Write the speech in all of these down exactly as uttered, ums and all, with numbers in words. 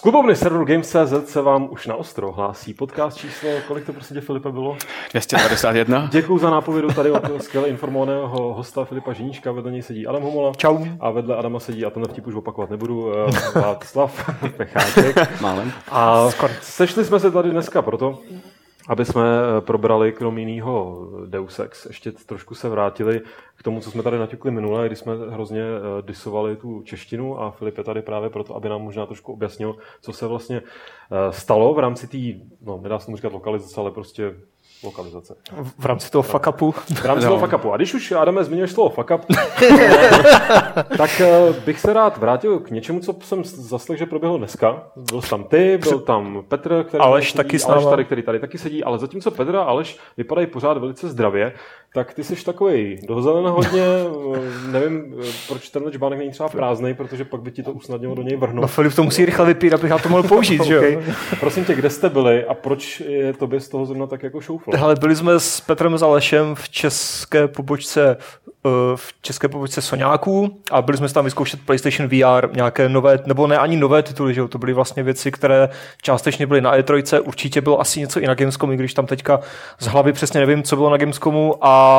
klubovny serveru Games tečka cé zet se vám už na ostro hlásí podcast číslo, kolik to prostě Filipe bylo? dvě stě devadesát jedna. Děkuju za nápovědu tady od skvěle informovaného hosta Filipa Ženíška, vedle něj sedí Adam Homola. Čau. A vedle Adama sedí, a tenhle vtip už opakovat nebudu, Václav Pecháček. Málem. A sešli jsme se tady dneska proto, aby jsme probrali krom jinýho Deus Ex, ještě trošku se vrátili k tomu, co jsme tady naťukli minule, kdy jsme hrozně disovali tu češtinu a Filip je tady právě proto, aby nám možná trošku objasnil, co se vlastně stalo v rámci té, no nedá se tomu říkat lokalizace, ale prostě lokalizace. V rámci toho fuck upu. V rámci no. toho fuck upu. A když už, Adame, zmiňuješ slovo fuck up, tak bych se rád vrátil k něčemu, co jsem zaslechl, že proběhlo dneska. Byl tam ty, byl tam Petr, který Aleš sedí, taky Aleš tady, který tady taky sedí, ale zatímco Petr a Aleš vypadají pořád velice zdravě, tak ty jsi takovej dohozelena hodně, nevím, proč tenhle čbánek není třeba prázdnej, protože pak by ti to usnadnilo do něj vrhnout. No Filip to musí rychle vypít, abych já to mohl použít, že jo? Okay. Prosím tě, kde jste byli a proč je tobě z toho zrovna tak jako šouflo? Hele, byli jsme s Petrem Zalešem v české pobočce v české pobočce Soňáků a byli jsme tam vyzkoušet PlayStation V R, nějaké nové, nebo ne ani nové tituly, že jo? To byly vlastně věci, které částečně byly na E tři, určitě bylo asi něco i na Gamescomu, když tam teďka z hlavy přesně nevím, co bylo na Gamescomu,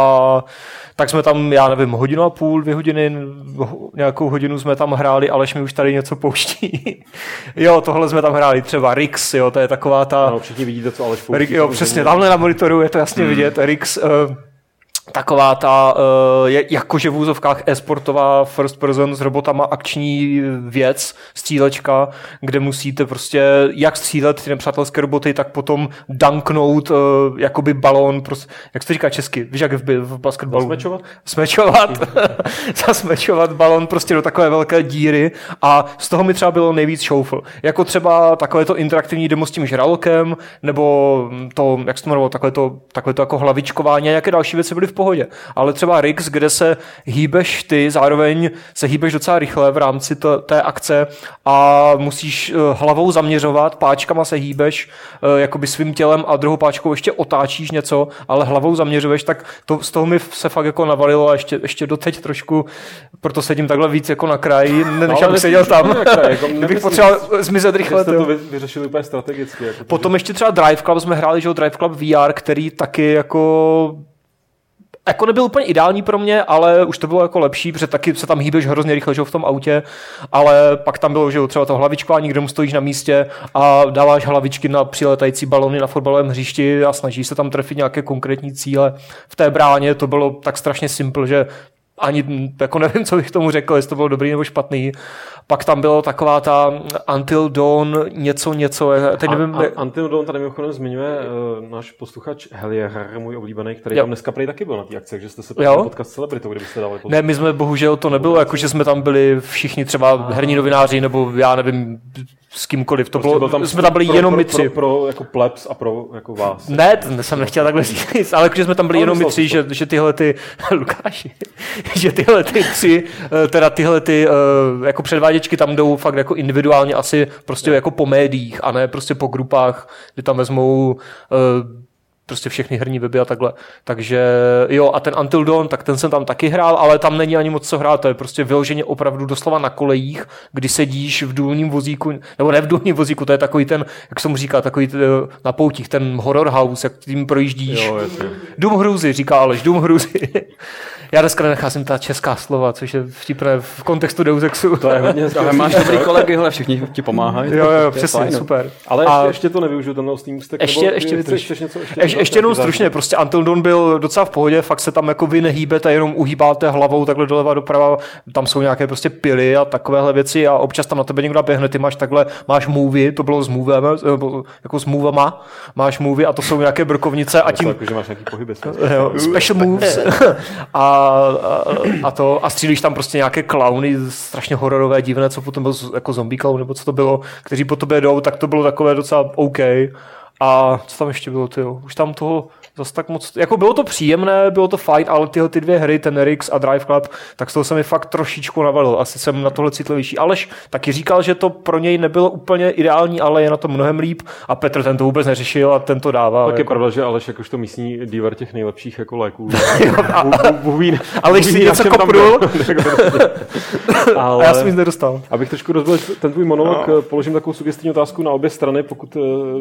a tak jsme tam, já nevím, hodinu a půl, dvě hodiny, nějakou hodinu jsme tam hráli, Aleš mi už tady něco pouští. Jo, tohle jsme tam hráli, třeba Rix, jo, to je taková ta... Ano, všichni vidíte, co Aleš pouští. Rick, jo, přesně, tamhle na monitoru je to jasně hmm. vidět, Rix... Uh, taková ta, je jakože v úzovkách e-sportová first person s robotama akční věc, střílečka, kde musíte prostě jak střílet ty nepřátelské roboty, tak potom dunknout jakoby balón, prostě, jak se to říká česky, víš jak v, v basketbalu? Zasmečovat? Smečovat. Zasmečovat balón prostě do takové velké díry a z toho mi třeba bylo nejvíc šoufl. Jako třeba takové to interaktivní demo s tím žralokem, nebo to, jak se to jmenovalo, takové to, takové to jako hlavičkování a nějaké další věci byly v pohodě. Ale třeba Rix, kde se hýbeš ty, zároveň se hýbeš docela rychle v rámci to, té akce a musíš uh, hlavou zaměřovat, páčkama se hýbeš uh, jakoby svým tělem a druhou páčkou ještě otáčíš něco, ale hlavou zaměřuješ, tak to, z toho mi se fakt jako navalilo a ještě, ještě doteď trošku, proto sedím takhle víc jako na kraji, než abych seděl tam. Jako kdybych potřeboval zmizet rychle. Jste to vyřešili úplně strategicky. Jako potom ještě třeba Drive Club jsme hráli, že jo, Drive Club V R, který taky jako Jako nebyl úplně ideální pro mě, ale už to bylo jako lepší, protože taky se tam hýbeš hrozně rychle, že v tom autě, ale pak tam bylo, že třeba to hlavičkování, kde mu stojíš na místě a dáváš hlavičky na přiletající balony na fotbalovém hřišti a snažíš se tam trefit nějaké konkrétní cíle. V té bráně to bylo tak strašně simple, že ani jako nevím, co bych tomu řekl, jestli to bylo dobrý nebo špatný. Pak tam bylo taková ta Until Dawn něco, něco. Teď nevím, a, a, Until Dawn tady mimochodem zmiňuje uh, náš posluchač Helier, můj oblíbený, který jo. tam dneska prej taky byl na té akci, takže jste se potkat s celebritou, kdybyste dali posluchač. Ne, my jsme bohužel to nebylo, jako že jsme tam byli všichni třeba herní novináři, nebo já nevím, s kýmkoliv. To prostě bylo, tam jsme tam byli pro, jenom pro, my tři. Pro, pro, pro jako plebs a pro jako vás. Ne, to jsem nechtěl takhle říct, ale že jsme tam byli no, jenom my tři, že, že tyhle ty Lukáši, že tyhle ty tři, teda tyhle ty jako předváděčky tam jdou fakt jako individuálně asi prostě jako po médiích a ne prostě po grupách, kde tam vezmou prostě všechny herní weby a takhle. Takže jo, a ten Until Dawn, tak ten jsem tam taky hrál, ale tam není ani moc co hrát, to je prostě vyloženě opravdu doslova na kolejích, kdy sedíš v důlním vozíku, nebo ne v důlním vozíku, to je takový ten, jak se mu říká, takový ten, na poutích, ten horror house, jak tím projíždíš. Jo, jasně. Dům hrůzy, říká Aleš, dům hrůzy. Já dneska nenecházím ta česká slova, což je vtipné v kontextu Deus Exu. To je hodně ale máš dobrý kolegy, hele, všichni ti pomáhají. Jo, jo, přesně, fajn, super. Ale ještě, ještě to nevyužiju, ten Steam Stack, ještě, nebo ještě, chceš, chceš něco? Ještě, ještě, ještě jenom stručně, prostě Until Dawn byl docela v pohodě, fakt se tam jako vy nehýbete, jenom uhýbáte hlavou takhle doleva doprava, tam jsou nějaké prostě pily a takovéhle věci a občas tam na tebe někdo běhne, ty máš takhle, máš movie, to bylo s movem, jako s movama, máš movie a to jsou nějaké brkovnice a tím... Jako, že máš nějaký pohyby. Special moves a, a a to a střílíš tam prostě nějaké klauny strašně hororové, divné, co potom byl jako zombie clown, nebo co to bylo, kteří po tobě jdou, tak to bylo takové docela OK. A co tam ještě bylo, tyjo? Už tam toho zas tak moc, jako bylo to příjemné, bylo to fajn, ale tyhle ty dvě hry, ten Rix a Drive Club, tak z toho se mi fakt trošičku navalil. Asi jsem na tohle citlivější. Aleš taky říkal, že to pro něj nebylo úplně ideální, ale je na to mnohem líp a Petr ten to vůbec neřešil a ten to dává. Tak jako... je pravda, že Aleš jakožto místní dívar těch nejlepších jako léků. Aleš si něco kopnul. Ale a já jsem nic nedostal. Abych trošku rozbil ten tvůj monolog, no. Položím takovou sugestivní otázku na obě strany, pokud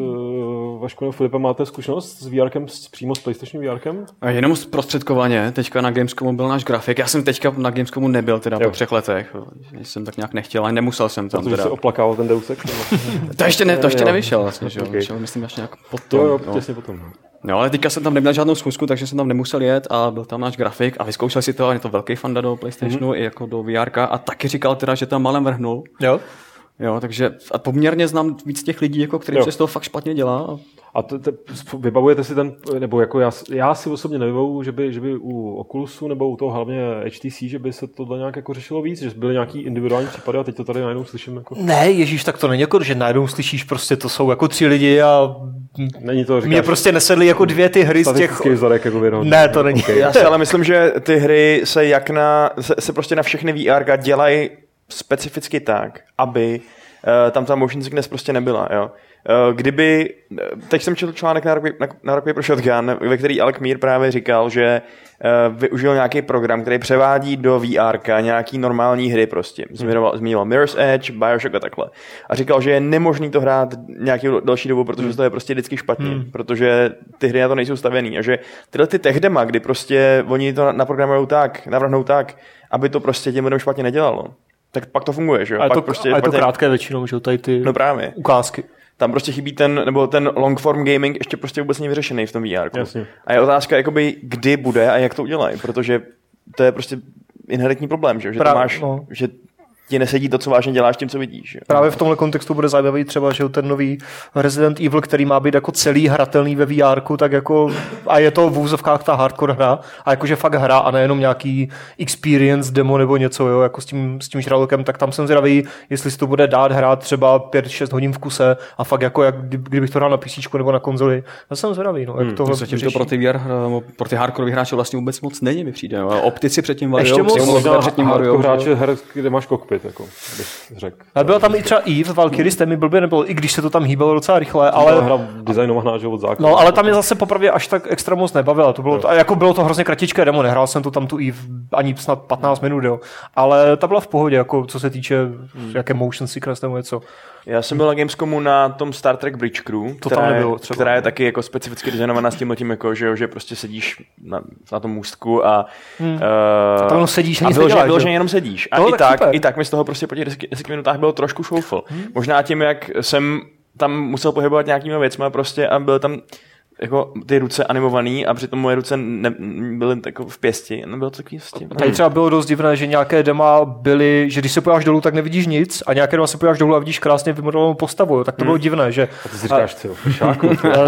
uh, Vašku nebo Filipe máte zkušenost s VRkem, přímo s PlayStation VRkem? A jenom zprostředkovaně, teďka na Gamescomu byl náš grafik. Já jsem teďka na Gamescomu nebyl teda jo. po třech letech. Jsem tak nějak nechtěl, ale nemusel jsem tam. Protože teda. se oplakával ten Deus Ex. to ještě, ne, to ještě nevyšel vlastně, že jo. Okay. Vyšel, myslím, až nějak potom. Jo, jo, no. těsně potom. No, ale teďka jsem tam neměl žádnou schůzku, takže jsem tam nemusel jet a byl tam náš grafik a vyzkoušel si to a je to velký fanda do PlayStationu mm-hmm. i jako do VRka a taky říkal teda, že tam malem vrhnul. Jo. Jo, takže a poměrně znám víc těch lidí, jako kterým jo. se z toho fakt špatně dělá. A to, to, vybavujete si ten, nebo jako já, já si osobně nevybavuju, že by, že by u Oculusu nebo u toho hlavně H T C, že by se tohle nějak jako řešilo víc, že byly nějaký individuální případy a teď to tady najednou slyším jako... Ne, ježíš, tak to není jako, že najednou slyšíš prostě, to jsou jako tři lidi a není to, říkáš, mě prostě nesedly jako dvě ty hry z těch... vzorek jako věnou. Ne, to není. Okay. Já si ale myslím, že ty hry se jak na, se, se prostě na všechny V R dělají specificky tak, aby uh, tam ta motion sickness prostě nebyla, jo. Uh, kdyby, teď jsem četl článek na Rock, na, na Rock Paper Shotgun, ve který Alec Meir právě říkal, že uh, využil nějaký program, který převádí do V R nějaký normální hry prostě. Zmiňoval, zmiňoval Mirror's Edge, Bioshock a takhle. A říkal, že je nemožný to hrát nějakou další dobu, protože hmm. to je prostě vždycky špatně, hmm. protože ty hry na to nejsou stavěný. A že tyhle ty techdema, kdy prostě oni to naprogramujou tak, navrhnou tak, aby to prostě těm lidem špatně nedělalo, tak pak to funguje, že jo? A je to, prostě a je to špatně... krátké většinou, že jo, tady ty no právě. ukázky. Tam prostě chybí ten, nebo ten long form gaming ještě prostě vůbec není vyřešený v tom V R. A je otázka, jakoby, kdy bude a jak to udělají, protože to je prostě inherentní problém, že, že Prav, máš, no. že ti nesedí to, co vážně děláš tím, co vidíš. Že? Právě v tomhle kontextu bude zajímavý třeba, že ten nový Resident Evil, který má být jako celý hratelný ve V R, tak jako a je to v úzovkách ta hardcore hra a jakože fakt hra a nejenom nějaký experience demo nebo něco, jo, jako s tím, s tím žralokem, tak tam jsem zvědavý, jestli si to bude dát hrát třeba pět šest hodin v kuse a fakt jako jak kdybych to hrál na P C nebo na konzoli. To jsem zvědavý, no, jak hmm, tohle zatím to pro ty V R, pro ty hardcore hráče vlastně vůbec moc není, mi přijde. Jo. Optici předtím varijou, předtím varijou. Hráče her, kde máš kokpit, jako bych řekl. Ale byla tam i třeba Eve, Valkyrie, s mi blbě nebylo, i když se to tam hýbalo docela rychle, ale... hra designovaná, že od základu. No, ale tam je zase popravdě až tak extra moc nebavila. To bylo to, a jako bylo to hrozně kratičké demo, nehrál jsem to tam tu Eve ani snad patnáct minut, jo. Ale ta byla v pohodě, jako co se týče hmm. jaké motion sickness nebo něco. Já jsem byl na Gamescomu na tom Star Trek Bridge Crew, to která, tam nebylo, třeba. která je taky jako specificky designovaná s tímhletím, jako, že, že prostě sedíš na, na tom můstku a, hmm. uh, tam sedíš a nic bylo, neděláš, bylo, že jenom sedíš. A to i tak, tak, i tak mi z toho prostě po těch deseti minutách bylo trošku šoufl. Hmm. Možná tím, jak jsem tam musel pohybovat nějakýma věcma prostě a byl tam jako ty ruce animovaný a přitom moje ruce ne, byly jako v pěsti. Nebylo to takový vlastně. Tady třeba bylo dost divné, že nějaké dema byly, že když se podíváš dolů, tak nevidíš nic a nějaké dema se podíváš dolů a vidíš krásně vymodelovanou postavu, jo. Tak to hmm. bylo divné, že... A ty si říkáš, co, fešáku.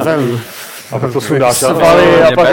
A pak to sundáš. A pak...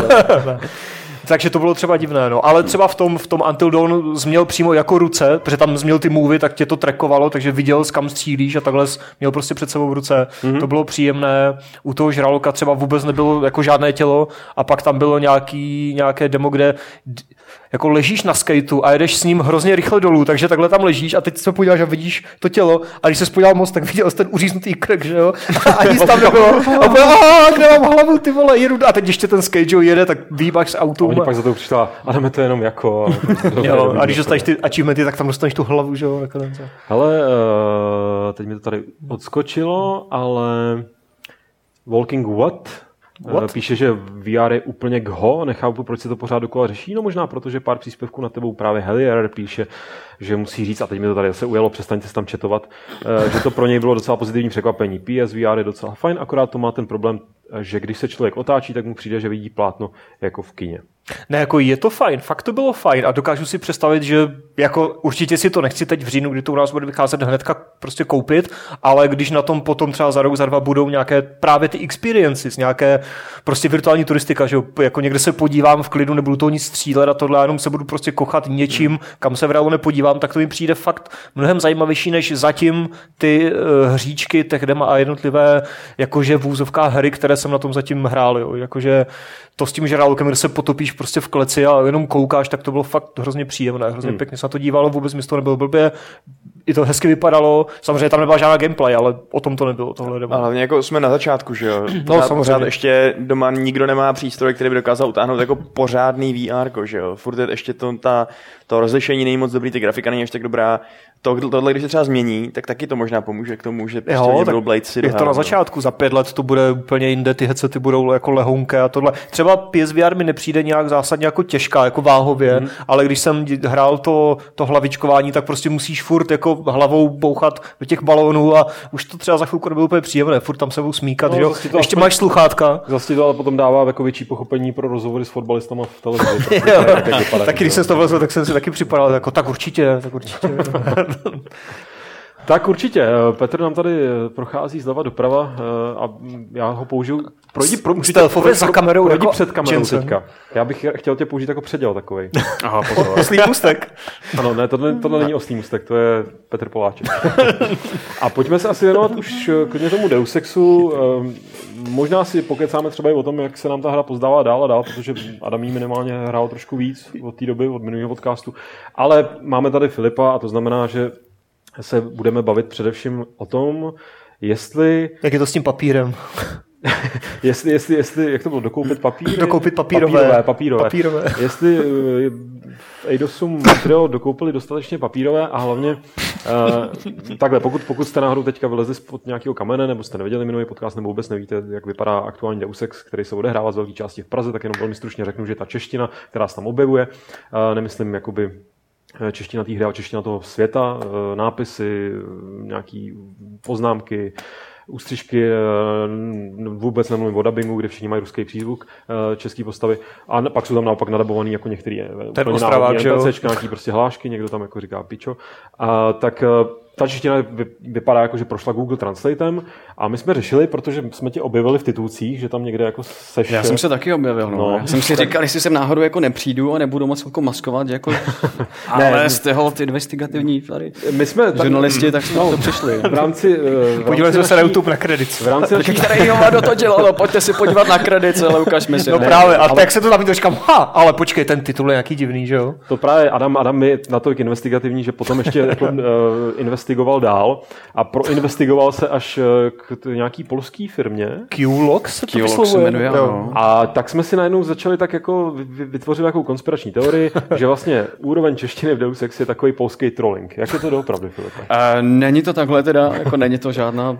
Takže to bylo třeba divné, no. Ale třeba v tom, v tom Until Dawn změl přímo jako ruce, protože tam změl ty movie, tak tě to trackovalo, takže viděl, kam střílíš a takhle měl prostě před sebou v ruce. Mm-hmm. To bylo příjemné. U toho žraloka třeba vůbec nebylo jako žádné tělo a pak tam bylo nějaký, nějaké demo, kde jako ležíš na skateu a jedeš s ním hrozně rychle dolů, takže takhle tam ležíš a teď se podíváš a vidíš to tělo a když se podíval moc, tak viděl jsi ten uříznutý krk, že jo? A nic tam nebylo. A bylo, kde mám hlavu, ty vole, jedu. A teď ještě ten skate jede, tak výbáš s autem. A oni pak za to přišla, a jdeme to jenom jako... jo, a když dostaneš ty achievementy, tak tam dostaneš tu hlavu, že jo? Hele, uh, teď mi to tady odskočilo, ale Walking What? What? Píše, že V R je úplně gho, nechápu, proč se to pořád dokola řeší, no možná protože pár příspěvků na tebou právě Hellier píše, že musí říct, a teď mi to tady zase ujelo, přestaňte se tam četovat, že to pro něj bylo docela pozitivní překvapení. P S V R je docela fajn, akorát to má ten problém, že když se člověk otáčí, tak mu přijde, že vidí plátno jako v kině. Ne, jako je to fajn, fakt to bylo fajn a dokážu si představit, že jako určitě si to nechci teď v říjnu, kdy to u nás bude vycházet hnedka prostě koupit, ale když na tom potom třeba za rok, za dva budou nějaké právě ty experiences, nějaké prostě virtuální turistika, že jo, jako někde se podívám v klidu, nebudu toho nic střílet a tohle, jenom se budu prostě kochat něčím, kam se v reálu nepodívám, tak to mi přijde fakt mnohem zajímavější, než zatím ty uh, hříčky, techdema a jednotlivé jakože v úzovkách hry, které jsem na tom zatím hrál, jo, jakože to s tím žralokem, kde se potopíš prostě v kleci a jenom koukáš, tak to bylo fakt hrozně příjemné, hrozně hmm. pěkně se na to dívalo, vůbec mi to nebylo blbě, i to hezky vypadalo, samozřejmě tam nebyla žádná gameplay, ale o tom to nebylo tohle demo. Ale jako jsme na začátku, že jo? No samozřejmě. Pořád ještě doma nikdo nemá přístroj, který by dokázal utáhnout jako pořádný V R, že jo? Furt je ještě to, ta, to rozlišení není moc dobrý, ty grafika není ještě tak dobrá. To, tohle, když se třeba změní, tak taky to možná pomůže k tomu, že prostě jo, budou Blade si je to na začátku, za pět let to bude úplně jinde, ty headsety budou jako lehonké a tohle. Třeba P S V R mi nepřijde nějak zásadně jako těžká, jako váhově, mm. ale když jsem hrál to, to hlavičkování, tak prostě musíš furt jako hlavou bouchat do těch balónů a už to třeba za chvilku nebylo úplně příjemné, furt tam se budou smíkat, no, že jo? Ještě máš sluchátka. Zase to ale potom dává jako větší pochopení pro rozhovory s fotbalistama v televizi. Taky když jsem to vlezl, tak jsem si taky připadal jako tak určitě, tak určitě. Tak určitě. Petr nám tady prochází zleva doprava a já ho použiju. Projdi, pro, pro, za kamerou, projdi před kamerou Jensen. Teďka. Já bych chtěl tě použít jako předěl takovej. Aha, pozor. Oslý můstek. Ano, ne, tohle, tohle není oslý můstek, to je Petr Poláček. A pojďme se asi věnovat už klidně tomu Deus Exu. Možná si pokecáme třeba i o tom, jak se nám ta hra pozdává dál a dál, protože Adam jí minimálně hrál trošku víc od té doby, od minulého podcastu. Ale máme tady Filipa a to znamená, že se budeme bavit především o tom, jestli... Jak je to s tím papírem? jestli, jestli, jestli, jak to bylo, dokoupit papíry? Dokoupit papírové. Papírové, papírové. papírové. Jestli v Eidosu Montreal dokoupili dostatečně papírové a hlavně uh, takhle, pokud, pokud jste náhodou teďka vylezli spod nějakého kamene, nebo jste neviděli minulý podcast, nebo vůbec nevíte, jak vypadá aktuální Deus Ex, který se odehrává z velké části v Praze, tak jenom velmi stručně řeknu, že ta čeština, která se tam objevuje, uh, nemyslím jakoby čeština té hry, ale čeština toho světa, nápisy, nějaký poznámky, ústřižky, vůbec nemluvím o dabingu, kde všichni mají ruský přízvuk, český postavy, a pak jsou tam naopak nadabovaný jako některý ten ostravák, že jo? Nějaký prostě hlášky, někdo tam jako říká pičo. A tak ta čeština vypadá jako, že prošla Google Translatem a my jsme řešili, protože jsme tě objevili v titulcích, že tam někde jako seš... Já jsem se taky objevil, no. no. Já jsem si říkal, jestli sem náhodou jako nepřijdu a nebudu moc jako maskovat, jako... ale ne, z toho investigativní tady my jsme tak... žurnalisti, tak jsme no, to přišli. V rámci... Podívali jsme se na YouTube na Credits. V rámci naší... Který do to dělalo, pojďte si podívat na Credits, ale ukažme si. No ne, právě, a ale... tak se to tam říkám, ha, ale počkej, ten titul je nějaký divný, že jo? To právě Adam, Adam je natolik investigativní, že potom ještě jako, uh, investigoval dál a proinvestigoval se až k nějaký polský firmě. Q-Lox se to Q-Lox se jmenuje, no. A tak jsme si najednou začali tak jako vytvořit takovou konspirační teorii, že vlastně úroveň češtiny v Deus Ex je takový polský trolling. Jak je to doopravdy, Filipe? Uh, není to takhle teda, jako není to žádná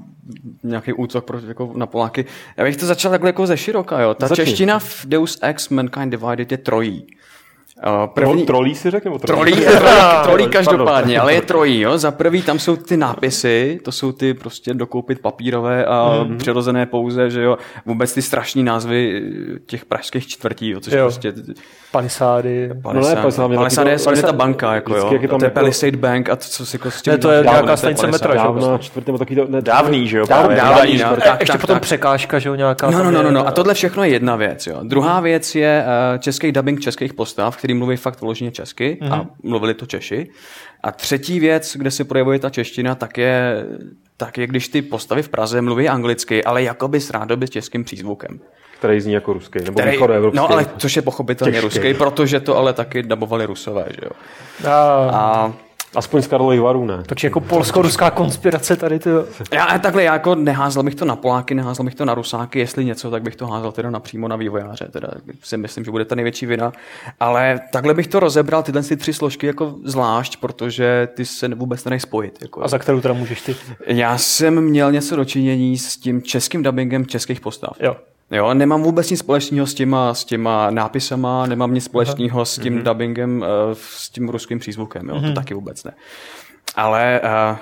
nějaký útok pro, jako na Poláky. Já bych to začal takhle jako ze široka, jo. Ta Začni. Čeština v Deus Ex Mankind Divided je trojí. První... No, trolí si řekne? Trolí, trolí, trolí každopádně, ale je trojí. Jo? Za prvý tam jsou ty nápisy, to jsou ty prostě dokoupit papírové a mm-hmm. přirozené pouze, že jo, vůbec ty strašný názvy těch pražských čtvrtí, jo, což jo. prostě... Palisády. Palisády, Palisády je ta banka, jako jo. To je Palisade Bank a to, co si jako s tím... Ne, to je nějaká stanice metra, že jo. Dávný, že jo. Dávný, ještě potom překážka, že jo, nějaká... No, no, no, no, a tohle všechno je jedna věc, jo. Druhá věc je český dubbing českých postav, který mluví fakt vloženě česky mm-hmm. a mluvili to Češi. A třetí věc, kde se projevuje ta čeština, tak je, tak je když ty postavy v Praze mluví anglicky, ale jakoby s rádoby s českým přízvukem. Který zní jako ruský, nebo který, východoevropský. No ale což je pochopitelně ruský, protože to ale taky dabovali Rusové, že jo. A... a aspoň z Karlových Varů, ne? Takže jako polsko-ruská konspirace tady, ty. Já takhle, já jako neházel bych to na Poláky, neházel bych to na Rusáky, jestli něco, tak bych to házel teda napřímo na vývojáře, teda si myslím, že bude ta největší vina, ale takhle bych to rozebral, tyhle ty tři složky jako zvlášť, protože ty se vůbec nedají spojit. Jako. A za kterou teda můžeš ty? Já jsem měl něco dočinění s tím českým dubbingem českých postav. Jo. Jo, nemám vůbec nic společného s těma, s těma nápisama, nemám nic společného Aha. s tím mm-hmm. dubbingem, s tím ruským přízvukem, jo, mm-hmm. to taky vůbec ne. Ale uh,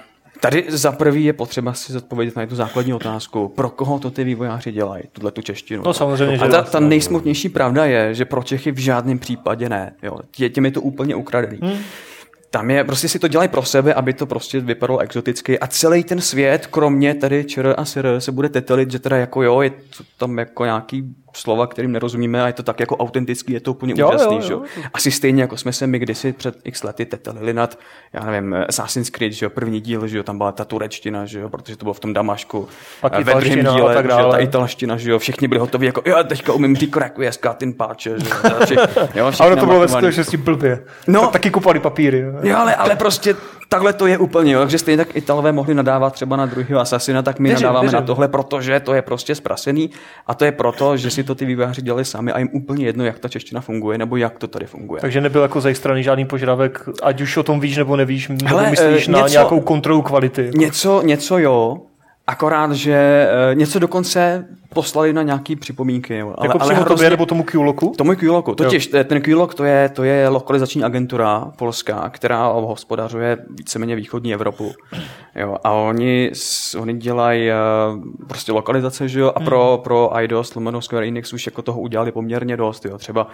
Tady za prvý je potřeba si zodpovědět na tu základní otázku, pro koho to ty vývojáři dělají, tuhle tu češtinu. No samozřejmě, a ta, ta nejsmutnější pravda je, že pro Čechy v žádném případě ne. Jo. Tě, těm je to úplně ukradený. Hmm. Tam je, prostě si to dělají pro sebe, aby to prostě vypadalo exoticky a celý ten svět, kromě tady ČR a SR, se bude tetelit, že teda jako jo, je to tam jako nějaký slova, kterým nerozumíme a je to tak jako autentický, je to úplně jo, úžasný, jo, jo. Že? Asi stejně jako jsme se my kdysi před x lety tetelili nad, já nevím, Assassin's Creed, že jo, první díl, že jo, tam byla ta turečtina, že jo, protože to bylo v tom Damašku. Pak ve druhém díle, tak že jo, ta italština, že jo, všichni byli hotoví jako, jo, teďka umím říct requiescat in pace, že jo. Vši, jo a ono to bylo ve skutečnosti blbě. No, taky kupali papíry. Jo, jo ale, ale prostě takhle to je úplně, jo. Takže stejně tak Italové mohli nadávat třeba na druhého Assassina, tak my věřím, nadáváme věřím. na tohle, protože to je prostě zprasený a to je proto, že si to ty vývojáři dělali sami a jim úplně jedno, jak ta čeština funguje nebo jak to tady funguje. Takže nebyl jako zajistraný žádný požadavek, ať už o tom víš nebo nevíš, nebo Hele, myslíš něco, na nějakou kontrolu kvality. Jako. Něco, něco jo, akorát, že něco dokonce poslali na nějaký připomínky. Jo. Ale, jako ale přímo tobě nebo tomu Q-Locku? Tomu Q-Locku. Totiž jo. ten Q-Lock to je, to je lokalizační agentura polská, která hospodařuje víceméně východní Evropu. Jo. A oni, oni dělají uh, prostě lokalizace, že jo, a pro, hmm. pro eidos, lomeno Square Enix už jako toho udělali poměrně dost. Jo. Třeba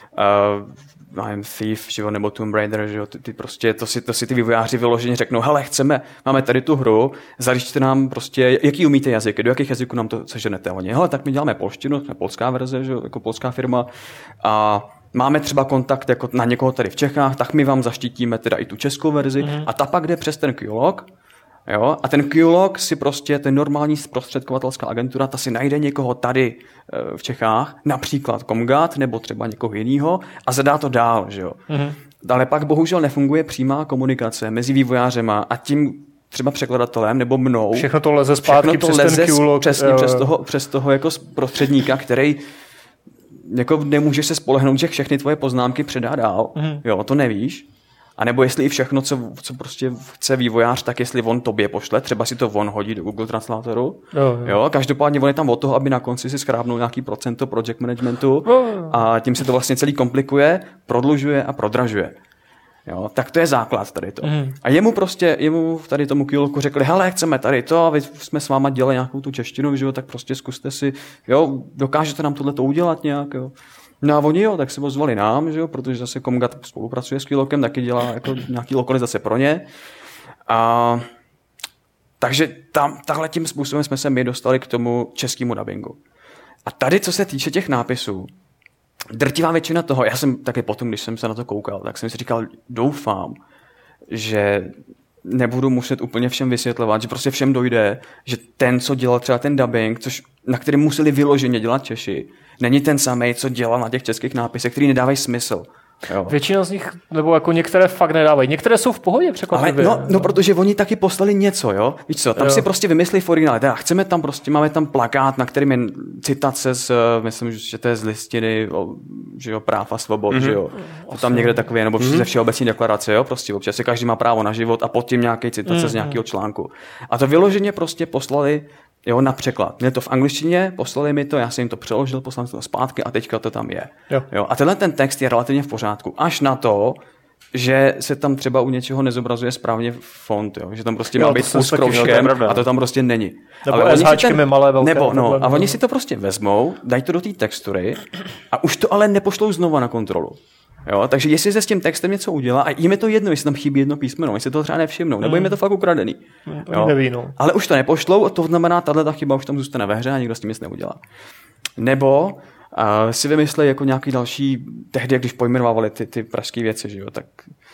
uh, nevím, Thief, že jo, nebo Tomb Raider, že jo, ty, ty prostě, to si, to si ty vývojáři vyloženě řeknou, hele, chceme, máme tady tu hru, zaličte nám prostě, jaký umíte jazyky, do jakých jazyků nám to seženete. Oni, hele, tak my děláme polštinu, jsme polská verze, že jo, jako polská firma a máme třeba kontakt jako na někoho tady v Čechách, tak my vám zaštítíme teda i tu českou verzi mm. a ta pak jde přes ten Q-Log. Jo? A ten Q-Log si prostě, ten normální zprostředkovatelská agentura, ta si najde někoho tady e, v Čechách, například Comgat nebo třeba někoho jiného a zadá to dál. Že jo? Mm-hmm. Ale pak bohužel nefunguje přímá komunikace mezi vývojářema a tím třeba překladatelem nebo mnou. Všechno to leze zpátky to přes leze ten Q-Log. Přesně, uh... přes toho, přes toho jako prostředníka, který jako nemůže se spolehnout, že všechny tvoje poznámky předá dál. Mm-hmm. Jo, to nevíš. A nebo jestli i všechno, co, co prostě chce vývojář, tak jestli on tobě pošle, třeba si to on hodí do Google Translatoru. Jo, jo. Jo, každopádně on je tam od toho, aby na konci si schrábnul nějaký procento project managementu jo, jo. a tím se to vlastně celý komplikuje, prodlužuje a prodražuje. Jo, tak to je základ tady to. Mm. A jemu prostě, jemu tady tomu Q-Locku řekli, hele, chceme tady to a vy jsme s váma dělali nějakou tu češtinu, že jo, tak prostě zkuste si, jo, dokážete nám tohle to udělat nějak, jo. No a oni jo, tak se ozvali nám, že jo, protože zase Comgat spolupracuje s Q-Lockem, taky dělá jako nějaký lokalizace pro ně. A takže tam, tahle tím způsobem jsme se my dostali k tomu českému dabingu. A tady, co se týče těch nápisů, drtivá většina toho, já jsem taky potom, když jsem se na to koukal, tak jsem si říkal, doufám, že nebudu muset úplně všem vysvětlovat, že prostě všem dojde, že ten, co dělal třeba ten dubbing, což, na kterém museli vyloženě dělat Češi, není ten samej, co dělal na těch českých nápisech, který nedávají smysl. Jo. Většina z nich, nebo jako některé fakt nedávají. Některé jsou v pohodě překvapivě. No, no, protože oni taky poslali něco, jo. Víš co, tam jo. si prostě vymyslí v originále. Teda chceme tam prostě, máme tam plakát, na kterým je citace z, myslím, že to je z listiny, že jo, práv a svobod, mm-hmm. že jo. To tam někde takové, nebo mm-hmm. ze všeobecní deklarace, jo. Prostě občas si každý má právo na život a pod tím nějaký citace mm-hmm. z nějakého článku. A to vyloženě prostě poslali jo, na překlad. Měli to v angličtině, poslali mi to, já jsem jim to přeložil, poslal jsem to zpátky a teďka to tam je. Jo. Jo, a tenhle ten text je relativně v pořádku. Až na to, že se tam třeba u něčeho nezobrazuje správně font, jo? Že tam prostě jo, má být s kroužkem a to tam prostě není. Nebo ale oni si ten, malé, velké. Nebo, no, a oni si to prostě vezmou, dají to do té textury a už to ale nepošlou znova na kontrolu. Jo, takže jestli se s tím textem něco udělá a jim je to jedno, jestli tam chybí jedno písmeno, jestli to třeba nevšimnou, hmm. nebo jim je to fakt ukradený. Jo. Neví, no. Ale už to nepošlou, to znamená, tahle ta chyba už tam zůstane ve hře a nikdo s tím nic neudělá. Nebo uh, si vymyslej jako nějaký další, tehdy, když pojmenovávali ty, ty pražské věci, že jo, tak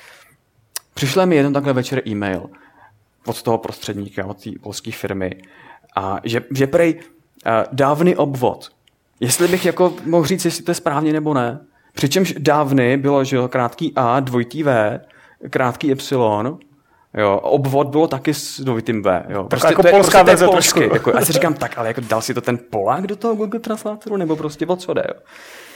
přišel mi jeden takhle večer e-mail od toho prostředníka, od té polské firmy, a že, že prej uh, dávný obvod. Jestli bych jako mohl říct, jestli to je správně nebo ne. Přičemž dávny bylo, že jo, krátký A, dvojitý V, krátký Y, jo, obvod bylo taky s dvojitým V, jo. Prostě jako to je, polská prostě verze polsky, jako, já si říkám, tak, ale jako dal si to ten Polák do toho Google Translatoru, nebo prostě o co jde, jo.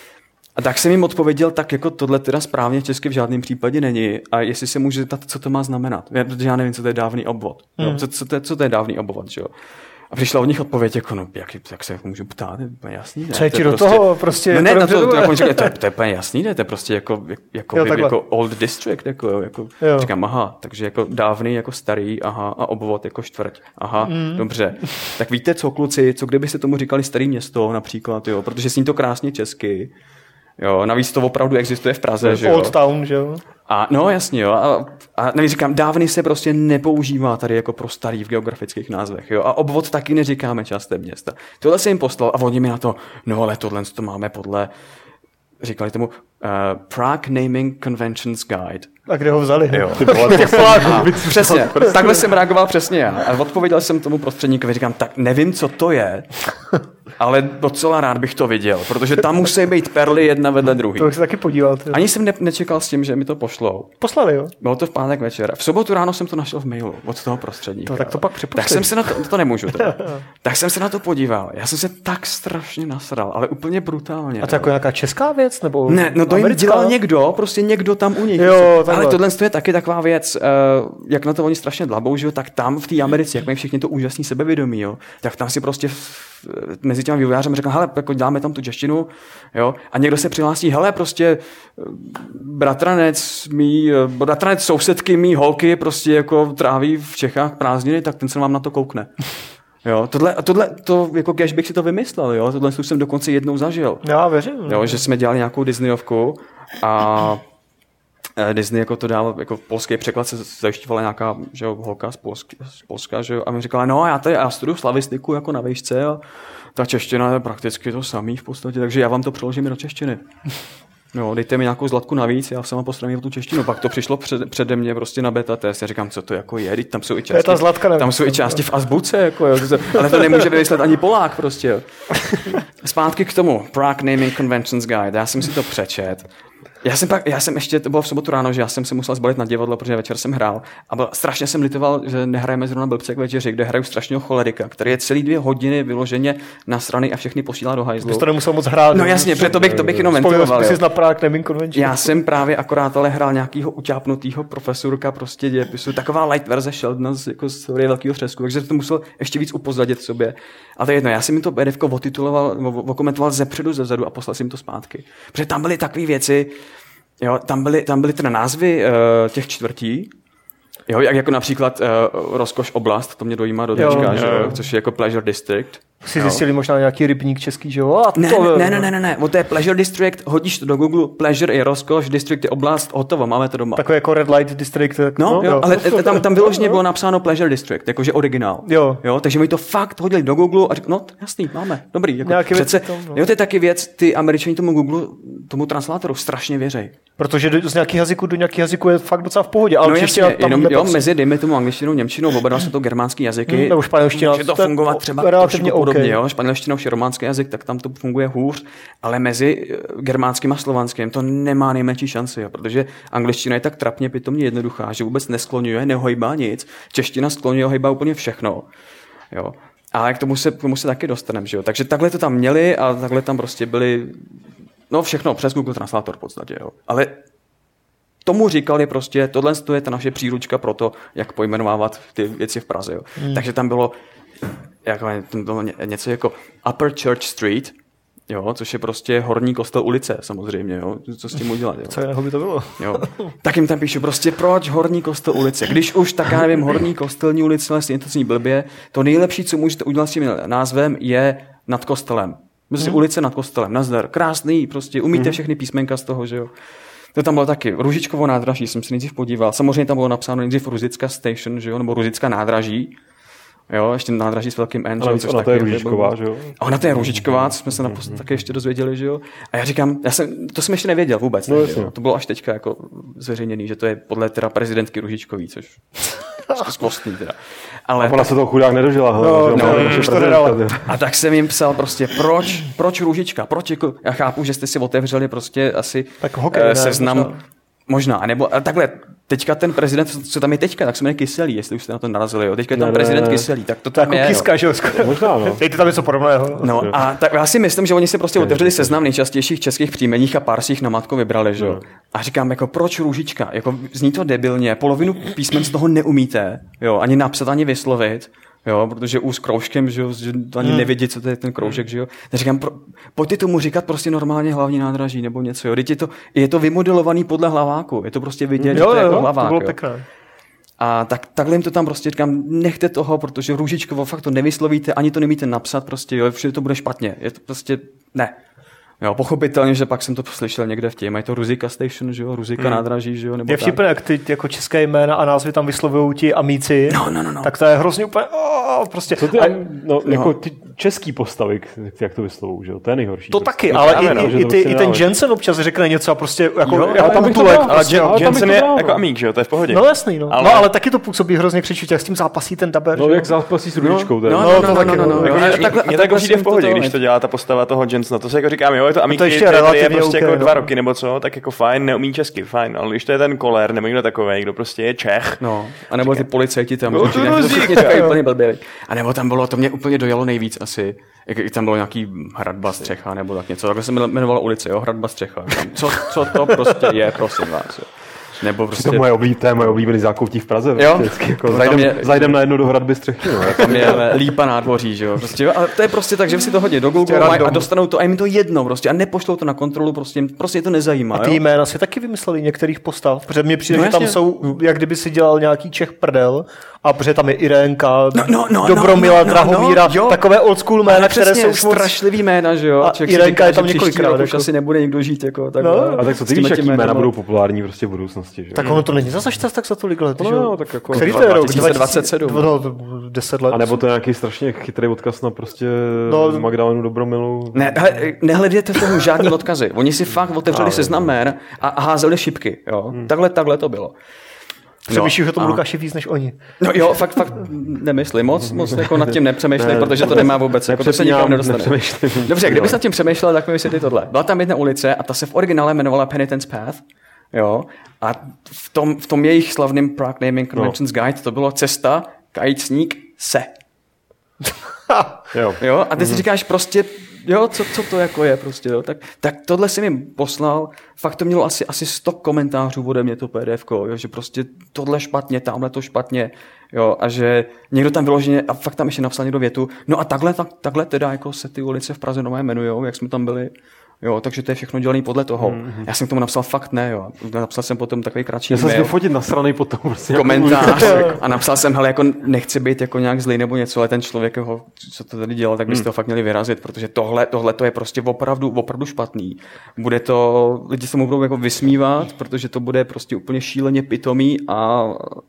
A tak jsem jim odpověděl, tak jako tohle teda správně česky v žádném případě není a jestli se může zeptat, co to má znamenat. Já, já nevím, co to je dávný obvod. Hmm. Jo. Co, co, to je, co to je dávný obvod, že jo. A přišla od nich odpověď, jako, no, jak, jak se můžu ptát, je úplně jasný. Ne? Co je ti to do prostě, toho prostě? No ne, na to, to, jako, říkali, to, je, to je úplně jasný, ne? To je prostě jako, jako, jo, jako old district, jako, jako jo. Říkám, aha, takže jako dávný, jako starý, aha, a obvod jako čtvrť, aha, mm. dobře. Tak víte co, kluci, co kdyby se tomu říkali starý město například, jo, protože zní to krásně česky. Jo, navíc to opravdu existuje v Praze, že jo. Old Town, že jo. A no jasně, jo. A, a navíc říkám, dávný se prostě nepoužívá tady jako pro starý v geografických názvech, jo. A obvod taky neříkáme častem města. Tohle jsem jim poslal a oni mi na to, no ale tohle to máme podle, říkali tomu, uh, Prague Naming Conventions Guide. A kde ho vzali? Jo. Ty vole, to A, přesně, takhle jsem reagoval přesně já. A odpověděl jsem tomu prostředníkovi, říkám, tak nevím, co to je, ale docela rád bych to viděl, protože tam musí být perly jedna vedle druhý. To bych se taky podíval. Tyjo. Ani jsem ne- nečekal s tím, že mi to pošlou. Poslali, jo? Bylo to v pátek večer. V sobotu ráno jsem to našel v mailu od toho prostředníka. To, tak to pak připočtej. Tak jsem se na to, to nemůžu teda. Tak jsem se na to podíval. Já jsem se tak strašně nasral, ale úplně brutálně. A to jako nějaká česká věc? Nebo Ne, no to jim americká? dělal někdo, prostě někdo tam u nich. Jo, ale tohle je taky taková věc, uh, jak na to oni strašně dlabou, že jo, tak tam v té Americe, jak mají všichni to úžasný sebevědomí, jo, tak tam si prostě v, mezi těmi vývojářem říkám, hele, jako děláme tam tu češtinu, jo, a někdo se přihlásí, hele, prostě bratranec mý, bratranec sousedky mý holky prostě jako tráví v Čechách prázdniny, tak ten se vám na to koukne. Jo, tohle, tohle, to, jako kež bych si to vymyslel, jo, tohle jsem dokonce jednou zažil. Já věřím. Jo, že jsme dělali nějakou Disneyovku a Disney jako to dál, jako polský překlad se zajišťovala nějaká, že jo, holka z, Polsk, z Polska, že jo, a mi říkala, no já tady, já studuju slavistiku jako na výšce a ta čeština je prakticky to samý v podstatě, takže já vám to přeložím do češtiny. No, dejte mi nějakou zlatku navíc, já se vám postavím tu češtinu. Pak to přišlo před, přede mě prostě na beta test. Já říkám, co to jako je, tam jsou i části, ta zlatka, nevím, tam jsou i části v azbuce, jako, jo, ale to nemůže vymyslet ani Polák prostě. Jo. Zpátky k tomu, Prague Naming Conventions Guide, já jsem si to přečet. Já jsem, pak, já jsem ještě, to bylo v sobotu ráno, že já jsem se musel zbalit na divadlo, protože večer jsem hrál a byl, strašně jsem litoval, že nehrajeme zrovna Blbce k večeři, kde hraju strašného cholerika, který je celý dvě hodiny vyloženě nasraný a všechny posílá do hajzlu. Ty to nemusel moc hrát. No jasně, protože bych, to bych jenom ventiloval. Vzpomněl jsi na Prague Naming Convention. Já jsem právě akorát ale hrál nějakýho utápnutýho profesorka prostě dějepisu, taková light verze Sheldona z, jako z teorie velkého třesku, takže to musel ještě víc upozadit v sobě. A to je jedno, já jsem mi to bé dé evko otituloval, okomentoval zepředu, zezadu a poslal jsem to zpátky. Protože tam byly takové věci. Jo, tam byly, tam byly teda názvy uh, těch čtvrtí, jo, jak jako například uh, Rozkoš oblast, to mě dojímá do tečka, že jo, což je jako Pleasure District. Si zjistili možná nějaký rybník český, že jo? A ne, to... ne, ne, ne, ne, ne, o to je Pleasure District, hodíš to do Google, Pleasure je Rozkoš, District je oblast, hotovo, máme to doma. Takový jako Red Light District. Tak, no, no, jo, jo, ale to, tam, tam vyloženě bylo napsáno Pleasure District, jakože originál. Jo. Jo, takže mi to fakt hodili do Google a řekl, no jasný, máme, dobrý. Jako přece, tam, no. Jo, to je taky věc, ty Američani tomu Google, tomu translátoru strašně věřej. Protože z nějakých jazyků do nějakých jazyků je fakt docela v pohodě. Ale no jasně, tam jenom nepatří. jo, mezi, dejme tomu angličtinou, němčinou, oba dva jsou to germánský jazyky. Hmm, nebo španělština. Může to fungovat třeba relativně trošku podobně, okay. jo. Španělština už je románský jazyk, tak tam to funguje hůř, ale mezi germánským a slovanským to nemá nejmenší šanci, jo, protože angličtina je tak trapně pitomně jednoduchá, že vůbec neskloňuje, nehohejbá nic. Čeština skloňuje, ohejbá úplně všechno. Jo. Ale k tomu se, k tomu se taky dostaneme, že jo. Takže takhle to tam měli a takhle tam prostě byli, no všechno přes Google Translator v podstatě, jo. Ale tomu říkali prostě, tohle je ta naše příručka pro to, jak pojmenovávat ty věci v Praze. Jo. Hmm. Takže tam bylo, jako, tam bylo něco jako Upper Church Street, jo, což je prostě horní kostel ulice, samozřejmě. Jo. Co s tím udělat? Jo. Co jiného by to bylo? Jo. Tak jim tam píšu prostě, proč horní kostel ulice? Když už, tak já nevím, horní kostelní ulice, ale to zní blbě, to nejlepší, co můžete udělat s tím názvem, je nad kostelem. Prostě hmm. ulice nad kostelem, nazdar. Krásný, prostě umíte hmm. všechny písmenka z toho, že jo. To tam bylo taky. Růžičkovo nádraží jsem se nejdřív podíval. Samozřejmě tam bylo napsáno nejdřív Ruzická station, že jo, nebo Ruzická nádraží. Jo, ještě nádraží s velkým N, ale ona to je Růžičková, že jo? A ona to je Růžičková, co jsme se naposled taky ještě dozvěděli, že jo? A já říkám, já jsem, to jsem ještě nevěděl vůbec. No, ne, to bylo až teďka jako zveřejněný, že to je podle teda prezidentky Růžičkový, což je skvostný teda. Ale a ona se toho chudák nedožila. No, no, no, a tak jsem jim psal prostě, proč, proč Růžička, proč jako, já chápu, že jste si otevřeli prostě asi tak hokej, uh, seznam, ne, možná, nebo ale takhle, teďka ten prezident, co tam je teďka, tak se jmenuje Kyselý, jestli už jste na to narazili, jo. Teďka je tam ne, prezident ne, Kyselý, tak to tam jako je. Kiska, že jo, možná, no. Dejte tam něco podobného. No a tak já si myslím, že oni si prostě otevřeli seznam nejčastějších českých příjmeních a pár si jich na matko vybrali, že jo. A říkám, jako proč Růžička? Jako zní to debilně, polovinu písmen z toho neumíte, jo, ani napsat, ani vyslovit. Jo, protože U s kroužkem, že jo, že ani hmm. nevědí, co to je ten kroužek, že jo. Neříkám, pro, pojďte tomu říkat prostě normálně hlavní nádraží nebo něco, jo. Je to, je to vymodelovaný podle hlaváku, je to prostě vidět, jo, že to je jo, jako hlavák, to bylo jo. pěkné. A tak, takhle jim to tam prostě říkám, nechte toho, protože Růžičkovo fakt to nevyslovíte, ani to nemíte napsat, prostě jo, všude to bude špatně, je to prostě, ne. Jo, pochopitelně, že pak jsem to slyšel někde v tím, je to Ruzika Station, že jo, Ruzika hmm. nádraží, že jo, nebo je vtipné, jak ty jako české jména a názvy tam vyslovují ti amíci, no, no, no, no. tak to je hrozně úplně, oh, prostě. Co ty, a, no, no. jako ty český postavy, jak to vyslovují, že jo, to je nejhorší. To prostě. taky, ale i, no, i, i, ty, i ten Jensen občas řekne něco a prostě jako, jo, jako tam tulek. Ale Jensen je jako amík, že jo, to je v pohodě. No jasný, no. Ale... no ale taky to působí hrozně křičitě, jak s tím zápasí ten daber. No jak zápasí s Růžičkou. No, no, no, no, no, no. Mě to jako přijde v pohodě, když to dělá ta postava toho Jensena. To se jako říkám, jo, je to amík, je prostě jako dva roky nebo co, tak jako fajn, neumí česky, fajn, ale když to je ten Koller nebo někdo takovej, kdo prostě je Čech. No, a nebo ty policajti tam, no, to úplně blbě. A nebo tam bylo, to mě úplně dojalo nejvíc asi, jak tam bylo nějaký Hradba Střecha nebo tak něco, takhle se jmenovala ulice, jo, Hradba Střecha. Co, co to prostě je, prosím vás, jo. Nebo prostě... To moje oblíbené, moje oblíbené zákoutí v Praze. Jo? Prostě, jako zajdem, je... zajdem na jednu do Hradby Střechy. No. Tam je Lípa nádvoří, že jo. Prostě, jo? Ale to je prostě tak, že si to hodí do Google a dostanou to a jim to jedno prostě a nepošlou to na kontrolu, prostě, prostě je to nezajímá. A ty jo? jména si taky vymysleli některých postav, protože mně přijde, no, že tam jsou, jak kdyby si dělal nějaký Čech prdel, a protože tam je Irénka, no, no, no, Dobromila, no, no, Drahomíra, no, takové old school jména, které jsou strašlivý jména, že jo. A Irénka je tam několikrát. Už asi nebude nikdo žít jako tak. A tak co ty víš, jaký jména budou populární prostě v budoucnosti, že? Tak ono to není zase tak za tolik let, že jo. Tak jako který to je rok? dva tisíce dvacet sedm. deset let. A nebo to je nějaký strašně chytrý odkaz na prostě Magdalenu Dobromilu. Ne, nehledejte v tom žádný odkazy. Oni si fakt otevřeli seznam jmén a házeli šipky, jo. Takhle, takhle to bylo. Přemýšlím, že to budu kaši víc než oni. No jo, fakt, fakt nemyslím, moc, moc jako nad tím nepřemýšlej, ne, protože to nemá vůbec, jako to se nikam nedostane. Dobře, kdybys nad tím přemýšlel, tak mi vysvětli tohle. Byla tam jedna ulice a ta se v originále jmenovala Penitence Path, jo, a v tom, v tom jejich slavným Prague Naming Conventions no. Guide to bylo cesta, kajícník, se. jo. jo, a ty si říkáš prostě, jo, co, co to jako je prostě, jo, tak, tak tohle jsem jim poslal, fakt to mělo asi, asi sto komentářů ode mě to P D F ko, jo, že prostě tohle špatně, tamhle to špatně, jo, a že někdo tam vyloženě, a fakt tam ještě napsal někdo větu, no a takhle, tak, takhle teda jako se ty ulice v Praze nové jmenujou, jak jsme tam byli. Jo, takže to je všechno dělané podle toho. Mm-hmm. Já jsem k tomu napsal fakt ne, jo. Napsal jsem potom takový kratší mail. Já jsem vyfotit nasranej potom. Prostě komentář a napsal jsem, hele, jako nechci být jako nějak zlý nebo něco, ale ten člověk, ho, co to tady dělal, tak byste mm. to fakt měli vyrazit, protože tohle, tohle to je prostě opravdu, opravdu špatný. Bude to, lidi se mu budou jako vysmívat, protože to bude prostě úplně šíleně pitomý a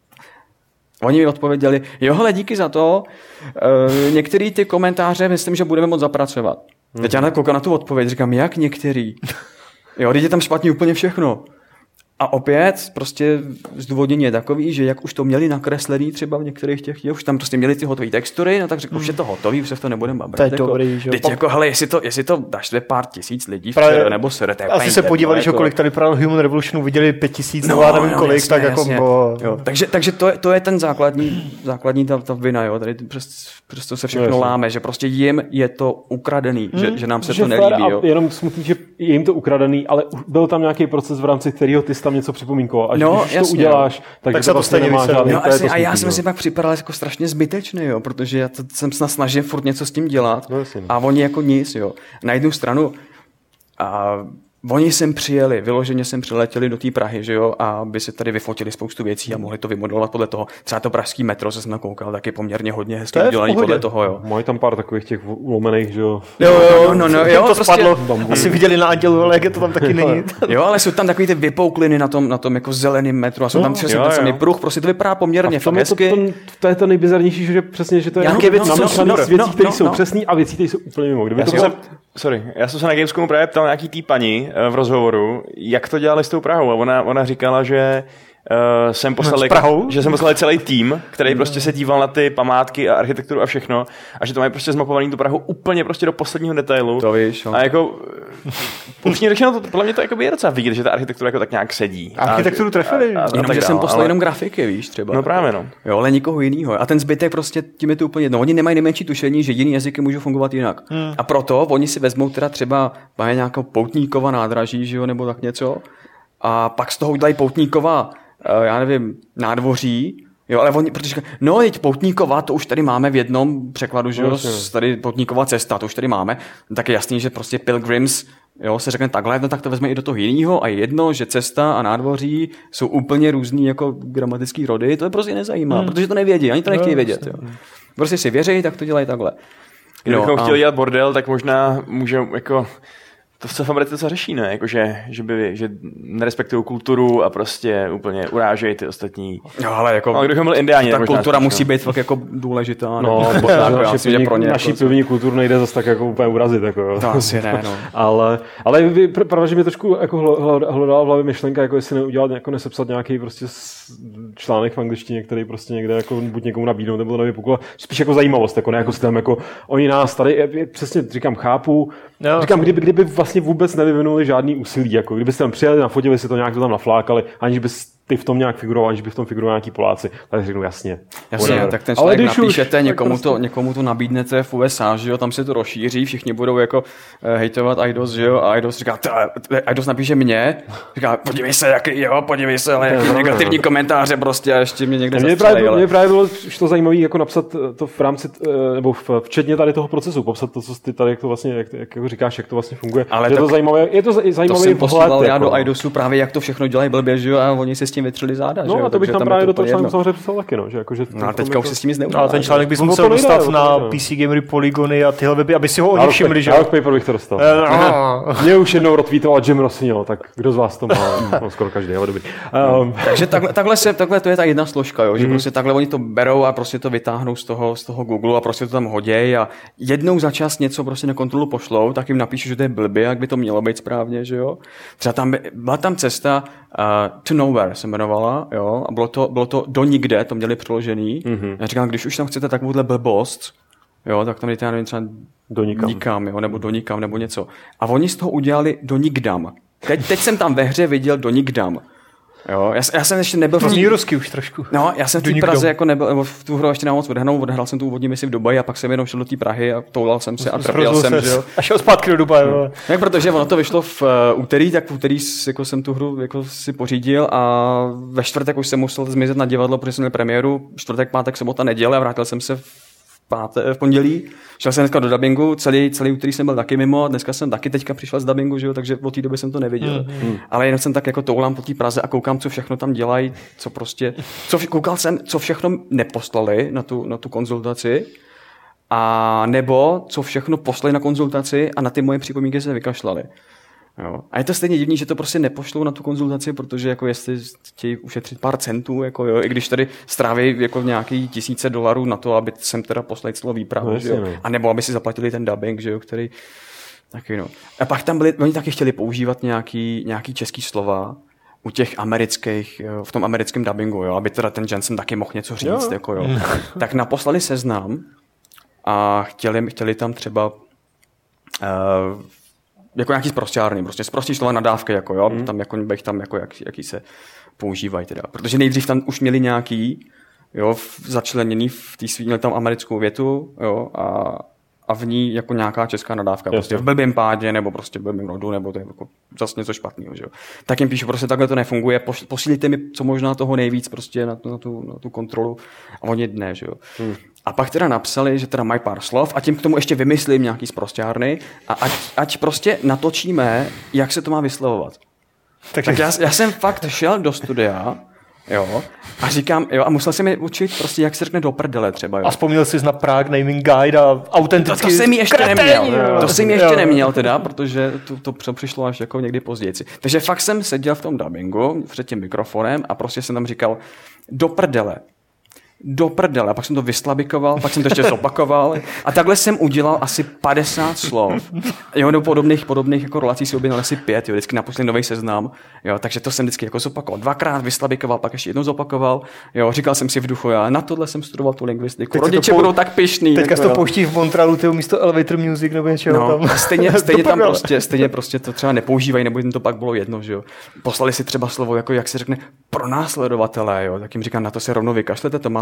oni mi odpověděli, jo, hele, díky za to, e, některé ty komentáře myslím, že budeme moc zapracovat. Hmm. Teď já koukám na tu odpověď, říkám, jak některý? Jo, teď je tam špatně úplně všechno. A opět prostě zdůvodnění je takový, že jak už to měli nakreslený třeba v některých těch, jo, už tam prostě měli ty hotové textury, no tak řekl, už je to hotový, už se v to nebudeme babrat. To je jako, dobrý, že jo. Teď jako, hele, jestli to, jestli to dáš dvě pár tisíc lidí v Právě, nebo sere, tak asi se podívali, že jako, kolik tady vypadalo Human Revolutionu, viděli pět tisíc, no, nebo nevím no, kolik, jasně, tak jako bo... jo, takže, takže to, je, to je ten základní, základní ta, ta vina, jo, tady přes, přes to se všechno no, láme, že prostě jim je to ukradený, hmm, že, že nám se že to nelíbí, jo. Jenom smutný, že je jim to ukradený, ale byl tam nějaký proces, v rámci kterého ty jsi tam něco připomínkoval. Až no, když jasně, to uděláš, tak, tak se to vlastně nemá žádný. No, asi, a já jsem si pak připadal jako strašně zbytečný, jo, protože já to, jsem se snažil furt něco s tím dělat no, jasně, a oni jako nic, jo. Na jednu stranu a oni sem přijeli, vyloženě sem přiletěli do té Prahy, že jo, a by si tady vyfotili spoustu věcí a mohli to vymodelovat podle toho. Třeba to pražský metro, se jsem nakoukal, taky poměrně hodně hezky udělaný podle toho, jo. Mají tam pár takových těch ulomených, že jo. Jo, jo, no, no, jo, to prostě... spadlo. Asi viděli na Andělu, ale jak je to tam taky není. Jo, ale jsou tam takový ty vypoukliny na tom, na tom jako zeleným metru a jsou tam přesně ten samý pruh, prostě to vypadá poměrně fakt hezky. To je to nejbizarnější, že přesně, že to je nějaké věci věcí, které jsou přesný a věcí, které jsou úplně mimo. Sorry, já jsem se na Gamescomu právě ptal nějaký tý paní v rozhovoru, jak to dělali s tou Prahou a ona, ona říkala, že uh, jsem poslali, že jsem poslali celý tým, který prostě se díval na ty památky a architekturu a všechno a že to mají prostě zmapovaný tu Prahu úplně prostě do posledního detailu. To víš, no. A jako upřímně řečeno, to podle mě to jako je docela vidět, že ta architektura jako tak nějak sedí. Architekturu trefili. Jenom, že jsem poslal ale... jenom grafiky, víš, třeba. No právě, no. Jo, ale nikoho jiného. A ten zbytek prostě tím je to úplně jedno. Oni nemají nejmenší tušení, že jiný jazyky můžou fungovat jinak. Hmm. A proto oni si vezmou teda třeba mají nějakou Poutníkova nádraží, že jo, nebo tak něco. A pak z toho udělají Poutníkova, já nevím, nádvoří, Jo, ale oni, protože říkají, no, teď Poutníková, to už tady máme v jednom překladu, že jo, tady Poutníková cesta, to už tady máme. Tak je jasný, že prostě Pilgrims, jo, se řekne takhle, no tak to vezme i do toho jiného a je jedno, že cesta a nádvoří jsou úplně různý jako gramatický rody, to je prostě nezajímá, hmm. protože to nevědí, ani to nechtějí vědět, jo. Prostě si věří, tak to dělají takhle. Kdybychom no, chtěli dělat bordel, tak možná můžeme jako... To se v Americe co řeší, ne? Jako, že, že, by, že nerespektují kulturu a prostě úplně urážejí ty ostatní. No, ale jako... No, kdybychom byli indiáni, ta tak kultura spíš, musí no. být fakt jako důležitá. No, no, tak, naši, myslím, že pro ně naší jako... pivní kulturu nejde zase tak jako úplně urazit. Jako, jo. To asi ne, no. ale, ale pravda, že mě trošku jako hledala v hlavě myšlenka, jako jestli neudělat, jako nesepsat nějaký prostě článek v angličtině, který prostě někde jako buď někomu nabídnout, nebo to nevypuklo. Spíš jako zajímavost, jako ne jako tam jako oni nás tady, přesně říkám, chápu, no, říkám, kdyby, kdyby vlastně vůbec nevyvinuli žádný úsilí, jako kdybyste tam přijeli, nafotili si to nějak to tam naflákali, aniž bys ty v tom nějak figuroval, aniž by v tom figurovali nějaký Poláci, tak řeknu jasně. Jasně, whatever. tak ten člověk napíšete, už, někomu, prostě... to, někomu to nabídnete v U S A, že jo, tam se to rozšíří, všichni budou jako uh, hejtovat Eidos, že jo, a Eidos říká, Eidos napíše mě, říká, podívej se, jaký, jo, podívej se, ale jaký negativní komentáře prostě a ještě mě někde mě zastřelej. Právě, mě právě bylo to zajímavé, jako napsat to v rámci, nebo včetně tady toho procesu, popsat to, co ty tady, jak to vlastně, jak, jak jako říkáš, jak to vlastně funguje. Ale je to zajímavé, je to zajímavé to jsem posílal já jako. do Eidosu právě, jak to všechno dělají blbě, že jo, a oni se s tím vytřeli záda, no, že jo. a to bych tam tam právě do toho článku samozřejmě psal taky, no, že jako, že no, a teďka už se s tím nic neudělá. Ale ten článek bys no, musel nejde, dostat to na nejde. P C Gamery, Polygony a tyhle weby, aby si ho oni všimli, že jo. Paper bych to dostal. Mě už jednou retweetoval Jim Rossignol, tak kdo z vás to má? No, skoro každý, ale dobrý. Um. Takže takhle, takhle, se, takhle to je ta jedna složka, jo, že mm. prostě takhle oni to berou a prostě to vytáhnou z toho, z toho Google a prostě to tam hoděj a jednou za čas něco prostě na kontrolu pošlou, tak jim napíšu, že to je blbě, jak by to mělo být správně, že jo. Třeba tam byla tam cesta uh, to nowhere se jmenovala, jo, a bylo to, bylo to do nikde, to měli přeložený. Mm-hmm. Já říkám, když už tam chcete takovouhle blbost, jo, tak tam jdete, já nevím, třeba do nikam. nikam, jo, nebo do nikam, nebo něco. A oni z toho udělali do nikdam. Teď, teď jsem tam ve hře viděl do nikdam. Jo, já, já jsem ještě nebyl... To zní rusky už trošku. No, já jsem v té Praze jako nebyl, nebo v tu hru ještě nemoc odhrnou, odhrál jsem tu úvodní misi v Dubaji a pak jsem jenom šel do té Prahy a toulal jsem se a trpěl jsem, že jo. A šel zpátky do Dubaje. No. Tak protože ono to vyšlo v uh, úterý, tak v úterý jako jsem tu hru jako si pořídil a ve čtvrtek už jsem musel zmizet na divadlo, protože jsem měl premiéru, čtvrtek, pátek, sobota, neděle a vrátil jsem se v páté, v pondělí. Šel jsem dneska do dabingu, celý, celý úterý jsem byl taky mimo, dneska jsem taky teďka přišel z dabingu, že jo, takže od té doby jsem to neviděl. Mm. Ale jenom jsem tak jako toulám po té Praze a koukám, co všechno tam dělají, co prostě, co, koukal jsem, co všechno neposlali na tu, na tu konzultaci, a nebo co všechno poslali na konzultaci a na ty moje připomínky se vykašlali. Jo. A je to stejně divný, že to prostě nepošlou na tu konzultaci, protože jako jestli chtějí ušetřit pár centů, jako jo, i když tady stráví jako nějaký tisíce dolarů na to, aby sem teda poslali celou výpravu, no, že jo. A nebo aby si zaplatili ten dubbing, že jo, který taky no. A pak tam byli, oni taky chtěli používat nějaký, nějaký český slova u těch amerických, jo, v tom americkém dubbingu, jo, aby teda ten Jensen taky mohl něco říct, jo. Jako jo. Tak naposlali seznam a chtěli, chtěli tam třeba uh, jako nějaký sprosťárny, prostě sprostí slova nadávky, jako jo, mm. tam jako bych tam jako jak, jaký se používají teda. Protože nejdřív tam už měli nějaký, jo, začleněný v té svý, měli tam americkou větu, jo, a, a v ní jako nějaká česká nadávka, Jasně. prostě v blbém pádě, nebo prostě v blbém rodu, nebo to je jako zase něco špatného, že jo. Tak jim píšu, prostě takhle to nefunguje, poš, posílíte mi co možná toho nejvíc prostě na tu, na tu, na tu kontrolu a oni ne, že jo. Hmm. A pak teda napsali, že teda mají pár slov a tím k tomu ještě vymyslím nějaký sprosťárny a ať, ať prostě natočíme, jak se to má vyslovovat. Tak, tak já, já jsem fakt šel do studia, jo, a říkám, jo, a musel jsem je učit prostě, jak se řekne do prdele třeba, jo. A vzpomněl jsi na Prague Naming Guide a autenticky... To, to jsem ještě kreténi, neměl, jo. to jsem ještě jo. neměl teda, protože to, to přišlo až jako někdy později. Takže fakt jsem seděl v tom dubbingu před tím mikrofonem a prostě jsem tam říkal, do prdele. do prdele. A pak jsem to vyslabikoval, pak jsem to ještě zopakoval. A takhle jsem udělal asi padesát slov. Jo, do podobných, podobných jako relací si objednal asi pět, jo, vždycky naposledy nový seznam. Jo, takže to jsem vždycky jako zopakoval. Dvakrát vyslabikoval, pak ještě jednou zopakoval. Jo, říkal jsem si v duchu, já na tohle jsem studoval tu lingvistiku. Teď Rodiče pou... budou tak pyšný. Teďka jako, to pouští v Montrealu, ty místo Elevator Music nebo něčeho no, tam. Stejně, stejně tam prostě, stejně prostě to třeba nepoužívají, nebo jim to pak bylo jedno, že jo. Poslali si třeba slovo, jako jak se řekne pronásledovatelé, jo, tak jim říkám, na to se rovnou vykašlete, to má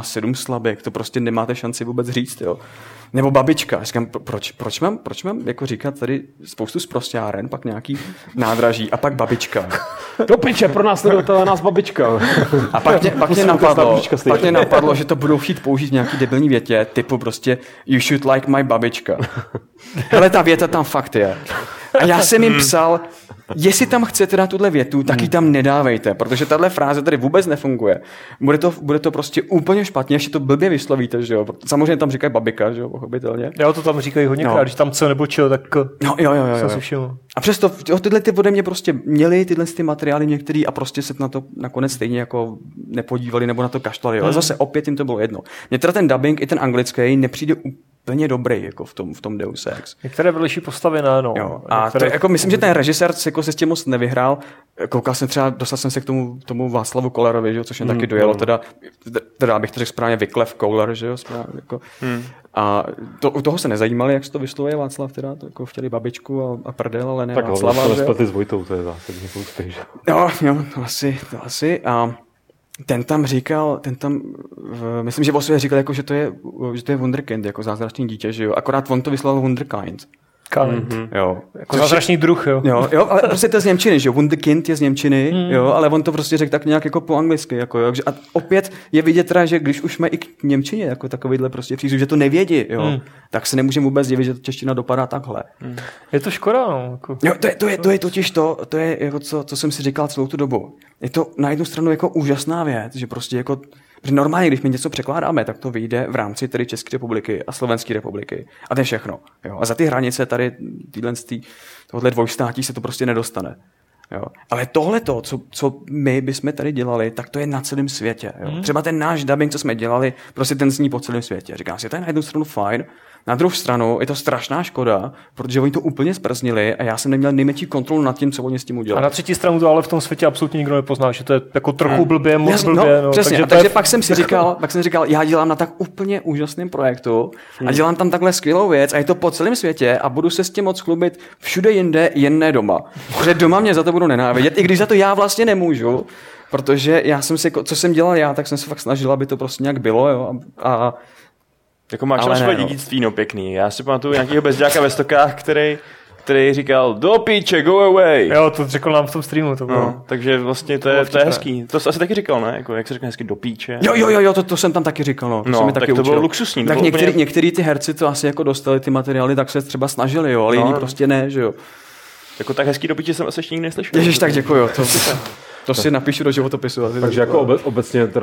sedm slabik, to prostě nemáte šanci vůbec říct, jo. Nebo babička. Říkám, proč, proč, mám, proč mám jako říkat tady spoustu sprosťáren, pak nějaký nádraží a pak babička. Do piče, pro nás nedodatala nás babička. A pak mě, pak mě napadlo, pak mě napadlo, že to budou chtít použít v nějaký debilní větě, typu prostě you should like my babička. Hele, ta věta tam fakt je. A já jsem jim psal, jestli tam chcete dát tuhle větu, tak ji tam nedávejte, protože tahle fráze tady vůbec nefunguje. Bude to, bude to prostě úplně špatně, ještě to blbě vyslovíte, že jo. Samozřejmě tam říkají babika, že jo, pochopitelně. Jo, to tam říkají hodněkrát, no. Když tam co nebo čo, tak no, jo, jo, jo, jsem jo. si všiml. A přesto jo, tyhle ty ode mě prostě měli tyhle ty materiály některý a prostě se na to nakonec stejně jako nepodívali nebo na to kašlali. Jo. Ale zase opět jim to bylo jedno. Mně teda ten dubbing i ten anglický nepřijde úplně dobrý jako v tom, v tom Deus Ex. Některé vedlejší postavy ne, no. Jo. A některé... to, jako, myslím, že ten režisér jako se s tím moc nevyhrál. Koukal jsem třeba, dostal jsem se k tomu, tomu Václavu Kollerovi, že, což mě mm, taky dojelo. Mm. Teda, teda bych to řekl správně Wyclef Kohler, že jo. Správně, jako. mm. A to, u toho se nezajímali, jak se to vyslovuje Václav, teda, to jako chtěli babičku a, a prdel, ale ne tak Václava. Tak spletli s Vojtou, to je zásadní úspěch. Jo, jo, to asi, to asi. A ten tam říkal, ten tam, myslím, že o sobě říkal, jako, že, to je, že to je wunderkind, jako zázračný dítě, že jo. Akorát on to vysloval wunderkind. Kind. Mm-hmm. Jo. Jako zázračný druh, jo. jo. Jo, ale prostě to je z němčiny, že jo. Wunderkind je z němčiny, mm. jo, ale on to prostě řekl tak nějak jako po anglicky, jako jo. A opět je vidět teda, že když už jsme i k němčině jako takovýhle prostě přístup, že to nevědí, jo, mm. tak se nemůžeme vůbec divit, že čeština dopadá takhle. Mm. Je to škoda, no. Jako. Jo, to je, to je, to je totiž to, to je jako co, co jsem si říkal celou tu dobu. Je to na jednu stranu jako úžasná věc, že prostě jako protože normálně, když my něco překládáme, tak to vyjde v rámci tedy České republiky a Slovenské republiky. A to je všechno. Jo. A za ty hranice tady tohle dvojstátí se to prostě nedostane. Jo. Ale tohleto, co, co my bychom tady dělali, tak to je na celém světě. Jo. Mm. Třeba ten náš dubbing, co jsme dělali, prostě ten zní po celém světě. Říkám si, to je na jednu stranu fajn, na druhou stranu je to strašná škoda, protože oni to úplně sprznili a já jsem neměl nejmenší kontrolu nad tím, co oni s tím udělali. A na třetí stranu to ale v tom světě absolutně nikdo nepozná, že to je jako trochu blbě, moc Jasně, blbě. No, no, přesně, takže, a takže je... pak jsem si říkal, pak jsem říkal, já dělám na tak úplně úžasném projektu a dělám tam takhle skvělou věc a je to po celém světě a budu se s tím moc chlubit všude jinde, jen ne doma. Protože doma mě za to budu nenávidět, i když za to já vlastně nemůžu, protože já jsem si, co jsem dělal já, tak jsem se fakt snažil, aby to prostě nějak bylo, jo, a, a jako máš tam své dědictví, no pěkný. Já si pamatuju nějakého bezděláka ve Stokách, který, který říkal do píče, go away. Jo, to řekl nám v tom streamu. To bylo. No, takže vlastně to je, to je hezký. To jsi asi taky říkal, ne? Jako, jak se řekne hezky do píče. Jo, jo, jo, jo to, to jsem tam taky říkal. No, to, no, mi tak taky to učil. bylo luxusní. Tak bylo některý, úplně... některý ty herci to asi jako dostali ty materiály, tak se třeba snažili, jo, ale no, jiní prostě ne, že jo. Jako tak hezký do píče jsem asi ještě nikdy neslyšel. Ježiš, tak děkuju. To, to si napíšu do životopisu. Asi takže jako obe, obecně teda,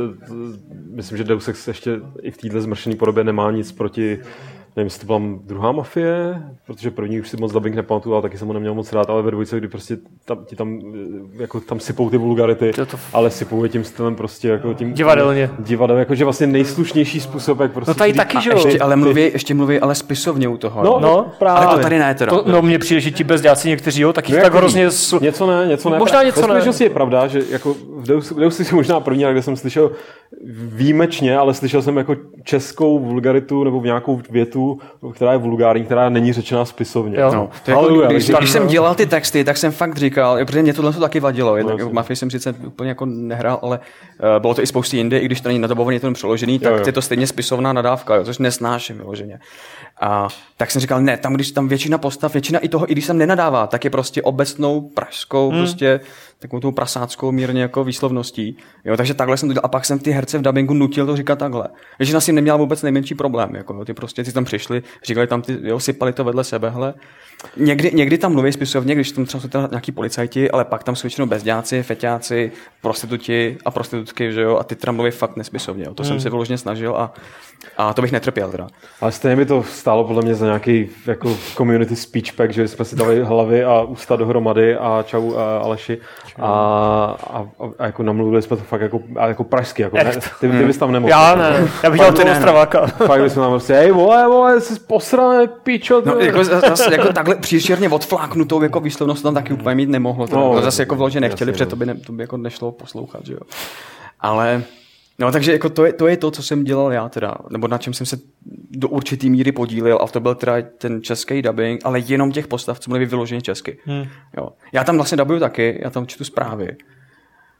myslím, že Deus Ex ještě i v této zmršené podobě nemá nic proti, nevím, jestli to byla druhá Mafie, protože první už si moc dubbing nepamatuju, ale taky jsem ho neměl moc rád, ale ve dvojce, kdy prostě tam, ti tam, jako tam sypou ty vulgarity, to... ale sypou je tím stylem prostě jako tím... Divadelně. Divadelně, jakože vlastně nejslušnější způsob, jak prostě... No tady taky, že jo. Ještě, ale mluví, ještě mluví ale spisovně u toho. No, no právě. Ale to tady ne teda. To, no mně přijde, že ti bezděláci někteří, jo, tak jich no, tak hrozně... Sl... Něco ne, něco ne. Možná něco ne. Ve skutečnosti je pravda, že jako v Deus, Deus je možná první, kde jsem slyšel výjimečně, ale slyšel jsem jako českou vulgaritu nebo v nějakou větu, která je vulgární, která není řečená spisovně. Jo. No, to jako, Haleluja, když, když jsem dělal ty texty, tak jsem fakt říkal, protože mě tohle to taky vadilo. Jednak no, v Mafii jsem sice úplně jako nehrál, ale uh, bylo to i spousty jindy, i když to není nadabovaný, to přeložený, tak jo, jo. je to stejně spisovná nadávka, jo, což nesnáším vyloženě. A tak jsem říkal, ne, tam když tam většina postav, většina i toho, i když tam nenadává, tak je prostě obecnou pražskou, hmm. prostě takovou tou prasáckou mírně jako výslovností. Jo, takže takhle jsem to dělal a pak jsem ty herce v dabingu nutil to říkat takhle. Většina si neměla vůbec nejmenší problém, jako jo, ty prostě ty tam přišli, říkali tam ty, jo, sypali to vedle sebe, hele. Někdy, někdy tam mluví spisovně, když tam třeba jsou tam nějaký policajti, ale pak tam jsou většinou bezděláci, feťáci, prostituti a prostitutky, že jo, a ty tam mluví fakt nespisovně. Jo. To hmm. jsem se vyloženě snažil a, a to bych netrpěl teda. Ale stejně mi to stálo podle mě za nějaký jako community speech pack, že jsme si dali hlavy a ústa dohromady a čau a Aleši a, a, a jako namluvili jsme to fakt jako, jako pražsky, jako ne, ty, ty bys tam nemohl. Já ne, já bych dělal toho Ostraváka. Fakt bychom tam prostě, hej vole, vole, jsi posraný, pičo. No, jako, zase, jako takhle příšerně odfláknutou jako výslovnost tam taky úplně mít nemohlo. To, no, zase jako vložně nechtěli, protože to by, ne, to by jako nešlo poslouchat, že jo. Ale, no takže jako to je, to je to, co jsem dělal já teda, nebo na čem jsem se do určitý míry podílel a to byl teda ten český dubbing, ale jenom těch postav, co mluví vyloženě česky. Hmm. Jo. Já tam vlastně dubuju taky, já tam čtu zprávy.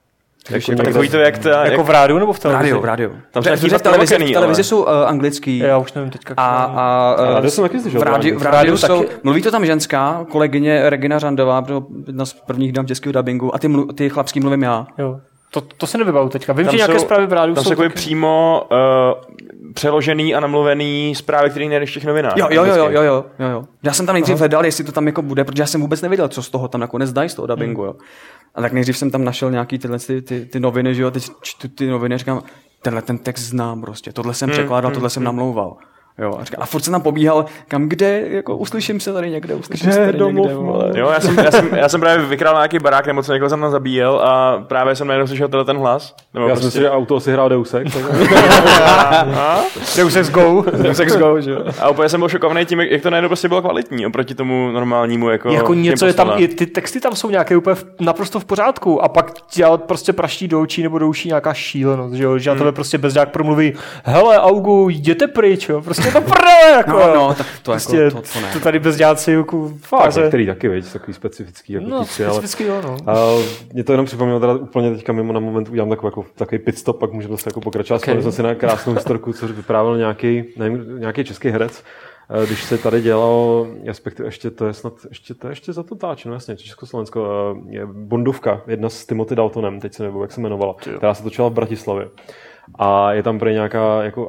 Takže takový to, jak ta... Jako v rádiu nebo v televizi? Rádio, v rádiu. Tam v televizi, v televizi, v televizi jsou uh, anglický. Já už nevím teďka. A, a, a rádio jsem taky slyšel. V rádiu, v rádiu jsou, taky... mluví to tam ženská, kolegyně Regina Řandová, jedna z prvních dám českého dabingu, a ty, mlu, ty chlapský mluvím já. Jo. To, to se nevybavu teďka. Vím, tam že nějaké jsou, zprávy v rádiu tam jsou... Tam jsou taky... přímo uh, přeložený a namluvený zprávy, které nejdeš v těch novinách. Jo, jo, jo, jo, jo, jo, jo. Já jsem tam nejdřív hledal, jestli to tam jako bude, protože já jsem vůbec nevěděl, co z toho tam nakonec dají z toho dabingu, jo. A tak nejdřív jsem tam našel nějaký tyhle ty, ty, ty noviny, že jo, teď čtu ty noviny a říkám, tenhle ten text znám prostě, tohle jsem překládal, tohle jsem namlouval. Jo, a, říkám, a furt jsem tam pobíhal, kam kde, jako uslyším se tady někde, uslyším se tady domov, někde. Vole. Jo, já jsem, já, jsem, já jsem právě vykrál nějaký barák, nebo co někoho jsem tam zabíjel a právě jsem najednou slyšel tenhle ten hlas. Nebo já prostě... jsem si, že auto si hrál Deus Ex. Deus Ex Go. Deus Ex Go, že jo. A úplně jsem byl šokovaný tím, jak to najednou prostě bylo kvalitní oproti tomu normálnímu. Jako, jako něco je tam, i ty texty tam jsou nějaké úplně v, naprosto v pořádku a pak dělat prostě praští do očí nebo do uší nějaká šílenost, že jo, že na tebe hmm. prostě bezdák promluví, hele Augu, jděte pryč, jo, prostě to prdele, jako. No, no, tak to prostě, jako, to, to ne. To tady bezděláci, jako, fakt, některý taky, veď, takový specifický, jako no, tíci, specifický, ale, jo, no. A mě to jenom připomnělo, teda úplně teďka mimo na moment udělám takový, jako, takový pit stop, pak můžeme se jako pokračovat. Okay. Jsem si na krásnou historku, co vyprávěl nějaký, nevím, nějaký český herec, když se tady dělalo, respektive ještě to je snad, ještě to je ještě za to táč, no jasně, Československo, je Bondovka, jedna s Timothy Daltonem, teď se nevím, jak se jmenovala, která se točila v Bratislavě. A je tam prý nějaká, jako, uh,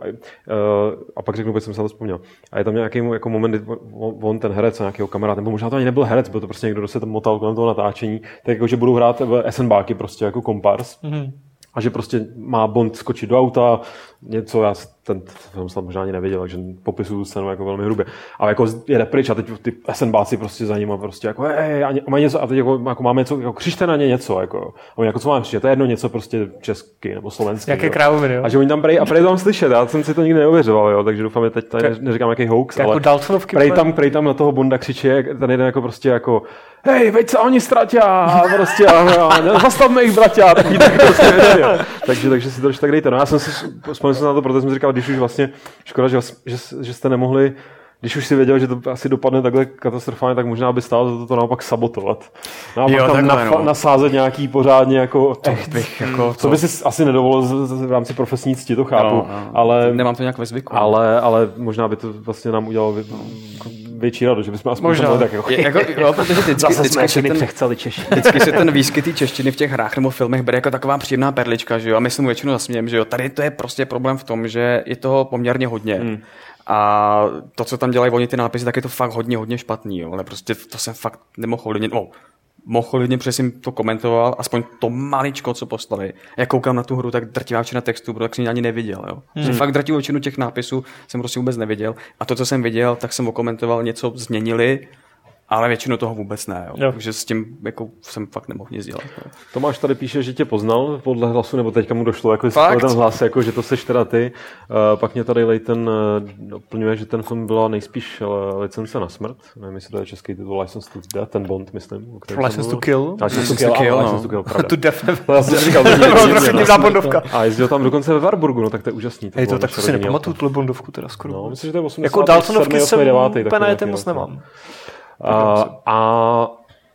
a pak řeknu, proč jsem se to vzpomněl. A je tam nějaký jako moment, kdy on, ten herec a nějakého kamarád, nebo možná to ani nebyl herec, byl to prostě někdo, kdo se tam motal kolem toho natáčení, tak jako, že budou hrát v esenbáky prostě jako kompars. Mm-hmm. A že prostě má Bond skočit do auta, něco, já ten film jsem možná ani nevěděl, takže popisuju scénu jako velmi hrubě. A jako jede pryč a teď ty esenbáci prostě za ním a prostě jako hej, a má něco, a teď jako, jako máme něco, jako křičte na ně něco, jako. A oni jako co máme křičet, to je jedno něco prostě český nebo slovenský. Jaké krávoviny, jo. A že oni tam prej, a prej tam slyšet, já jsem si to nikdy neuvěřoval, jo, takže doufám, že teď tady ne, neříkám nějaký hoax, jako ale Daltonovky prej tam, prej tam na toho Bonda křičí, ten jeden jako prostě jako hej, veď se oni ztratí a prostě a, a zastavme jich, bratia, taky tak prostě věci, jo. Takže, takže si to tak dejte. No já jsem si, vzpomněl jsem na to, protože jsem si říkal, když už vlastně, škoda, že, že, že jste nemohli, když už si věděl, že to asi dopadne takhle katastrofálně, tak možná by stálo za to, to naopak sabotovat. Naopak jo, tam nafa- no. nasázet nějaký pořádně jako, echt, bych, jako co to... by si asi nedovolil z, z, v rámci profesní cti, to chápu, no, no. ale... Nemám to nějak ve zvyku. Ale, ale možná by to vlastně nám udělalo vě, větší radost, že bychom aspoň možná. Tak jako... Je, jako, jo, protože vždycky, zase vždycky, jsme ten, přechceli Češi. Vždycky se ten výskyt té češtiny v těch hrách nebo filmech bere jako taková příjemná perlička, že jo, a my se mu většinou zasmějeme, že jo, tady to je prostě problém v tom, že je toho poměrně hodně. Hmm. A to, co tam dělají oni ty nápisy, tak je to fakt hodně, hodně špatný, jo. Ale prostě to jsem fakt nemohl ovlivnit. No, mohl ovlivnit, protože jsem to komentoval, aspoň to maličko, co poslali. Jak koukám na tu hru, tak drtivá většina textů, protože jsem ji ani neviděl, jo. Hmm. Že fakt drtivou většinu těch nápisů jsem prostě vůbec neviděl. A to, co jsem viděl, tak jsem okomentoval, něco změnili, ale většinu toho vůbec ne, jo. Jo. Takže s tím jako jsem fakt nemohl nic dělat. Jo. Tomáš tady píše, že tě poznal podle hlasu, nebo teďka mu došlo, jako ten hlas, jako, že to seš teda ty. Uh, pak mě tady Leighton uh, doplňuje, že ten film byla nejspíš uh, Licence na smrt. Nevím, jestli to je český titul, License to Death, ten Bond, myslím. License to Kill? License to Kill, kill, License to Kill, pravda. To Death nebyl. Já jsem říkal, že Bondovka. A jezdil tam dokonce ve Warburgu, no tak to je úžasný. Hej, to tak to si nepamatuju, tuhle Bondovku teda skoro. No, myslím, že to je osmdesát. Jako Daltonovky jsem úplně najeté moc nemám. A, a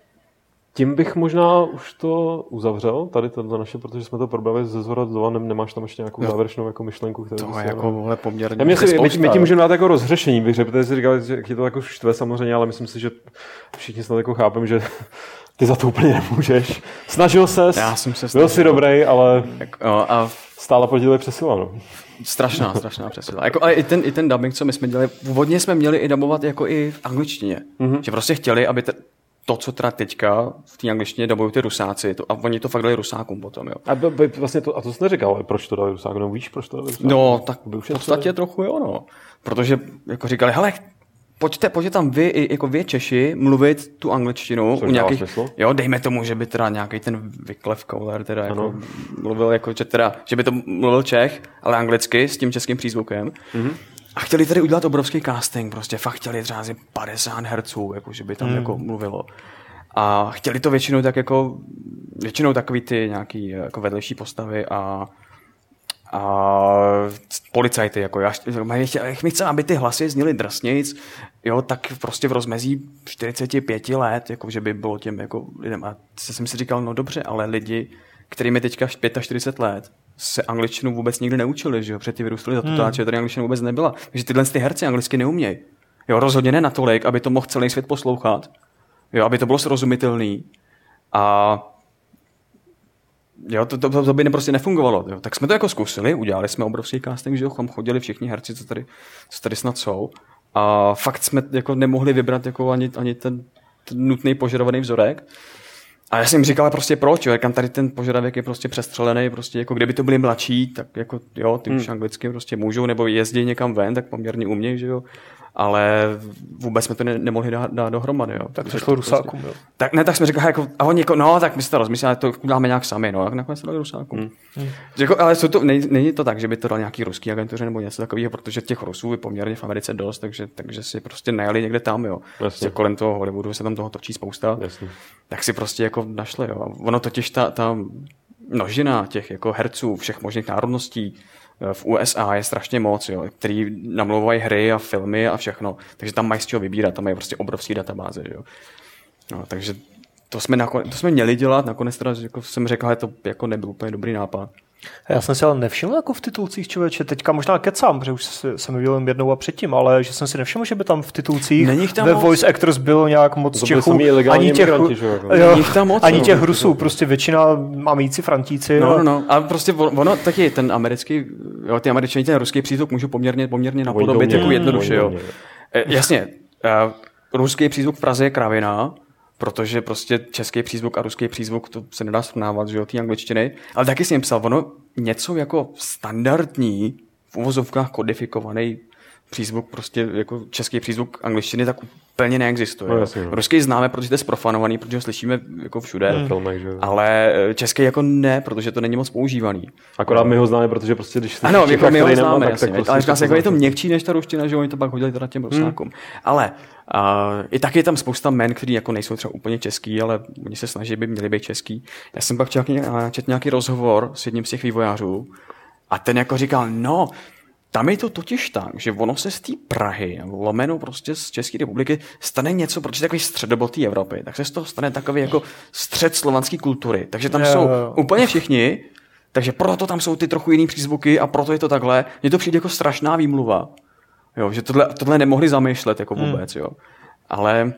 tím bych možná už to uzavřel, tady to naše, protože jsme to probrali ze zhora zdola, nemáš tam ještě nějakou závěrečnou jako myšlenku, kterou to je jako vole poměrně my, si, my, my tím můžeme dát jako rozřešení, bych řekl, protože si říkal, že je to jako štve samozřejmě, ale myslím si, že všichni snad jako chápem, že ty za to úplně nemůžeš. Snažil ses, Já jsem se byl si dobrý, ale tak, no, a stála proti tebe přesila, no. Strašná, strašná přesila. Jako, ale i ten, i ten dubbing, co my jsme dělali, původně jsme měli i dubovat jako i v angličtině. Mm-hmm. Že prostě chtěli, aby te, to, co teda teďka v té angličtině dubují ty Rusáci, to, a oni to fakt dali Rusákům potom, jo. A, b, b, vlastně to, a to jsi neříkal, proč to dali Rusákům? No víš, proč to dali Rusákům? No, tak v podstatě trochu jo, no. Protože jako říkali, hele, pojďte, pojďte tam vy, i jako vy Češi, mluvit tu angličtinu co u nějakých, jo, dejme tomu, že by teda nějaký ten Wyclef Kohler teda jako mluvil jako, že teda, že by to mluvil Čech, ale anglicky s tím českým přízvukem. Mm-hmm. A chtěli tady udělat obrovský casting, prostě fakt chtěli třeba asi padesát herců, jako, že by tam mm. jako mluvilo. A chtěli to většinou tak jako, většinou takový ty nějaký jako vedlejší postavy a a policajty, jako já, my chceme, aby ty hlasy zněly drsnějc, jo, tak prostě v rozmezí čtyřicet pět let, jako že by bylo těm jako lidem. A jsem si říkal, no dobře, ale lidi kterým je teďka čtyřicet pět let, se angličtinu vůbec nikdy neučili, že jo, protože ty vyrůstali za to, hmm. že tady angličtina vůbec nebyla. Takže tyhle ty herci anglicky neumějí. Jo, rozhodně ne natolik, aby to mohl celý svět poslouchat. Jo, aby to bylo srozumitelný. A jo, to, to, to by prostě nefungovalo. Jo. Tak jsme to jako zkusili, udělali jsme obrovský casting, že jo, tam chodili všichni herci, co tady, co tady snad jsou. A fakt jsme jako nemohli vybrat jako ani, ani ten, ten nutný požadovaný vzorek. A já jsem jim říkal prostě proč, jo, jak tady ten požadavek je prostě přestřelený, prostě jako kdyby to byli mladší, tak jako jo, ty už hmm. anglicky prostě můžou, nebo jezdí někam ven, tak poměrně umějí, že jo. Ale vůbec jsme to ne, nemohli dát, dát dohromady, jo. Tak to šlo Rusákům, jo. Tak ne, tak jsme říkali, jako, a oni jako, no, tak my si to rozmysleli, to dáme nějak sami, no, jak nakonec to dali Rusákům. Hmm. Hmm. Jako, ale to, nej, není to tak, že by to dal nějaký ruský agentuře nebo něco takového, protože těch Rusů je poměrně v Americe dost, takže, takže si prostě najeli někde tam, jo. Jasně. Kolem toho Hollywoodu se tam toho točí spousta. Jasně. Tak si prostě jako našli, jo. Ono totiž ta, ta množina těch jako herců všech možných národností v U S A je strašně moc, jo, který namlouvají hry a filmy a všechno. Takže tam mají z čeho vybírat, tam mají prostě obrovský databáze, jo. No, takže to jsme, nakonec, to jsme měli dělat, nakonec teda jako jsem řekl, že to jako nebyl úplně dobrý nápad. Já jsem si ale nevšiml jako v titulcích, člověče, teďka možná kecám, protože už jsem viděl jen jednou a předtím, ale že jsem si nevšiml, že by tam v titulcích tam ve moc. Voice Actors bylo nějak moc Čechů, ani těch, jo, moc, ani no, těch Rusů, prostě většina Amíci, Frantíci. No, no, no, a prostě ono taky ten americký, jo, ty Američané, ten ruský přízvuk můžu poměrně, poměrně napodobit jako jednoduše, jo. E, jasně, uh, ruský přízvuk v Praze je kravina, protože prostě český přízvuk a ruský přízvuk, to se nedá srovnávat, že jo, ty angličtiny, ale taky jsem psal, ono něco jako standardní, v uvozovkách kodifikovaný přízvuk, prostě jako český přízvuk angličtiny, tak úplně neexistuje. No, jasně, no. Ruský známe, protože to je zprofanovaný, protože ho slyšíme jako všude, hmm. filmech, že? Ale český jako ne, protože to není moc používaný. Akorát my ho známe, protože prostě když ano, jako my ho známe, nemá, jasně, tak, tak prostě ale říká se, jako je to měkčí než ta ruština, že oni to pak hodili teda těm Rusákům. Hmm. Ale uh, i tak je tam spousta men, kteří jako nejsou třeba úplně český, ale oni se snaží, by měli být český. Já jsem pak četl nějaký, nějaký rozhovor s jedním z těch vývojářů a ten jako říkal, no, tam je to totiž tak, že ono se z té Prahy, lomeno prostě z České republiky, stane něco, protože takový středobod té Evropy, tak se z toho stane takový jako střed slovanské kultury. Takže tam jsou úplně všichni, takže proto tam jsou ty trochu jiný přízvuky a proto je to takhle. Mně to přijde jako strašná výmluva, jo, že tohle, tohle nemohli zamýšlet jako vůbec, jo. Ale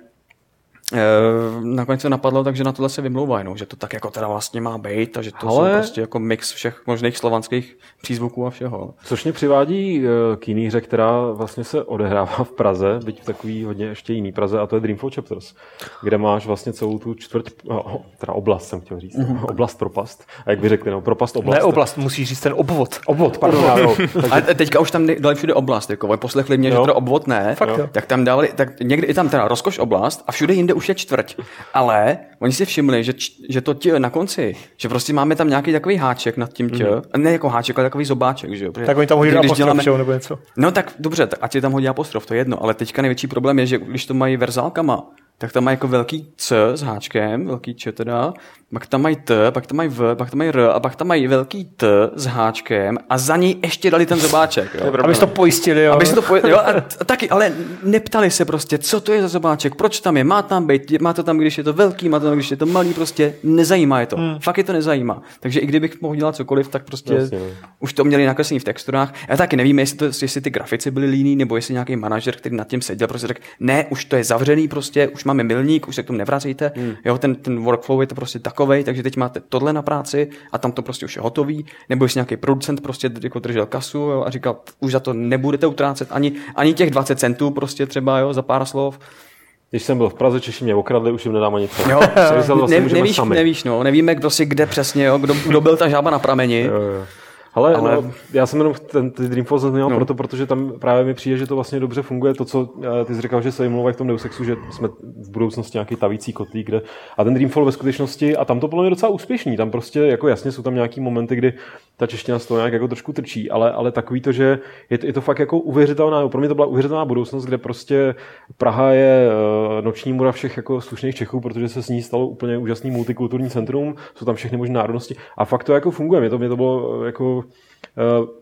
e, nakonec se napadlo, takže na tohle se vymlouvají, no, že to tak jako teda vlastně má být a že to Ale... jsou prostě jako mix všech možných slovanských přízvuků a všeho. Což mě přivádí k jiný hře, která vlastně se odehrává v Praze, byť v takový hodně ještě jiný Praze, a to je Dreamfall Chapters, kde máš vlastně celou tu čtvrt, teda oblast jsem chtěl říct, mm-hmm. oblast propast, a jak by řekli, no, propast oblast. Ne oblast, musíš říct ten obvod. Obvod, pardon. No, takže... A teďka už tam dali všude oblast, jako poslechli mě, jo. že to obvod ne, Fakt, tak tam dávali, tak někdy i tam teda rozkoš oblast a všude jinde už je čtvrt. Ale oni si všimli, že, že to tě na konci, že prostě máme tam nějaký takový háček nad tím tě, mm. ne jako háček, ale takový zobáček, že jo. Tak oni tam hodí apostrof, děláme... nebo něco. No tak dobře, tak ať je tam hodí apostrof, to je jedno, ale teďka největší problém je, že když to mají verzálkama, tak tam mají jako velký C s háčkem, velký Č teda, pak tam mají T, pak tam mají V, pak tam mají R a pak tam mají velký T s háčkem a za něj ještě dali ten zobáček. Jo. Aby to pojistili, jo. Aby to pojistili, jo, a, a taky, ale neptali se prostě, co to je za zobáček, proč tam je, má tam být, má to tam, když je to velký, má to tam, když je to malý, prostě nezajímá je to. Hmm. Fakt je to nezajímá. Takže i kdybych mohl dělat cokoliv, tak prostě Jasně. už to měli nakreslený v texturách. A taky nevíme, jestli, to, jestli ty grafici byli líní, nebo jestli nějaký manažer, který nad tím seděl, prostě řekl, ne, už to je zavřený, prostě už máme milník, už se k tomu nevracejte. Hmm. Jo, ten, ten workflow je to prostě takovej, takže teď máte tohle na práci a tam to prostě už je hotový, nebo jestli nějaký producent prostě jako držel kasu, jo, a říkal, už za to nebudete utrácet ani, ani těch dvacet centů prostě třeba, jo, za pár slov. Když jsem byl v Praze, Češi mě okradli, už jim nedám ani co. Jo, ne, nevíš, nevíš, no, nevíme, kdo si kde přesně, jo, kdo, kdo byl ta žába na prameni. Jo, jo. Ale, ale... No, já jsem jenom ten ty Dreamfall zazněl no. proto, protože tam právě mi přijde, že to vlastně dobře funguje. To, co ty jsi říkal, že se jim mluví v tom Deus Exu, že jsme v budoucnosti nějaký tavící kotlík, kde... A ten Dreamfall ve skutečnosti, a tam to bylo docela úspěšný. Tam prostě, jako jasně, jsou tam nějaký momenty, kdy ta čeština z toho nějak jako trošku trčí, ale, ale takový to, že je to, je to fakt jako uvěřitelná, pro mě to byla uvěřitelná budoucnost, kde prostě Praha je noční můra všech jako slušných Čechů, protože se s ní stalo úplně úžasný multikulturní centrum, jsou tam všechny možné národnosti a fakt to jako funguje. Mě to, mě to bylo jako Uh,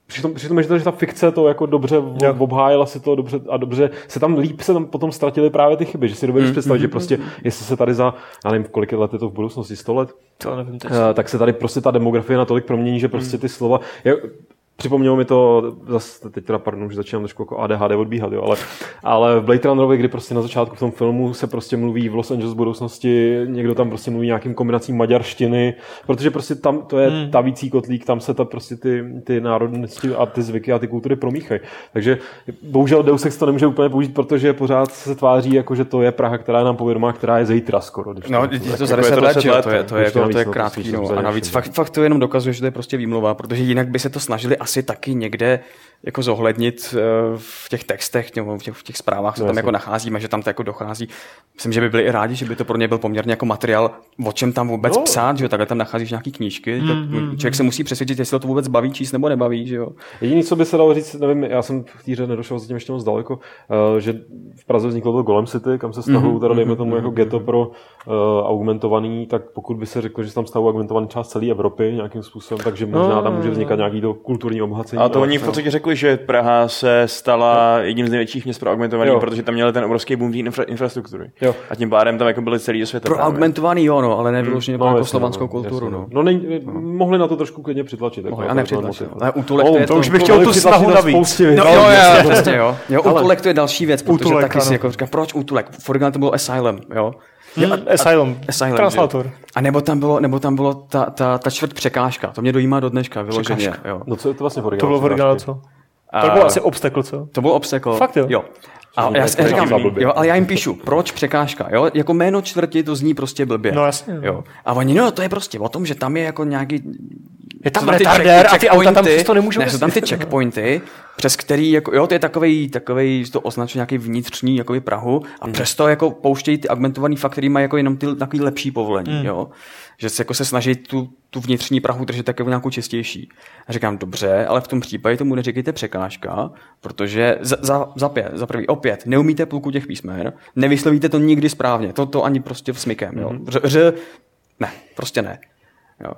Přitom, přitom že ta fikce to jako dobře obhájila si to dobře a dobře se tam líp se tam potom ztratily právě ty chyby, že si dovedeš mm, představit, mm, že prostě jestli se tady za, já nevím, kolik let je to v budoucnosti, sto let, to nevím, uh, tak se tady prostě ta demografie natolik promění, že prostě ty slova, je, připomnělo mi to, zase teď teda pardon, že začínám trošku jako A D H D odbíhat, jo, ale, ale v Blade Runnerovi, kdy prostě na začátku v tom filmu se prostě mluví v Los Angeles budoucnosti, někdo tam prostě mluví nějakým kombinacím maďarštiny, protože prostě tam to je hmm. tavící kotlík, tam se ta prostě ty, ty národnosti a ty zvyky a ty kultury promíchají. Takže bohužel Deus Ex to nemůže úplně použít, protože pořád se tváří, jako že to je Praha, která je nám povědomá, která je zítra skoro. No, to, je to za deset let, že to je, to je, jako, to je krátký, no, a navíc fakt, fakt to jenom dokazuje, že to je prostě výmluva, protože jinak by se to snažili asi taky někde jako zohlednit v těch textech nebo v těch, v těch zprávách, co no, tam jako nacházíme, že tam to jako dochází. Myslím, že by byli i rádi, že by to pro ně byl poměrně jako materiál, o čem tam vůbec no. psát, že jo, takhle tam nacházíš nějaký knížky, mm-hmm. člověk se musí přesvědčit, jestli to vůbec baví číst nebo nebaví, že jo. Jediné, co by se dalo říct, nevím, já jsem v té hře nedošel zatím ještě moc daleko, že v Praze vzniklo to Golem City, kam se stahují mm-hmm. teda dejme tomu jako ghetto pro uh, augmentovaný, tak pokud by se řeklo, že se tam stahují augmentovaný část celé Evropy nějakým způsobem, takže možná no, tam může vznikat nějaký to kulturní obohacení. A to oni v podstatě řekli, že Praha se stala jedním z největších měst pro augmentovaný, jo. protože tam měli ten obrovský boom infra- infrastruktury. Jo. A tím pádem tam jako byly celý do světa. Pro právě. Augmentovaný jo, no, ale nevyloženě hmm. no, jako slovanskou no, kulturu. Jasně, no, no nej, no. mohli na to trošku klidně přitlačit. Mohli, a nepřitlačit. Ale Útulek to je to už bych chtěl tu snahu navíc. No jo, jo, přesně jo. Útulek to je další věc, protože taky si jako říká, proč Útulek? V originálu to bylo Asylum, jo. Hmm, Asylum, Asylum translator. A nebo tam bylo, nebo tam bylo ta, ta, ta čtvrt překážka, to mě dojímá do dneška, vyloženě. Jo. No co je to vlastně v originálu? To bylo v originálu co? A to bylo asi obstacle, co? To byl obstacle. Fakt jo? Jo. A já, já říkám, jo, ale já jim píšu, proč překážka, jo? Jako jméno čtvrti to zní prostě blbě. No jasně. Jo. A oni, no to je prostě o tom, že tam je jako nějaký... Je tam retardér a ty auta tam přesto nemůžou... Ne, jsou tam ty checkpointy, přes který, jako, jo, to je takovej, takovej, to označuje nějaký vnitřní, jakoby Prahu a mm. přesto jako pouštějí ty augmentovaný fakt, který mají jako jenom ty takový lepší povolení, mm. jo. Že se jako se snaží tu, tu vnitřní Prahu držet tak jako nějakou čistější. A říkám, dobře, ale v tom případě tomu neříkejte překážka, protože za, za, za, pět, za prvý, opět, neumíte půlku těch písmen, nevyslovíte to nikdy správně, to, to ani prostě v smykem, jo. Mm. Ř, ř, ne, prostě ne. Jo.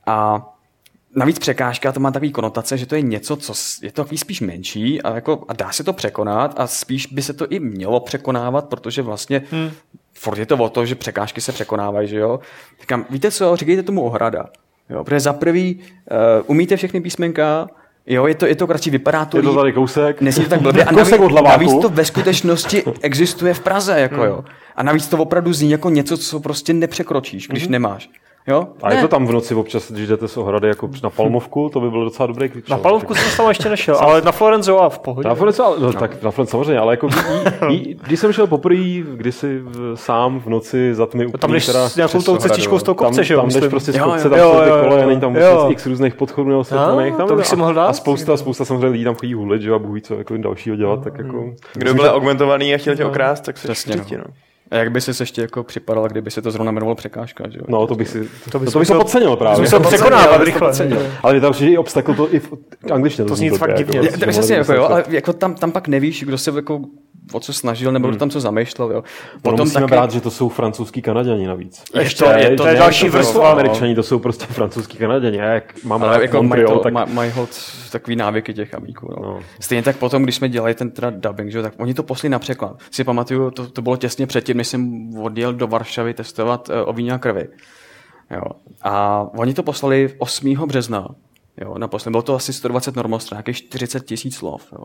A navíc překážka to má takový konotace, že to je něco, co je to takový spíš menší a, jako, a dá se to překonat a spíš by se to i mělo překonávat, protože vlastně hmm. furt je to o to, že překážky se překonávají, že jo. Říkám, víte co, říkejte tomu ohrada. Jo, protože za prvý uh, umíte všechny písmenka, jo, je to, je to kratší, vypadá to je to tady kousek. Nesmí to tak blbě. A navíc, navíc to ve skutečnosti existuje v Praze, jako jo. A navíc to opravdu zní jako něco, co prostě nepřekročíš, když mm-hmm. nemáš. Jo? A ne. Je to tam v noci občas, když jdete z ohrady jako na Palmovku, to by bylo docela dobrý klik. Na Palmovku jsem tam ještě nešel, ale na Florenzo a v pohodě. Na Florenzo, no, tak na Florenzo samozřejmě, ale jako jí, jí, když jsem šel poprvé, kdysi v, sám v noci za tmy úplně, tam jdeš s nějakou tou cestičkou z toho kopce, že jo? Tam jdeš prostě z kopce, tam jsou ty koleje, není tam x různých podchodů neosvětlených. To bych si mohl dát. A spousta, spousta samozřejmě lidí tam chodí hulit, že a bůh ví co jako dalšího dělat, tak jako... Kdo byl augmentovaný a chtěl tě okrást, tak se štíti, no. A jak by se ještě jako připadal, kdyby se to zrovna jmenovalo překážka, že jo? No, to bych si to, to, to bych se podcenil právě. To bych se překonávat rychle. Ale je tam určitě i obstacle to i v angličtině. To zní fakt divně. Přesně, jako jo, ale jako tam, tam pak nevíš, kdo se jako o co snažil, nebo kdo tam co zamýšlel, jo. Potom musíme taky... brát, že to jsou francouzský Kanaďani navíc. Ještě, je to, to je další vrstva. Američani, to jsou prostě francouzský Kanaďani. Jak mám ale jako Montreal, mají, to, tak... mají hod takový návyky těch amíků. No. No. Stejně tak potom, když jsme dělali ten teda dubbing, že, tak oni to poslali na překlad. Si pamatuju, to, to bylo těsně předtím, než jsem odjel do Varšavy testovat uh, o víně a krvi. Jo. A oni to poslali osmého března. Jo, naposledy. Bylo to asi sto dvacet normostran, nějakých čtyřicet tisíc slov. Jo.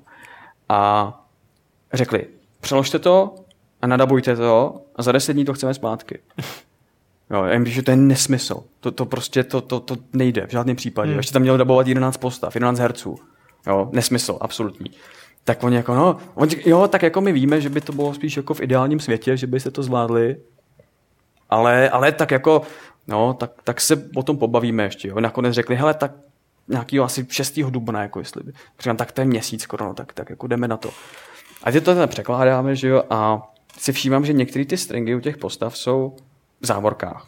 A řekli, přeložte to a nadabujte to a za deset dní to chceme zpátky. Jo, já jim píšu, že to je nesmysl. To, to prostě to, to, to nejde v žádném případě. Hmm. Ještě tam měl dabovat jedenáct postav, jedenáct herců. Jo, nesmysl, absolutní. Tak oni jako, no, oni, jo, tak jako my víme, že by to bylo spíš jako v ideálním světě, že byste to zvládli, ale, ale tak jako, no, tak, tak se o tom pobavíme ještě, jo. Nakonec řekli, hele, tak nějakýho asi šestého dubna, jako jestli by. Říkám, tak to je měsíc skoro, no, tak, tak jako jdeme na to. A teď to překládáme, že jo, a si všímám, že některé ty stringy u těch postav jsou v závorkách.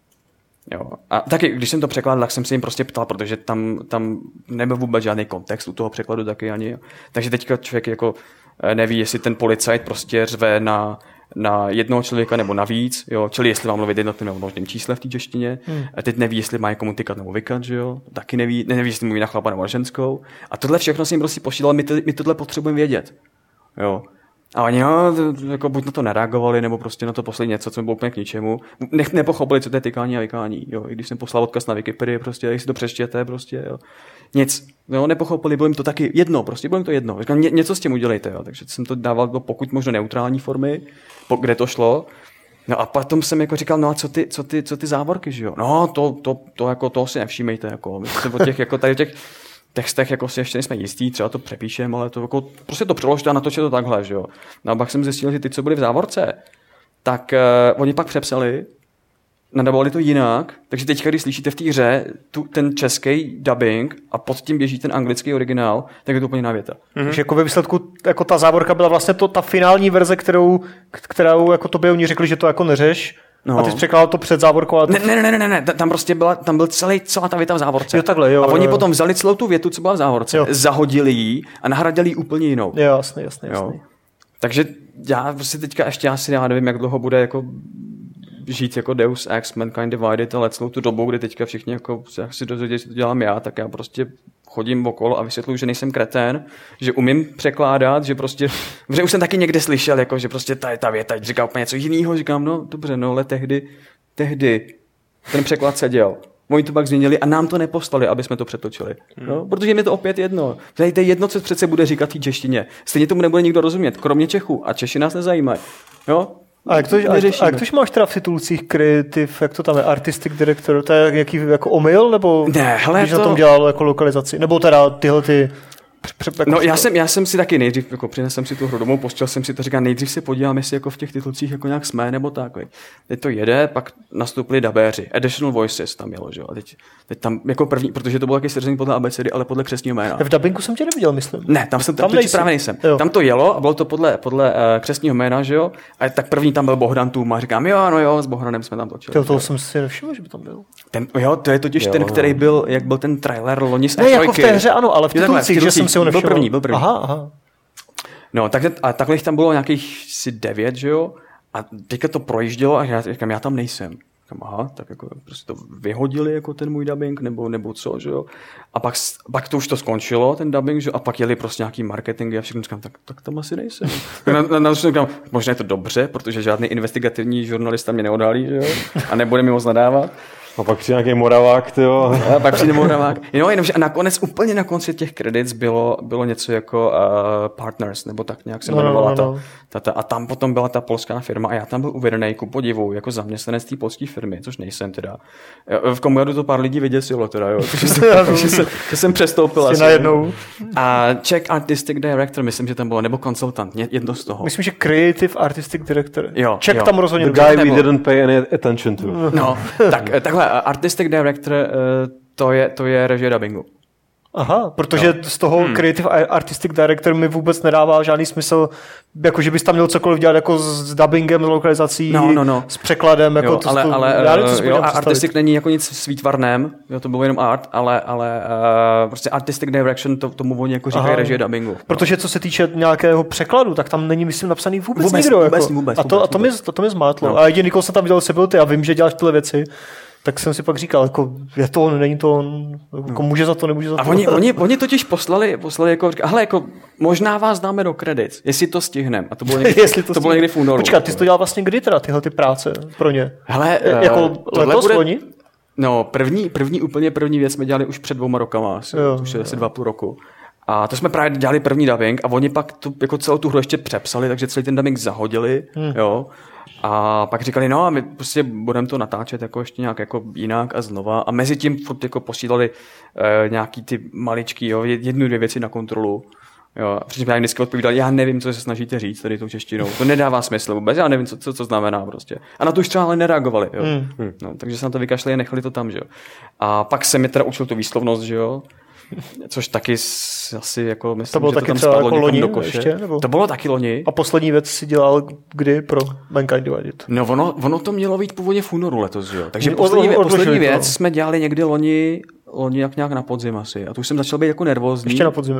Jo. A taky, když jsem to překládal, tak jsem se jim prostě ptal, protože tam, tam nebyl vůbec žádný kontext u toho překladu taky ani. Jo. Takže teďka člověk jako neví, jestli ten policajt prostě řve na, na jednoho člověka nebo navíc, jo, čili jestli mám mluvit jednotným nebo množným čísle v té češtině. Hmm. A teď neví, jestli má komu tykat nebo vykat, že jo, taky neví, neví, jestli mluví na chlapa nebo na ženskou. A tohle všechno si jim prostě posílal, my, to, my tohle potřebujeme vědět. Jo. A oni no, jako buď na to nereagovali, nebo prostě na to poslali něco, co mi bylo úplně k ničemu. Nech, nepochopili, co to je tykání a vykání. Jo. I když jsem poslal odkaz na Wikipedii, prostě, když si to přečtěte, prostě, jo. Nic. Jo, nepochopili, bylo jim to taky jedno, prostě bylo jim to jedno. Říkám, ně, něco s tím udělejte, jo. Takže jsem to dával do pokud možno neutrální formy, po, kde to šlo. No a potom jsem jako říkal, no a co ty, co ty, co ty závorky, že jo? No, to, to, to, jako, to si nevšímejte, jako. My se o těch, jako tady těch textech jako si ještě nejsme jistí, třeba to přepíšeme, ale to jako, prostě to přeložte a natočte to takhle, že jo. No a pak jsem zjistil, že ty, co byli v závorce, tak uh, oni pak přepsali, nadabovali to jinak, takže teďka, když slyšíte v té hře tu, ten český dubbing a pod tím běží ten anglický originál, tak je to úplně jiná věta. Mm-hmm. Takže jako ve výsledku jako ta závorka byla vlastně to, ta finální verze, kterou, kterou jako tobě oni řekli, že to jako neřeš. No. A ty jsi překládal to před závorkou. To... Ne, ne, ne, ne, ne, tam prostě byla, tam byl celý, celá ta věta v závorce. Jo, takhle, jo, a oni jo. potom vzali celou tu větu, co byla v závorce, jo. zahodili ji a nahradili ji úplně jinou. Jo, jasný, jasný, jasný. Jo. Takže já prostě teďka ještě asi já nevím, jak dlouho bude jako žít jako Deus Ex, Mankind Divided, ale celou tu dobu, kdy teďka všichni jako jak si dozvědět, že to dělám já, tak já prostě chodím okolo a vysvětluju, že nejsem kretén, že umím překládat, že prostě, že už jsem taky někde slyšel, jako, že prostě ta, ta věta říká úplně něco jiného, říkám, no dobře, no ale tehdy, tehdy ten překlad seděl. Oni to pak změnili a nám to neposlali, aby jsme to přetočili. Hmm. No, protože mi to opět jedno. Tady to je jedno, co přece bude říkat v češtině. Stejně tomu nebude nikdo rozumět, kromě Čechů. A Češi nás nezajímají. Jo? A jak to, a, a jak tož máš teda v titulcích creative, jak to tam je, artistic director, to je nějaký jako omyl, nebo ne, hele, když to... na tom dělal jako lokalizaci, nebo teda tyhle ty... Jako no já jsem, já jsem si taky nejdřív, jako přinesl si tu hru domů, postěl jsem si to, říkám, nejdřív se podívám, jestli jako v těch titulcích jako nějak jsme, nebo tak. Teď to jede, pak nastoupili dabéři, additional voices tam jelo, že jo. A teď, teď tam jako první, protože to bylo taky srdcený podle abecedy, ale podle křestního jména. V dabingu jsem tě neviděl, myslím. Ne, tam jsem tam nejsem. Právě nejsem. Jo. Tam to jelo a bylo to podle, podle uh, křestního jména, že jo. A tak první tam byl Bohdan Tůma a říkám, jo, no jo, s Bohdanem jsme tam točili. To, toho jsem si nevšiml, že by tam byl. Ten, jo, to je totiž jo, ten, který byl, jak byl ten trailer loni z ne, jako v té hře, ano, ale v titulcích, že jsem si ho nevšiml. Byl první, byl první. Aha, aha. No, tak, a takhle jich tam bylo nějakých si devět, že jo? A teďka to projíždělo a já říkám, já tam nejsem. Říkám, aha, tak jako prostě to vyhodili jako ten můj dubbing, nebo, nebo co, že jo? A pak, pak to už to skončilo, ten dubbing, že? A pak jeli prostě nějaký marketing a všechno říkám, tak, tak tam asi nejsem. na, na, na, říkám, možná je to dobře, protože žádný investigativní žurnalista mě neodhalí, že jo? A nebude mi moc nadávat. A pak přijde nějaký Moravák, tyjo. A pak přijde Moravák. No, jenomže a nakonec, úplně na konci těch kredit bylo, bylo něco jako uh, Partners, nebo tak nějak se jmenovala no, no, no. Ta, ta, a tam potom byla ta polská firma a já tam byl uvedený ku podivu jako zaměstnanec té polské firmy, což nejsem teda. V Komodu to pár lidí vyděsilo teda, jo. Takže jsem, takže jsem, že jsem přestoupil asi. Najednou. A Czech Artistic Director, myslím, že tam bylo, nebo konsultant, jedno z toho. Myslím, že Creative Artistic Director. Jo, Czech jo. tam rozhodně. The guy we didn't pay any attention to. No, tak, takhle, Artistic Director, to je, to je režie dubbingu. Aha, protože no. z toho hmm. Creative Artistic Director mi vůbec nedává žádný smysl, jako že bys tam měl cokoliv dělat jako s dubbingem, s lokalizací, no, no, no. s překladem. Jako jo, to, ale, to, ale já nevím, co jo, a Artistic není jako nic s výtvarném, jo, to bylo jenom art, ale, ale uh, prostě Artistic Direction, to, tomu oni jako říkají režie dubbingu. Protože co se týče nějakého překladu, tak tam není, myslím, napsaný vůbec, vůbec nikdo. Vůbec, jako. vůbec, a to, vůbec, a to, vůbec. mi, to, to mi zmátlo. No. A jediný, koho jsem tam viděl, se byl ty a vím, že děláš tyhle věci. Tak jsem si pak říkal, jako je to on, není to on, jako může za to, nemůže za to. A oni, oni, oni totiž poslali, poslali jako, hele, jako možná vás dáme do kredit, jestli to stihnem. A to bylo někdy, jestli to, to bylo někdy v únoru. Počkat, ty jsi to dělal vlastně kdy teda, tyhle ty práce pro ně? Hele, jako letos bude... oni? No, první, první, úplně první věc jsme dělali už před dvěma rokama, asi, jo, už je asi dva půl roku. A to jsme právě dělali první dubbing a oni pak tu, jako celou tu hru ještě přepsali, takže celý ten dubbing zahodili, hmm. jo. A pak říkali, no a my prostě budeme to natáčet jako ještě nějak jako jinak a znova. A mezi tím furt jako posílali uh, nějaký ty maličký, jo, jednu, dvě věci na kontrolu. Jo, protože já vždycky odpovídal, já nevím, co se snažíte říct tady tou češtinou. To nedává smysl vůbec, já nevím, co, co, co znamená prostě. A na to už třeba ale nereagovali, jo. Hmm. No, takže se na to vykašli a nechali to tam, že jo. A pak se mi teda učil tu výslovnost, že jo. Což taky asi jako myslím, to bylo že taky to tam třeba spadlo jako loni do koše. Ještě, nebo? To bylo taky loni. A poslední věc si dělal kdy pro Mankind Divided? No ono, ono to mělo být původně v únoru letos, jo. Takže poslední, od, od, poslední věc to. jsme dělali někdy loni, loni jak nějak na podzim asi. A tu už jsem začal být jako nervózní. Ještě na podzim, jo.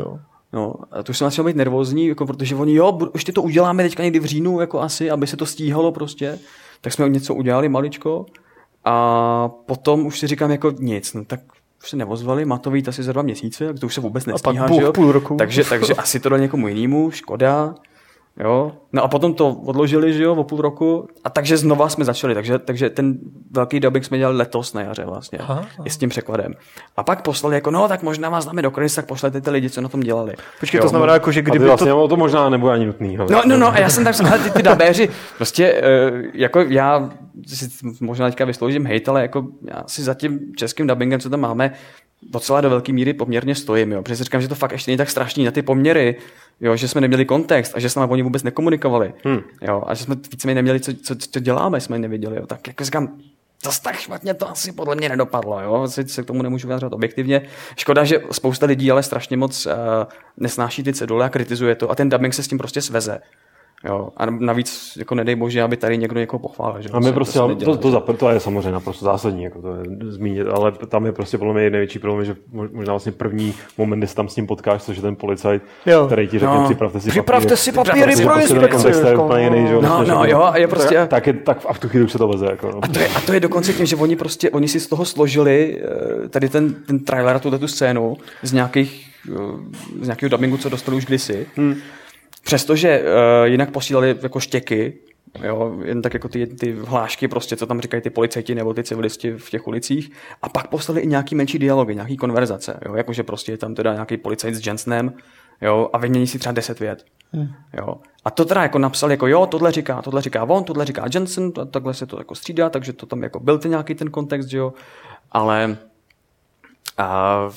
No, a to už jsem začal být nervózní, jako protože oni, jo, ještě to uděláme teďka někdy v říjnu, jako asi, aby se to stíhalo prostě. Tak jsme něco udělali maličko a potom už si říkám jako nic, no tak už se nevozvali, má to být asi za dva měsíce, tak to už se vůbec nestíhá, a pak že jo? půl roku. Takže, takže asi to dá někomu jinému, škoda. Jo? No a potom to odložili, že jo, o půl roku a takže znova jsme začali, takže, takže ten velký dubbing jsme dělali letos na jaře vlastně, aha, aha. I s tím překladem. A pak poslali jako, no tak možná vás dáme do kredit, tak pošlete ty lidi, co na tom dělali. Počkej, to znamená jako, že kdyby vlastně to... to možná nebude ani nutný. No, no, no, a já jsem tak říkal, ty, ty dabéři, prostě jako já si možná teďka vysloužím hejt, ale jako já si za tím českým dubbingem, co tam máme, docela do velké míry poměrně stojím, jo. Protože si říkám, že to fakt ještě není tak strašný na ty poměry, jo, že jsme neměli kontext a že jsme oni vůbec nekomunikovali. Hmm. Jo, a že jsme víceméně neměli, co, co, co děláme, jsme nevěděli. Jo. Tak jako říkám, zase tak špatně to asi podle mě nedopadlo. Jo. Si se k tomu nemůžu vyjádřit objektivně. Škoda, že spousta lidí ale strašně moc uh, nesnáší ty cedule a kritizuje to a ten dubbing se s tím prostě sveze. Jo, a navíc jako nedej bože, aby tady někdo někoho pochválil. Že? A my prostě, to, to, to, to, to je samozřejmě naprosto zásadní, jako to je zmínit, ale tam je prostě podle mě největší problém, že možná vlastně první moment, kdy se tam s tím potkáš, což je ten policajt, jo. který ti řekne, no. připravte si připravte papíry. si papíry pro kontext je úplně jiný, že jo. No, no, jo, a je prostě... Tak, je, tak a v tu chvíli už se to veze, jako. No. A to je, a to je dokonce tím, že oni prostě, oni si z toho složili tady ten, ten trailer a tuhle tu scénu z nějakých, z nějakého dubbingu, co dostali už kdysi. Hmm. Přestože uh, jinak posílali jako štěky, jo, jen tak jako ty, ty hlášky prostě, co tam říkají ty policajti nebo ty civilisti v těch ulicích, a pak poslali i nějaký menší dialogy, nějaký konverzace, jo, jakože prostě je tam teda nějaký policajt s Jensenem, jo, a vymění si třeba deset vět, hmm. jo. A to teda jako napsal jako jo, tohle říká, tohle říká on, tohle říká Jensen, to, takhle se to jako střídá, takže to tam jako byl ten nějaký ten kontext, jo, ale a,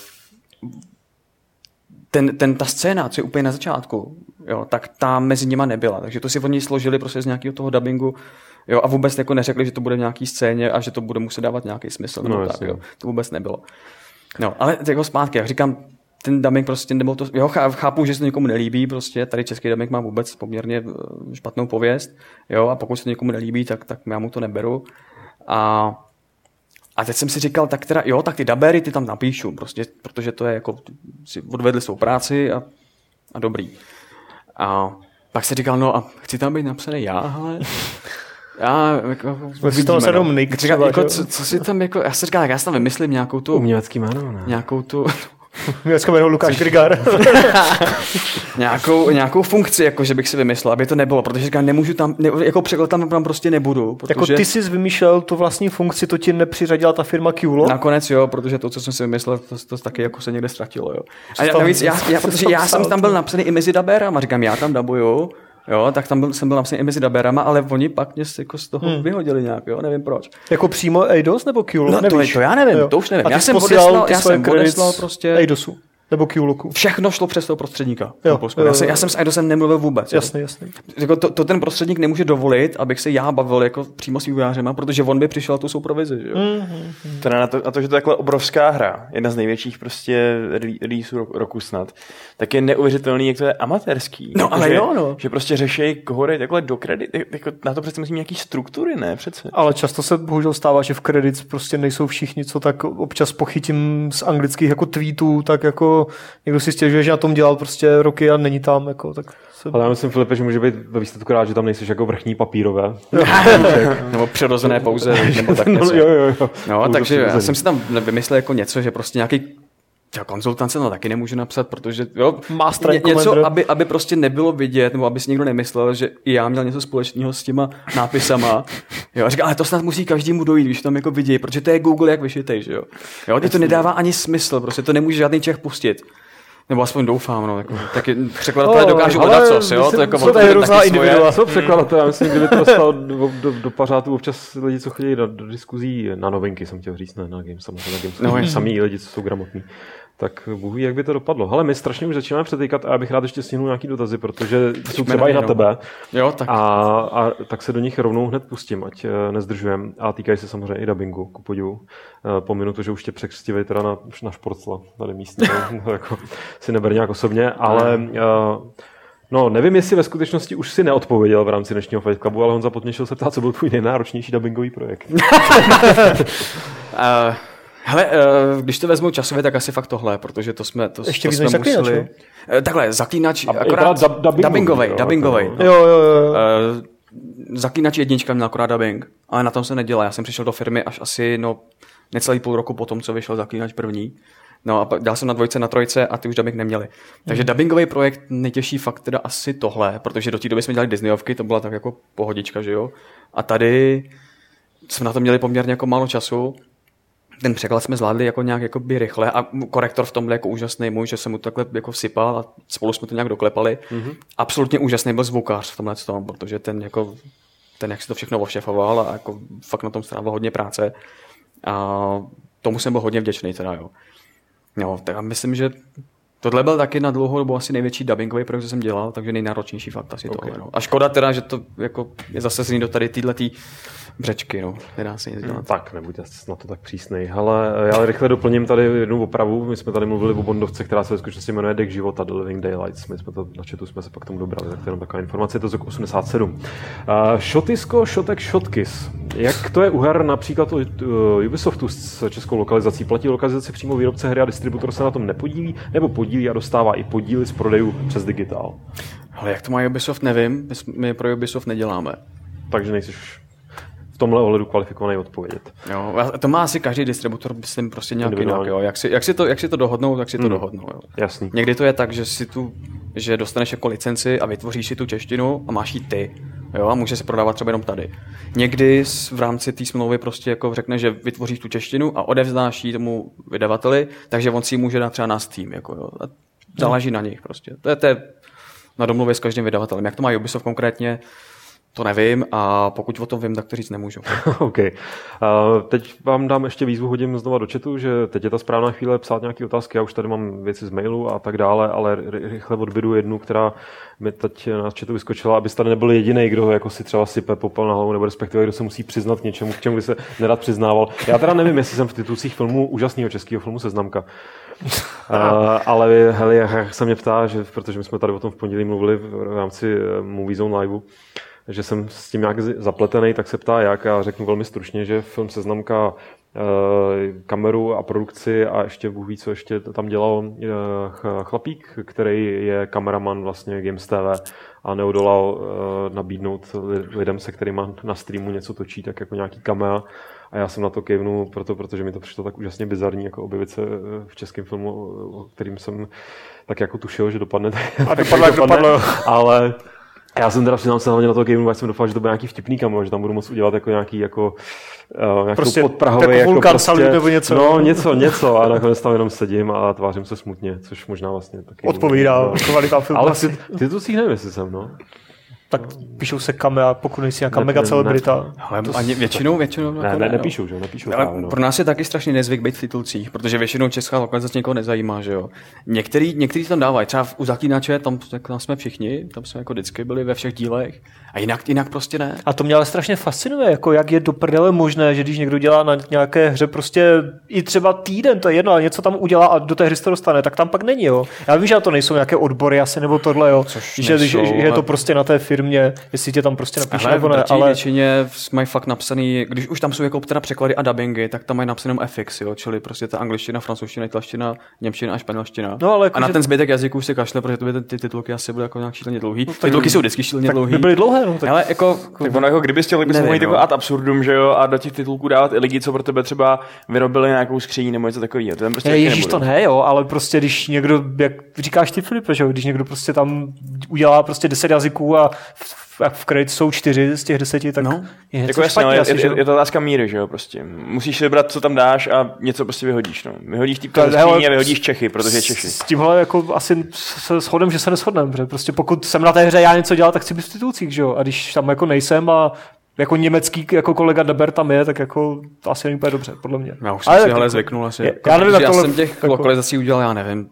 ten, ten, ta scéna, co je úplně na začátku, jo, tak ta mezi nima nebyla. Takže to si oni složili prostě z nějakého toho dubbingu, jo, a vůbec jako neřekli, že to bude v nějaký scéně a že to bude muset dávat nějaký smysl. No, tak, jo. To vůbec nebylo. No, ale jako zpátky, jak říkám, ten dubbing prostě nebyl to, jo, chápu, že se to někomu nelíbí, prostě tady český dubbing má vůbec poměrně špatnou pověst, jo, a pokud se to někomu nelíbí, tak, tak já mu to neberu. A A teď jsem si říkal, tak teda, jo, tak ty dabery ty tam napíšu, prostě, protože to je jako, si odvedli svou práci a, a dobrý. A pak si říkal, no a chci tam být napsaný já, hele. Já, jako, vidíme, no. Nick, třeba, jako, co, co si tam, jako, já si říkal, já si tam vymyslím nějakou tu... Umělecký jméno, ne? Nějakou tu... Umělecké jméno Lukáš Grigár. nějakou, nějakou funkci, jako, že bych si vymyslel, aby to nebylo, protože říkám, nemůžu tam, ne, jako překlad tam, tam prostě nebudu. Protože... Jako ty jsi vymýšlel tu vlastní funkci, to ti nepřiřadila ta firma Qlo? Nakonec jo, protože to, co jsem si vymyslel, to, to taky jako se někde ztratilo, jo. A já, navíc, já, já, protože já jsem tam byl napsaný i mezi daberama, říkám, já tam dabuju, jo, tak tam byl, jsem byl napsaný i mezi daberama, ale oni pak mě jako z toho hmm. vyhodili nějak, jo, nevím proč. Jako přímo Eidos nebo Qlo? No to, je, to já nevím, jo. To už nevím. Já jsem odeslal, já jsem odeslal prostě Eidosu. Nebo Qloku. Všechno šlo přes toho prostředníka. Jo, jo, já, jsem, já jsem s Eidosem nemluvil vůbec. Jasně, jasně. Jako to, to ten prostředník nemůže dovolit, abych se já bavil jako přímo s vývojářema, protože on by přišel tu svou provizi. Mm-hmm. Teda na to, na to, že to je takhle obrovská hra, jedna z největších prostě releaseů roku snad, tak je neuvěřitelný, jak to je amatérský. No, jako, ale že, jo, no. Že prostě řeší, koho dej takhle do kredit. Jako, na to přece musí nějaký struktury, ne? Přece. Ale často se bohužel stává, že v kredit prostě nejsou všichni, co tak občas pochytím z anglických jako tweetů, tak jako někdo si stěžuje, že na tom dělal prostě roky a není tam, jako, tak se... Ale já myslím, Filipe, že může být ve výsledku rád, že tam nejseš jako vrchní papírové. Nebo přirozené pouze, nebo tak něco. No, jo, jo, jo. No, takže já jsem si tam vymyslel jako něco, že prostě nějaký konzultance no taky nemůžu napsat, protože jo, ně, něco, aby, aby prostě nebylo vidět, nebo aby si někdo nemyslel, že i já měl něco společného s těma nápisama. Jo, a říkal, ale to snad musí každému dojít, když tam jako vidějí, protože to je Google jak vyšitej, že jo. Jo, to nedává ani smysl, prostě to nemůže žádný Čech pustit. Nebo aspoň doufám, no, jako, taky překladatelé dokážou odat co, jo? To, jako, to je různá individuální. Jsou překladatelé, já myslím, kdyby to dostal do, do, do pařátu občas lidi, co chodí do, do diskuzí na novinky, jsem chtěl říct, ne na Games, samozřejmě na Games, no, samý lidi, co jsou gramotní. Tak Bůh ví, jak by to dopadlo. Ale my strašně už začínáme přetýkat a já bych rád ještě stihnul nějaký dotazy, protože jsou třeba i na tebe. Jo, tak. A, a tak se do nich rovnou hned pustím, ať nezdržujem. A týkají se samozřejmě i dabingu, ku podivu. Pominu to, že už tě překřtivej teda na, na športcla, tady místní, no, jako si neber nějak osobně, ale uh, no, nevím, jestli ve skutečnosti už si neodpověděl v rámci dnešního Fight Clubu, ale Honza Potměšil se ptát, co byl tvůj nejnáročnější dabingový projekt. uh... Hele, když to vezmu časově, tak asi fakt tohle, protože to jsme, to, Ještě to jsme zaklínač, museli... Takhle, Zaklínač, A, akorát dub, dubbingovej, dubbingovej. No. Jo, jo, jo. Uh, Zaklínač jednička měl akorát dubbing, ale na tom se nedělá. Já jsem přišel do firmy až asi no, necelý půl roku po tom, co vyšel Zaklínač první. No a dal jsem na dvojce, na trojce a ty už dubbing neměli. Takže mm. dubbingový projekt nejtěžší fakt teda asi tohle, protože do té doby jsme dělali Disneyovky, to byla tak jako pohodička, že jo. A tady jsme na to měli poměrně jako málo času. Ten překlad jsme zvládli jako nějak jako by rychle a korektor v tomhle jako úžasný můj, že jsem mu takhle jako vsypal a spolu jsme to nějak doklepali. Mm-hmm. Absolutně úžasný byl zvukář v tomhle tom, protože ten jako ten jak si to všechno ovšefoval a jako fakt na tom strávil hodně práce. A tomu jsem byl hodně vděčný teda, jo. No, tak já myslím, že tohle byl taky na dlouhou dobu asi největší dubbingový projekt, co jsem dělal, takže nejnáročnější fakt asi okay. tohle. No. A škoda teda, že to jako je zasazený do tady týhletý břečky, no. Nedá se nic dělat. Tak, nebuďte na to tak přísnej. Ale já rychle doplním tady jednu opravu. My jsme tady mluvili o Bondovce, která se ve skutečnosti jmenuje Dek života, The Living Daylights. My jsme to na chatu jsme se pak tomu dobrali, tak to je jenom taková informace, je to z roku osmdesát sedm. Uh, Shotisko, Shotek, Shotkis. Jak to je u her například od uh, Ubisoftu s českou lokalizací? Platí lokalizaci přímo výrobce hry a distributor se na tom nepodílí, nebo podílí a dostává i podíly z prodejů přes digitál? Ale jak to má Ubisoft, nevím. My pro Ubisoft neděláme. Takže nejsi v tomhle ohledu kvalifikovaný odpovědět. Jo, to má asi každý distributor, myslím, prostě nějak jinak. Jo. Jak, si, jak, si to, jak si to dohodnou, tak si to hmm. dohodnou. Jo. Jasný. Někdy to je tak, že si tu, že dostaneš jako licenci a vytvoříš si tu češtinu a máš ji ty. Jo, a může se prodávat třeba jenom tady. Někdy v rámci té smlouvy prostě jako řekne, že vytvoříš tu češtinu a odevzdáš ji tomu vydavateli, takže on si ji může dát třeba na Steam. Jako, jo. A záleží hmm. na nich prostě. To je, to je na domluvě s každým vydavatelem. Jak to má Ubisoft konkrétně, to nevím a pokud o tom vím, tak to říct nemůžu. OK. Uh, teď vám dám ještě výzvu, hodím znova do chatu, že teď je ta správná chvíle psát nějaké otázky, já už tady mám věci z mailu a tak dále, ale rychle odbydu jednu, která mi teď na chatu vyskočila, abyste tady nebyl jediný, kdo jako si třeba sype popel na hlavu, nebo respektive kdo se musí přiznat k něčemu, k čemu by se nerad přiznával. Já teda nevím, jestli jsem v titulcích filmu, úžasného českého filmu Seznamka. Uh, ale hele, jak se mě ptá, že, protože my jsme tady o tom v pondělí mluvili v rámci Movie Zone Liveu, že jsem s tím nějak zapletený, tak se ptá jak a řeknu velmi stručně, že film Seznamka kameru a produkci a ještě Bůh ví, co ještě tam dělal chlapík, který je kameraman vlastně Games T V a neodolal nabídnout lidem, se kterýma na streamu něco točí, tak jako nějaký kamera. A já jsem na to kejvnul, proto, protože mi to přišlo tak úžasně bizarní, jako objevit se v českém filmu, o kterým jsem tak jako tušil, že dopadne. A dopadlo, jak dopadlo. Ale já jsem teda přiznal se hlavně na to gameu, až jsem doufal, že to bude nějaký vtipný kamera, že tam budu moct udělat jako nějaký jako uh, prostě podprahový jako vulkán prostě, nebo něco. No, něco, něco a nakonec tam jenom sedím a tvářím se smutně, což možná vlastně taky odpovídá no. Kvalita filmu. Ale ty, ty to si nevím, jestli jsem, no. Tak píšou se kamera, pokud nejsi nějaká mega celebrita. Ale ani většinou, většinou ne, ne, ne, nepíšou, že jo, nepíšou. Ale právě, no. Pro nás je taky strašný nezvyk být v titulcích, protože většinou česká lokalizace někoho nezajímá, že jo. Některý, některý tam dávají, třeba u Zaklínače, tam, tam jsme všichni, tam jsme jako vždycky byli ve všech dílech, a jinak, jinak prostě ne. A to mě ale strašně fascinuje, jako jak je do prdele možné, že když někdo dělá na nějaké hře prostě i třeba týden, to je jedno, ale něco tam udělá a do té hry se to dostane, tak tam pak není, jo. Já vím, že to nejsou nějaké odbory asi nebo tohle, jo. Že, nejsou, že, že je to prostě na té firmě, jestli tě tam prostě napíše ale nebo ne, ale většině mají fakt napsaný, když už tam jsou jako teda překlady a dubbingy, tak tam mají napsaný F X, jo, čili prostě ta angličtina, francouzština, italština, němčina a španělština. No, ale jako a na že... ten zbytek jazyků se kašle, protože to by ty titulky asi byly jako nějak šíleně dlouhý. No, titulky jsou vždycky šíleně dlouhý. By byly dlouhé, no, tak... Ale jako tak ono jako kdyby chtěli bychom mít jako ad absurdum, že jo, a do těch titulků dávat i lidi, co pro tebe třeba vyrobili nějakou skříň nebo něco takového. To prostě Ježíš, to ne, jo, ale prostě když někdo, jak říkáš ty Filipe, že jo, když někdo prostě tam udělá prostě deset jazyků a jak v kredit jsou čtyři z těch deseti, tak no. je jako jasně, špatně, je, asi, je, je, je to otázka míry, že jo, prostě. Musíš si vybrat, co tam dáš a něco prostě vyhodíš, no. Vyhodíš týpka ze skříně a vyhodíš Čechy, protože je Češi. S tímhle jako asi se shodem, že se neshodneme, protože prostě pokud jsem na té hře já něco dělal, tak chci být v titulcích, že jo, a když tam jako nejsem a jako německý jako kolega Deber tam je, tak jako to asi není úplně dobře, podle mě. Já už jsem ale si ale zvyknul asi. Je, já nevím, já tohle, jsem těch jako... lokalizací udělal, já nevím.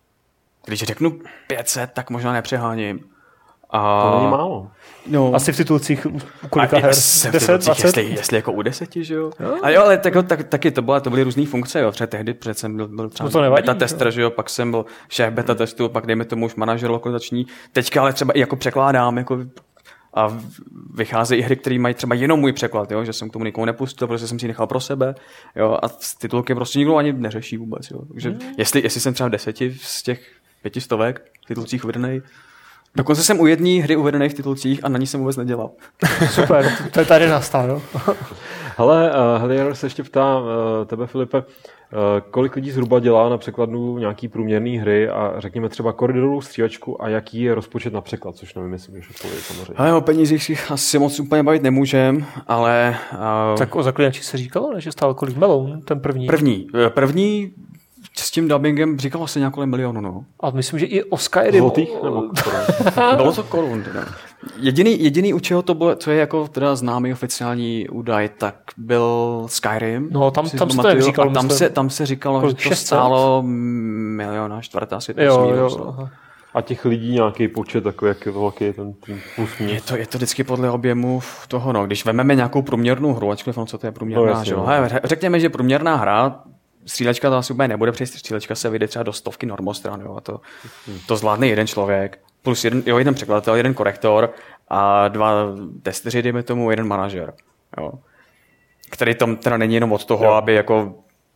Když řeknu pět set, tak možná nepřeháním. A... To není málo. No. Asi v titulcích u kolika her? deset, dvacet? Jestli, jestli jako u deseti, že jo? No. A jo, ale tak, tak, taky to, byla, to byly různý funkce, jo. Třeba tehdy před jsem byl, byl třeba no beta tester, že jo, pak jsem byl šéf beta testu, pak dejme tomu už manažer lokalizační. Teďka ale třeba i jako překládám, jako a vycházejí hry, které mají třeba jenom můj překlad, jo? Že jsem k tomu nikomu nepustil, protože jsem si nechal pro sebe, jo? A titulky prostě nikdo ani neřeší vůbec. Jo? Takže mm. jestli, jestli jsem třeba deseti z těch pětistovek titulcích uvedený, dokonce jsem u jedné hry uvedený v titulcích a na ní jsem vůbec nedělal. Super, to je tady nastal, jo? Hele, uh, Helier se ještě ptá uh, tebe, Filipe, uh, kolik lidí zhruba dělá na překladu nějaký průměrný hry a řekněme třeba koridorovou střílečku a jaký je rozpočet na překlad, což nevím, jestli můžeš odpovědět samozřejmě. Ale o penězích si asi moc úplně bavit nemůžem, ale... Uh... Tak o Zaklínači se říkalo, že stál kolik melon, ten první? První. První s tím dubbingem říkalo se nějak kolem milionu, no. A myslím, že i o Skyrim... Zlotých nebo korun? Bylo to korun, teda. Jediný, jediný u čeho to bylo, co je jako teda známý oficiální údaj, tak byl Skyrim. No, tam, tam se to říkalo. Tam se, tam se říkalo, že to stálo miliona čtvrtá asi. Jo, jo. A těch lidí nějaký počet, takový, jak velký je ten plus minus? Je to, je to vždycky podle objemu toho, no. Když vezmeme nějakou průměrnou hru, ačkoliv ono, co to je průměrná, no, jasně, že? No. Řekněme, že průměrná hra, střílečka to asi úplně nebude, protože střílečka se vyjde třeba do stovky normostran, jo, a to, to zvládne jeden člověk, plus jeden, jo, jeden překladatel, jeden korektor a dva testeři, dejme tomu, jeden manažer, jo. Který tam teda není jenom od toho, jo. aby jako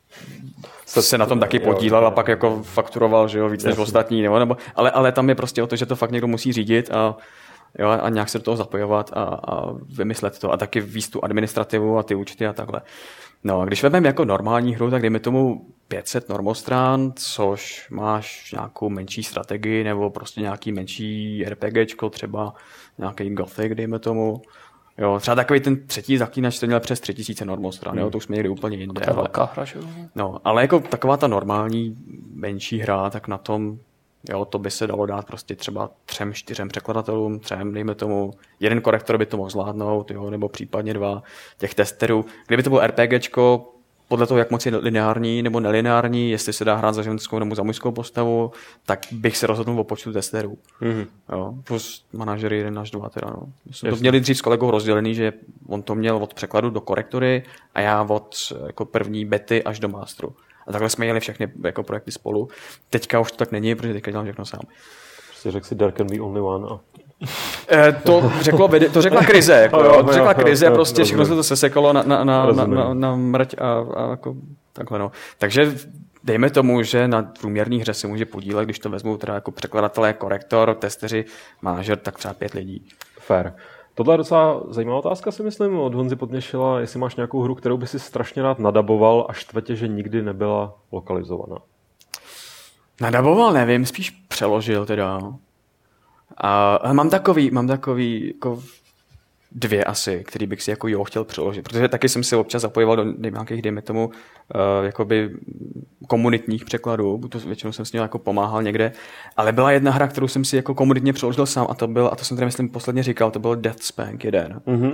se, se na tom taky podílel jo, a pak jako fakturoval, že jo, víc než ostatní, nebo, nebo, ale, ale tam je prostě o to, že to fakt někdo musí řídit a jo, a nějak se do toho zapojovat a, a vymyslet to a taky víc tu administrativu a ty účty a takhle. No a když vezmeme jako normální hru, tak dejme tomu pět set normostrán, což máš nějakou menší strategii nebo prostě nějaký menší RPGčko, třeba nějaký Gothic, dejme tomu. Jo, třeba takový ten třetí Zaklínač, ten měl přes tři tisíce normostrán, hmm. jo, to už jsme někdy úplně jinde. To je velká hra, že? No, ale jako taková ta normální menší hra, tak na tom, jo, to by se dalo dát prostě třeba třem, čtyřem překladatelům, třem, dejme tomu, jeden korektor by to mohl zvládnout, jo, nebo případně dva těch testerů. Kdyby to bylo RPGčko, podle toho, jak moc je lineární nebo nelineární, jestli se dá hrát za ženskou nebo za mužskou postavu, tak bych se rozhodnul o počtu testerů. Mm-hmm. Jo, plus manažery jeden až dva teda, no. Jsme to měli dřív s kolegou rozdělený, že on to měl od překladu do korektory a já od jako první bety až do masteru. A takhle jsme jeli všechny jako projekty spolu. Teďka už to tak není, protože teďka dělám všechno sám. Prostě řekl si there can be only one. A... E, to, řeklo, to řekla krize. Jako, jo, to řekla krize a prostě všechno se to sesekalo na, na, na, na, na, na mrť a, a jako takhle. No. Takže dejme tomu, že na průměrné hře se může podílet, když to vezmu teda jako překladatelé, korektor, testeři, manažer, tak třeba pět lidí. Fair. Tohle je docela zajímavá otázka, si myslím, od Honzy Podměšila, jestli máš nějakou hru, kterou by si strašně rád nadaboval a štve tě, že nikdy nebyla lokalizovaná. Nadaboval, nevím, spíš přeložil teda. A, ale mám takový, mám takový jako dvě asi, který bych si jako jo chtěl přeložit, protože taky jsem si občas zapojoval do nějakých, dejme tomu, uh, jakoby komunitních překladů, to většinou jsem s ním jako pomáhal někde, ale byla jedna hra, kterou jsem si jako komunitně přeložil sám a to byl, a to jsem tady myslím posledně říkal, to byl Deathspank jeden. Mm-hmm.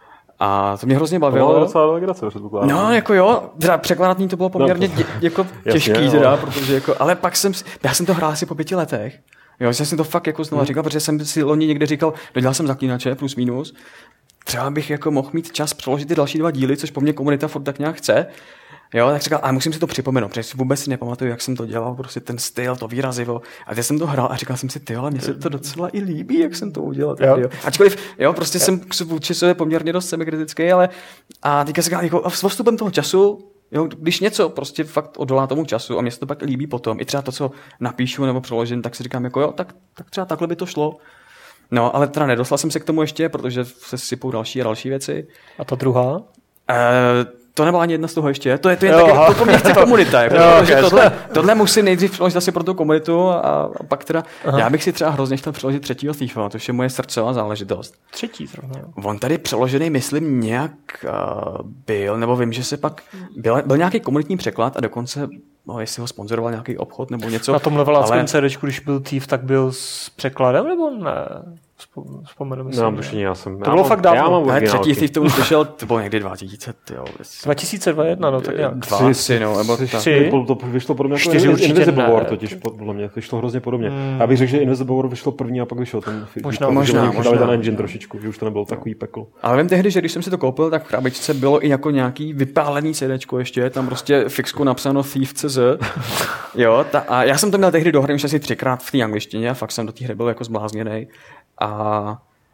A to mě hrozně bavilo. To bylo docela legrace, předpokládám. No, jako jo, teda překládatní to bylo poměrně no, dě, jako těžký, jasně, teda, protože jako, ale pak jsem, já jsem to hrál asi po pěti letech. Jo, já jsem to fakt jako znovu hmm. říkal, protože jsem si loni někde říkal, dodělal jsem Zaklínače plus minus, třeba bych jako mohl mít čas přeložit ty další dva díly, což po mně komunita furt tak nějak chce. Jo, tak říkal, ale musím si to připomenout, protože si vůbec si nepamatuju, jak jsem to dělal, prostě ten styl, to výrazivo. A teď jsem to hrál a říkal jsem si, ty, ale mně se to docela i líbí, jak jsem to udělal. Jo. Jo. Ačkoliv, jo, prostě jo. jsem vůči sobě poměrně dost sebekritický, ale a teďka říkal, jako s postupem toho času, jo, když něco prostě fakt odolá tomu času a mě se to pak líbí potom, i třeba to, co napíšu nebo přeložím, tak si říkám, jako jo, tak, tak třeba takhle by to šlo. No, ale teda nedostal jsem se k tomu ještě, protože se sypou další a další věci. A ta druhá? E, to nebyla ani jedna z toho ještě. To je to, je jo, tak, to po mně chce komunita. Jako, jo, protože tohle, tohle musím nejdřív přeložit asi pro tu komunitu a, a pak teda, aha. Já bych si třeba hrozně chtěl přeložit třetího Thiefa, to je moje srdcová záležitost. Třetí zrovna. On tady přeložený, myslím, nějak uh, byl, nebo vím, že se pak, byl, byl nějaký komunitní překlad a dokonce, no, jestli ho sponzoroval nějaký obchod nebo něco. Na tom leveláckém ale... CDčku, když byl Thief, tak byl s překladem, nebo ne? Vzpomeneme si. No, ne. Já jsem, to bylo mám, fakt dávno. Já třetí Thief to už slyšel, to bylo někdy dva tisíce, jo. dva tisíce dvacet jedna, no tak nějak. Dva asi, no, nebo tři. To vyšlo podobně jako čtyři Invisible War, totiž podle mě, vyšlo hrozně podobně. Hmm. Já bych řekl, že Invisible War vyšlo první a pak vyšel ten možná, možná, možná. ten engine trošičku, že už to nebylo takový peklo. Ale vím tehdy, že když jsem si to koupil, tak v krabičce bylo i jako nějaký vypálený CDčko ještě, tam prostě fixku napsáno Thief tečka cz. Jo, ta, a já jsem to měl tehdy do hry už asi třikrát v té angličtině a fakt jsem do té hry byl jako zblázněnej. A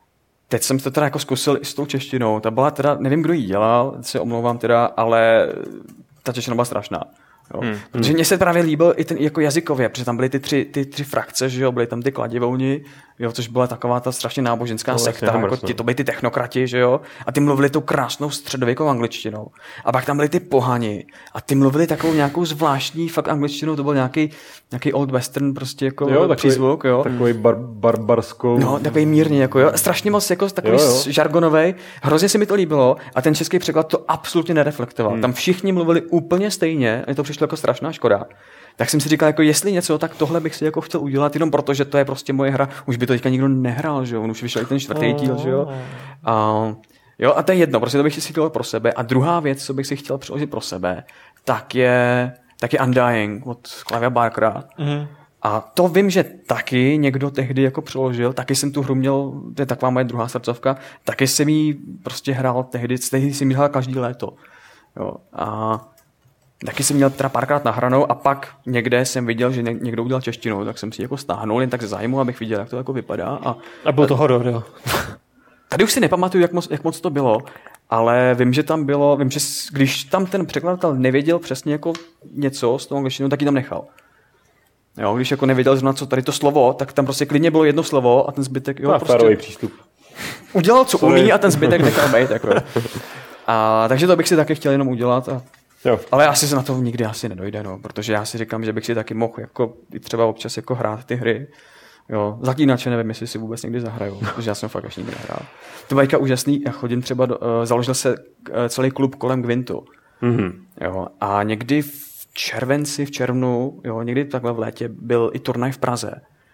teď jsem to teda jako zkusil i s tou češtinou. Ta byla teda, nevím, kdo ji dělal, se omlouvám teda, ale ta čeština byla strašná. Jo. Hmm. Protože mně se právě líbil i ten jako jazykově, protože tam byly ty tři, ty tři frakce, že jo, byly tam ty kladivouni, jo, což byla taková ta strašně náboženská to sekta, jako mrzno. Ti, to byly ty technokrati, že jo, a ty mluvili tou krásnou středověkou angličtinou. A pak tam byli ty pohani a ty mluvili takovou nějakou zvláštní fakt angličtinou, to byl nějaký nějaký old western prostě jako jo, takový, přízvuk, jo. Takový bar, barbarskou. No, takový mírně jako, jo, strašně moc jako takový žargonovej, hrozně se mi to líbilo a ten český překlad to absolutně nereflektoval. Hmm. Tam všichni mluvili úplně stejně, a to přišlo jako strašná škoda. Tak jsem si říkal, jako jestli něco, tak tohle bych si jako chtěl udělat, jenom proto, že to je prostě moje hra. Už by to teďka nikdo nehrál, že jo, on už vyšel i ten čtvrtý díl, že jo. A, jo, a to je jedno, prostě to bych si chtěl pro sebe. A druhá věc, co bych si chtěl přeložit pro sebe, tak je, tak je Undying od Clive'a Barkera. Mm-hmm. A to vím, že taky někdo tehdy jako přeložil, taky jsem tu hru měl, to je taková moje druhá srdcovka, taky jsem ji prostě hrál tehdy, tehdy jsem ji hrál každý léto. Jo, a taky jsem měl teda párkrát nahranou a pak někde jsem viděl, že někdo udělal češtinu, tak jsem si jako stáhnul jen tak ze zájmu, abych viděl, jak to jako vypadá. A, a byl to horor, jo. Tady už si nepamatuju, jak moc, jak moc to bylo, ale vím, že tam bylo, vím, že když tam ten překladatel nevěděl přesně jako něco s tou angličtinou, tak ji tam nechal. Jo, když jako nevěděl zrovna, co tady to slovo, tak tam prostě klidně bylo jedno slovo a ten zbytek, jo, a prostě přístup. Udělal, co Sorry. umí a ten zbytek nechal být, jako. A takže to bych si taky chtěl jenom udělat a jo. Ale asi se na to nikdy asi nedojde, no, protože já si říkám, že bych si taky mohl jako třeba občas jako hrát ty hry. Jo, Zaklínače nevím, jestli si vůbec někdy zahraju, protože já jsem fakt až nikdy nehrál. To bylo jako úžasný, já chodím třeba, do, uh, založil se uh, celý klub kolem Gwintu. Mm-hmm. Jo, a někdy v červenci, v červnu, jo, někdy takhle v létě byl i turnaj v Praze.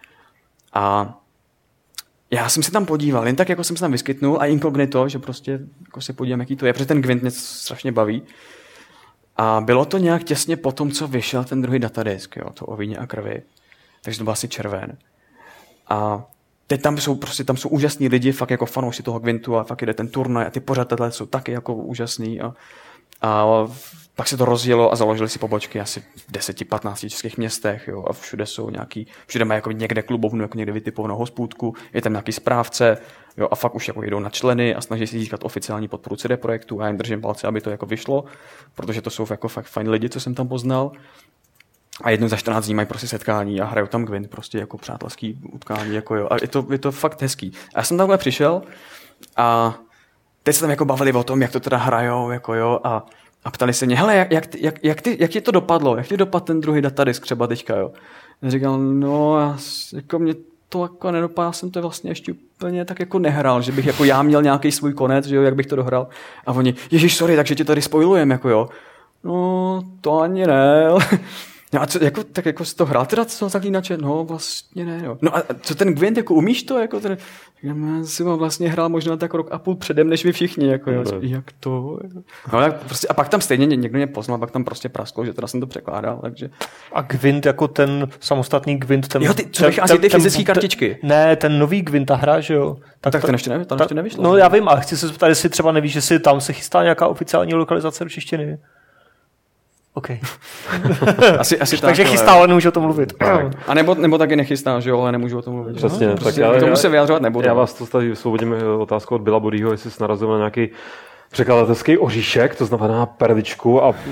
A já jsem se tam podíval, jen tak jako jsem se tam vyskytnul a inkognito, že prostě jako se podívám, jaký to je, protože ten Gwint mě strašně baví. A bylo to nějak těsně po tom, co vyšel ten druhý datadisk, jo, to o víně a krvi. Takže to byl asi červen. A teď tam jsou prostě tam jsou úžasní lidi, fakt jako fanoušci toho Gwintu a fakt jde ten turnaj a ty pořadatelé jsou taky jako úžasný a, a pak se to rozjelo a založili si pobočky asi v deseti patnácti českých městech, jo, a všude jsou nějaký, všude mají jako někde klubovnu, jako někde vytipovanou hospůdku, je tam nějaký správce, jo, a fakt už jako jdou na členy a snaží si získat oficiální podporu C D Projektu a já jim držím palce, aby to jako vyšlo, protože to jsou jako fakt fajn lidi, co jsem tam poznal. A jednou za čtrnáct dní mají prostě setkání a hrajou tam Gwent, prostě jako přátelský utkání, jako jo. A je to, je to fakt hezký. A já jsem tamhle přišel a teď se tam jako bavili o tom, jak to teda hrajou, jako jo, a, a ptali se mě, hele, jak, jak, jak, jak, ty, jak ti to dopadlo, jak ti dopadl ten druhý datadisk třeba teďka, jo. A říkal, no, já, jako mě to jako nedopadlo, já jsem to vlastně ještě úplně tak jako nehrál, že bych jako já měl nějaký svůj konec, že jo, jak bych to dohrál. A oni, ježiš, sorry, takže ti tady spoilujem, jako jo. No, to ani ne. No a co, jako, tak jako jsi to hrál teda co Zaklínače? No vlastně ne, jo. No a co ten Gwent, jako umíš to? Jako ten, já si mám vlastně hrál možná tak rok a půl předem, než vy všichni, jako jo. Jak to? No tak prostě, a pak tam stejně někdo mě poznal, pak tam prostě prasklo, že teda jsem to překládal, takže. A Gwent jako ten samostatný Gwent, ten... Jo, ty, co vychází ty fyzické kartičky. Ne, ten nový Gwent, ta hra, že jo. Tak, tak ten ještě, nevy, ten ta, ještě nevyšlo. No já vím, ale chci se zeptat, jestli třeba nevíš, že si tam se chystá nějaká oficiální lokalizace do češtiny. OK. asi, asi tak, takže chystá, ale nemůžu o tom mluvit. A nebo, nebo taky nechystá, že jo, ale nemůžu o tom mluvit. Přesně. No, prostě tak já, tomu se vyjádřovat nebudu. Já vás to tady svobodím otázku od Billa Bodyho, jestli jsi narazil na nějaký překladatelský oříšek, to znamená perličku a,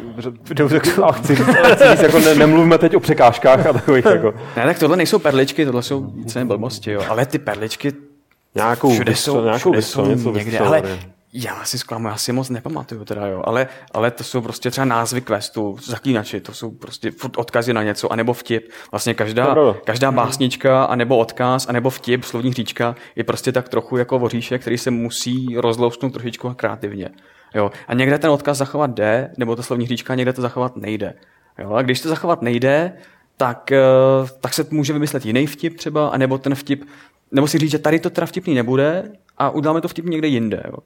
a chci říct, chci říct jako ne, nemluvíme teď o překážkách a takových jako. Ne, tak tohle nejsou perličky, tohle jsou více blbosti, jo, ale ty perličky nějakou všude vystřel, jsou, nějakou všude vystřel, jsou něco někde, vystřel, ale ne. Já si zklamu, já si moc nepamatuju teda, jo, ale, ale to jsou prostě třeba názvy questů, Zaklínači, to jsou prostě furt odkazy na něco, anebo vtip. Vlastně každá, každá básnička, anebo odkaz, anebo vtip, slovní hříčka je prostě tak trochu jako oříšek, který se musí rozloustnout trošičku kreativně. Jo. A někde ten odkaz zachovat jde, nebo to slovní hříčka, někde to zachovat nejde. Jo. A když to zachovat nejde, tak, tak se může vymyslet jiný vtip třeba, anebo ten vtip, nebo si říct, že tady to teda vtipný nebude a uděláme to vtip někde jinde. Jo.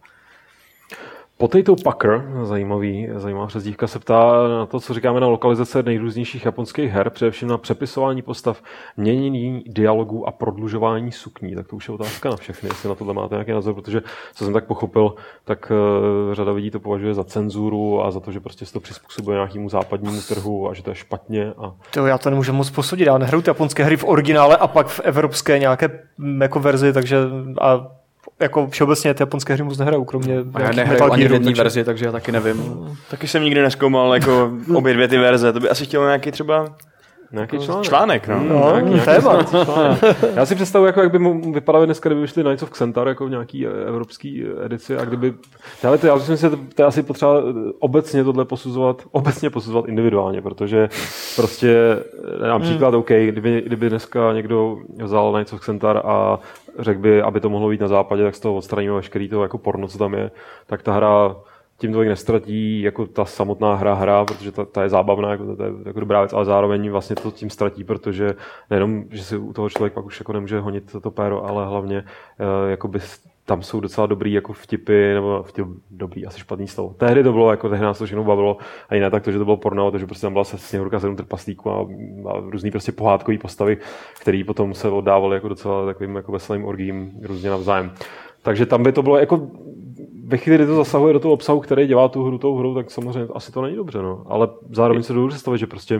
Potato Pucker, zajímavý, zajímavá přezdívka, se ptá na to, co říkáme na lokalizace nejrůznějších japonských her, především na přepisování postav, měnění dialogů a prodlužování sukní. Tak to už je otázka na všechny, jestli na tohle máte nějaký názor, protože, co jsem tak pochopil, tak uh, řada lidí to považuje za cenzuru a za to, že prostě se to přizpůsobuje nějakému západnímu trhu a že to je špatně. A... To já to nemůžu moc posoudit, já nehraju ty japonské hry v originále a pak v evropské nějaké jako verzi, takže a jako všeobecně ty japonské hry moc nehrajou, kromě já nehraju ani v jedné verzi, takže já taky nevím. Taky jsem nikdy nezkoumal jako obě dvě ty verze, to by asi chtělo nějaký třeba Nějaký článek. Článek, no. No, nějaký, nějaký téma. Já si představuji, jako, jak by mu vypadaly dneska, kdyby vyšly Knights of Xantar jako v nějaký evropský edici a kdyby... Ale to, já myslím, že to je asi potřeba obecně tohle posuzovat, obecně posuzovat individuálně, protože prostě, například, hmm. OK, kdyby, kdyby dneska někdo vzal Knights of Xantar a řekl by, aby to mohlo být na západě, tak z toho odstraníme veškerý to jako porno, co tam je, tak ta hra tím tolik nestratí jako ta samotná hra hra, protože ta, ta je zábavná, jako, to je jako dobrá věc, ale zároveň vlastně to tím ztratí, protože nejenom, že si u toho člověk pak už jako nemůže honit to péro, ale hlavně uh, jakoby tam jsou docela dobrý jako vtipy, nebo vtip, dobrý, asi špatný slovo. Tehdy to bylo, jako tehdy nás to všechno bavilo, a jiné tak to, že to bylo porno, takže prostě tam byla se Sněhurka sedm trpaslíků a, a různý prostě pohádkový postavy, který potom se oddávaly jako docela takovým jako veselým orgím různě navzájem. Takže tam by to bylo jako ve chvíli, kdy to zasahuje do toho obsahu, který dělá tu hru tou hrou, tak samozřejmě asi to není dobře, no. Ale zároveň se dovedu představit, že prostě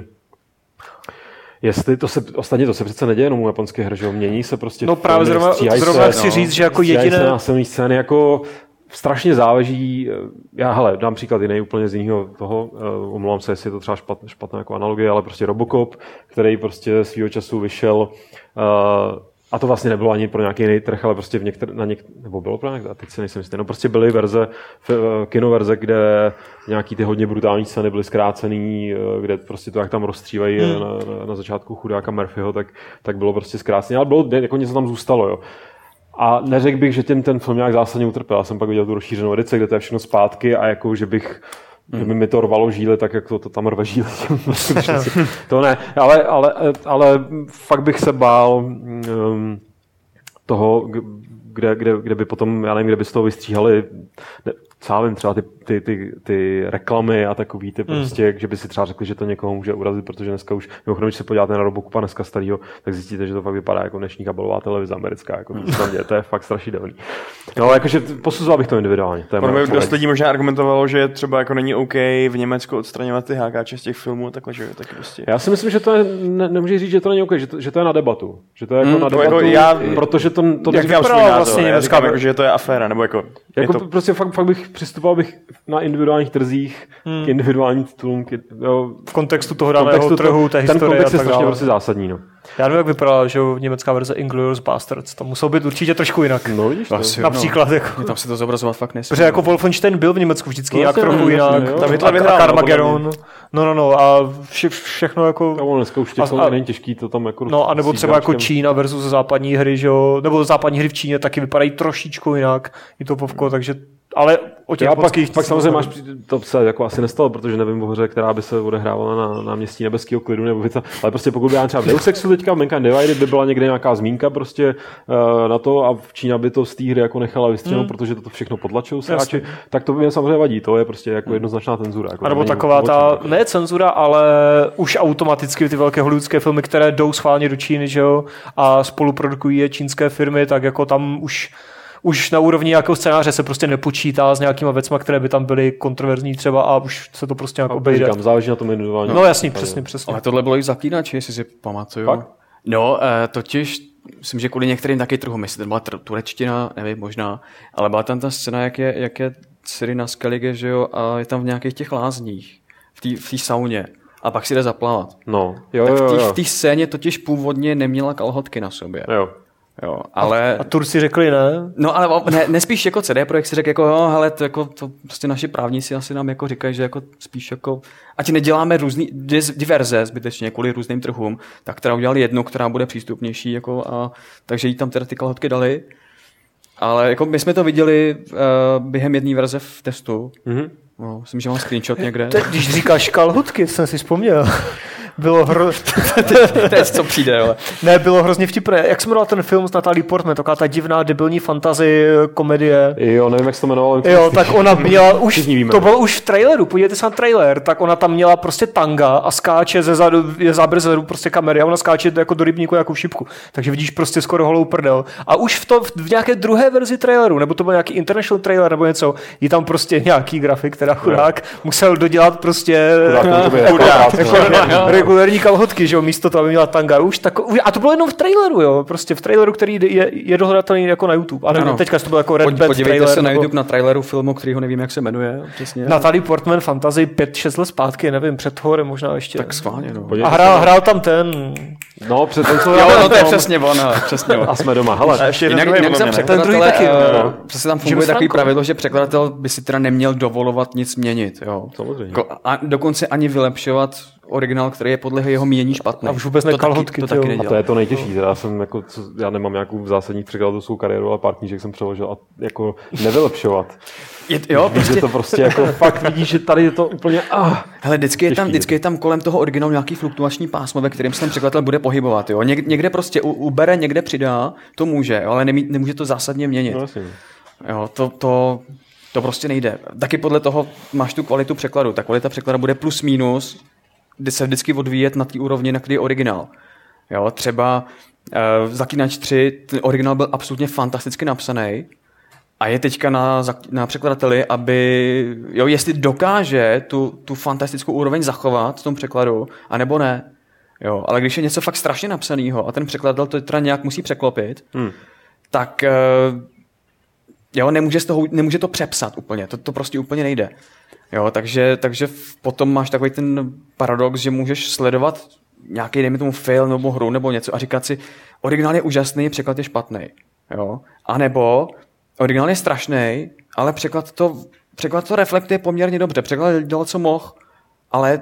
jestli to se, ostatně to se přece neděje jenom u japonských her, že jo, mění se prostě. No právě zrovna, zrovna chci no, říct, že jako jediné... násilné scény, jako strašně záleží, já hele, dám příklad jiný úplně z jiného toho, uh, omlouvám se, jestli je to třeba špat, špatná jako analogie, ale prostě Robocop, který prostě svýho času vyšel uh, a to vlastně nebylo ani pro nějaký jiný trh, ale prostě v některé, na něk, nebo bylo pro nějaké, teď si nejsem jistý, no prostě byly verze, kinoverze, kde nějaký ty hodně brutální scény byly zkrácený, kde prostě to, jak tam rozstřívají hmm. na, na, na začátku chudáka Murphyho, tak, tak bylo prostě zkrácený, ale bylo, jako něco tam zůstalo, jo. A neřekl bych, že tím ten film nějak zásadně utrpěl. Já jsem pak viděl tu rozšířenou edici, kde to je všechno zpátky a jako, že bych Hmm. Kdyby mi to rvalo žíly, tak jak to, to tam rve žíly. To ne, ale, ale, ale fakt bych se bál um, toho, kde, kde, kde by potom, já nevím, kde by z toho vystříhali, ne, co já vím, třeba ty, ty, ty, ty reklamy a takový ty prostě, hmm. že by si třeba řekli, že to někoho může urazit, protože dneska už, mimochodem, když se podíváte na Robocopa dneska starýho, tak zjistíte, že to fakt vypadá jako dnešní kabelová televize americká, jako to, tam děje, to je fakt strašidelný. No, jakože posuzoval bych to individuálně. To je dost lidí možná argumentovalo, že třeba jako není OK v Německu odstraňovat ty hákáče z těch filmů, takhle, že tak prostě. Já si myslím, že to je, ne, nemůžeš říct, že to není OK, že to, že to je na debatu. Že to je jako hmm, na debatu, jako já, protože to, to jak vypadalo vlastně, já říkám, jako, že to je aféra, nebo jako... Jako to... prostě fakt, fakt bych přistupoval bych na individuálních trzích hmm. k individuálním titulům. K, jo, v kontextu toho daného trhu, té historie. Ten kontext je strašně prostě zásadní. No. Já nevím, jak vypadala, že německá verze Inglourious Basterds. To muselo být určitě trošku jinak. No vidíš to. Asi, Například. No. Jako... Tam se to zobrazovat fakt nesmí. Protože jako Wolfenstein byl v Německu vždycky nějak trochu jinak. Tam Hitler vyhrál. Carmageddon. No, no, no. A vše, všechno jako... A ono dneska už těch není těžký to tam jako... No a nebo třeba jako Čína versus západní hry, že jo. Nebo západní hry v Číně taky vypadají trošičku jinak. I to povko, takže... Ale o těch pak, pak samozřejmě máš, to se jako asi nestalo, protože nevím o hře, která by se odehrávala na náměstí Nebeského klidu, nebo věc, ale prostě pokud by já třeba v Deus Exu teďka v Mankind Divided by byla někde nějaká zmínka prostě uh, na to a v Čína by to z té hry jako nechala vystřelnout, mm. protože to všechno potlačují sráči, tak to by mě samozřejmě vadí, to je prostě jako jednoznačná cenzura. Jako a nebo taková ta, ne cenzura, ale už automaticky ty velké hollywoodské filmy, které jdou schválně do Číny, že jo, a spoluprodukují je čínské firmy, tak jako tam už už na úrovni nějakého scénáře se prostě nepočítá s nějakýma věcma, které by tam byly kontroverzní třeba a už se to prostě nějak obejde. Říkám, záleží na tom individuálně. No jasný, přesně, přesně. Ale tohle bylo i v Zaklínači, jestli si pamatuju. Fakt? No, eh, totiž, myslím, že kvůli některým taky trhu, myslím, to byla turečtina, nevím, možná, ale byla tam ta scéna, jak je, jak je Cyrina Skellige, že jo, a je tam v nějakých těch lázních, v té sauně. A pak si jde zaplavat. No, jo, tak jo, jo. v té scéně totiž původně neměla kalhotky na sobě. Jo. Jo, ale... A, a Turci řekli ne? No ale ne, nespíš jako C D Projekt si řekl jako jo, hele, to, jako, to prostě naši právníci asi nám jako říkají, že jako spíš jako, ať neděláme různý, diverze zbytečně kvůli různým trhům, tak teda udělali jednu, která bude přístupnější, jako a, takže jí tam teda ty kalhotky dali. Ale jako my jsme to viděli uh, během jedné verze v testu. Mm-hmm. No, myslím, že mám screenshot někde. Te, když říkáš kalhotky, jsem si vzpomněl. Bylo hrozně... Teď co přijde, ale... Ne, bylo hrozně vtipné. Jak se jmenoval ten film s Natalie Portman, taková ta divná debilní fantasy komedie. Jo, nevím, jak se to jmenovalo. Jo, tak ona měla už, to bylo už v traileru, podívejte se na trailer, tak ona tam měla prostě tanga a skáče ze zadu, je záběr ze zadu prostě kamery a ona skáče jako do rybníku jako v šipku. Takže vidíš prostě skoro holou prdel. A už v, to, v nějaké druhé verzi traileru, nebo to byl nějaký international trailer nebo něco, je tam prostě nějaký grafik, teda chudák, musel dodělat prostě... regulérní kalhotky, že jo, místo toho, aby měla tanga. Už tak, a to bylo jenom v traileru, jo, prostě v traileru, který je, je dohledatelný jako na YouTube. A nevím, teďka to bylo jako Red Band trailer. Podívejte se na nebo... YouTube na traileru filmu, který ho nevím, jak se jmenuje. Přesně. Natalie Portman Fantasy pět šest let zpátky, nevím, před horem možná ještě. Tak schválně, no. A hrál, hrál tam ten... No, před ten, co jo, no, to je přesně on, přesně on. A jsme doma, hele. A ještě jinak, druhý, jinak za překladatele, taky, uh, přesně tam funguje takový pravidlo, že překladatel by si teda neměl dovolovat nic měnit, jo. Samozřejmě. A dokonce ani vylepšovat originál, který je podle jeho mínění špatný. A už vůbec ne kalhotky, to taky, to taky a to je to nejtěžší. Já jsem jako, co, já nemám nějakou zásadní překladatelskou kariéru, ale pár knížek jsem přeložil a jako nevylepšovat. Je, jo, prostě... Že to prostě jako fakt vidíš, že tady je to úplně ah, hele, vždycky je, tam, vždycky je tam kolem toho originálu nějaký fluktuační pásmo, ve kterém se ten překladatel bude pohybovat. Jo. Něk, někde prostě u, ubere, někde přidá, to může, jo, ale nemí, nemůže to zásadně měnit. No, jasně. Jo, to, to, to prostě nejde. Taky podle toho máš tu kvalitu překladu. Ta kvalita překladu bude plus minus, kdy se vždycky odvíjet na té úrovni, na který je originál. Jo, třeba uh, Zaklínač tři, ten originál byl absolutně fantasticky napsaný a je teďka na, na překladateli, aby, jo, jestli dokáže tu, tu fantastickou úroveň zachovat v tom překladu, anebo ne. Jo, ale když je něco fakt strašně napsanýho a ten překladatel to teda nějak musí překlopit, hmm. tak uh, jo, nemůže, z toho, nemůže to přepsat úplně, to, to prostě úplně nejde. Jo, takže, takže potom máš takový ten paradox, že můžeš sledovat nějaký, dejme tomu, film nebo hru nebo něco a říkat si, originál je úžasný, překlad je špatný. Jo? A nebo originál je strašný, ale překlad to, překlad to reflektuje poměrně dobře. Překlad dělal, co mohl, ale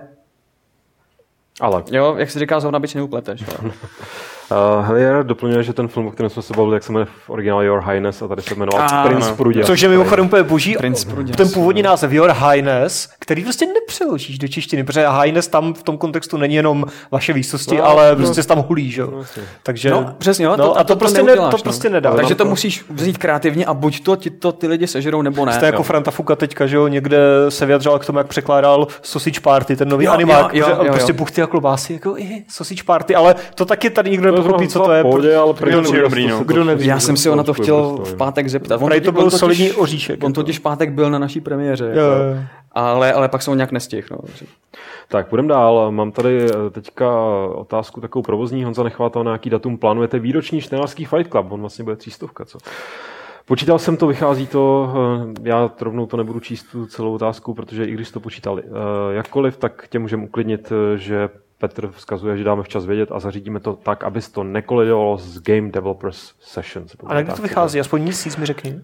ale. Jo, jak se říká, zhovna byč neupleteš. Jo. Uh, Helier doplňuje, že ten film, o kterém jsme se bavili, jak se jmenuje v originálu Your Highness a tady se jmenoval ah, Prince no. Pruděs. Což je mimochodem úplně boží. Prince Pruděs. Ten původní název Your Highness, který prostě nepřeložíš do češtiny, protože Highness tam v tom kontextu není jenom vaše výsosti, no, ale no, prostě tam hulí, že jo. No, takže no, přesně, no, no, to, a to, to prostě neuděláš, ne, to prostě nedá. No, takže to to musíš vzít kreativně a buď to ti to ty lidi sežerou, nebo ne. To je jako Franta Fuka teďka, že jo, někde se vyjadřoval k tomu, jak překládal Sausage Party, ten nový jo, animák, jo, jo, jo, prostě buchty a klobásy, jako i Sausage Party, ale to taky tady nikdo nepochopí, co to je. Dobrý, no. Kdo neví. Já jsem si ho na to chtěl v pátek zeptat. On to byl solidní oříšek. On totiž v pátek byl na naší premiéře. Jo, jo. Ale, ale pak se ho nějak nestihl. No. Tak, půjdeme dál. Mám tady teďka otázku takovou provozní. Honza Nechvátal, na nějaký datum plánujete výroční čtenářský Fight Club? On vlastně bude třístovka, co? Počítal jsem to, vychází to, já rovnou to nebudu číst tu celou otázku, protože i když to počítali jakkoliv, tak tě můžeme uklidnit, že Petr vzkazuje, že dáme včas vědět a zařídíme to tak, aby to nekolidovalo s Game Developers Sessions. A jak to vychází? Aspoň měsíc mi řekni.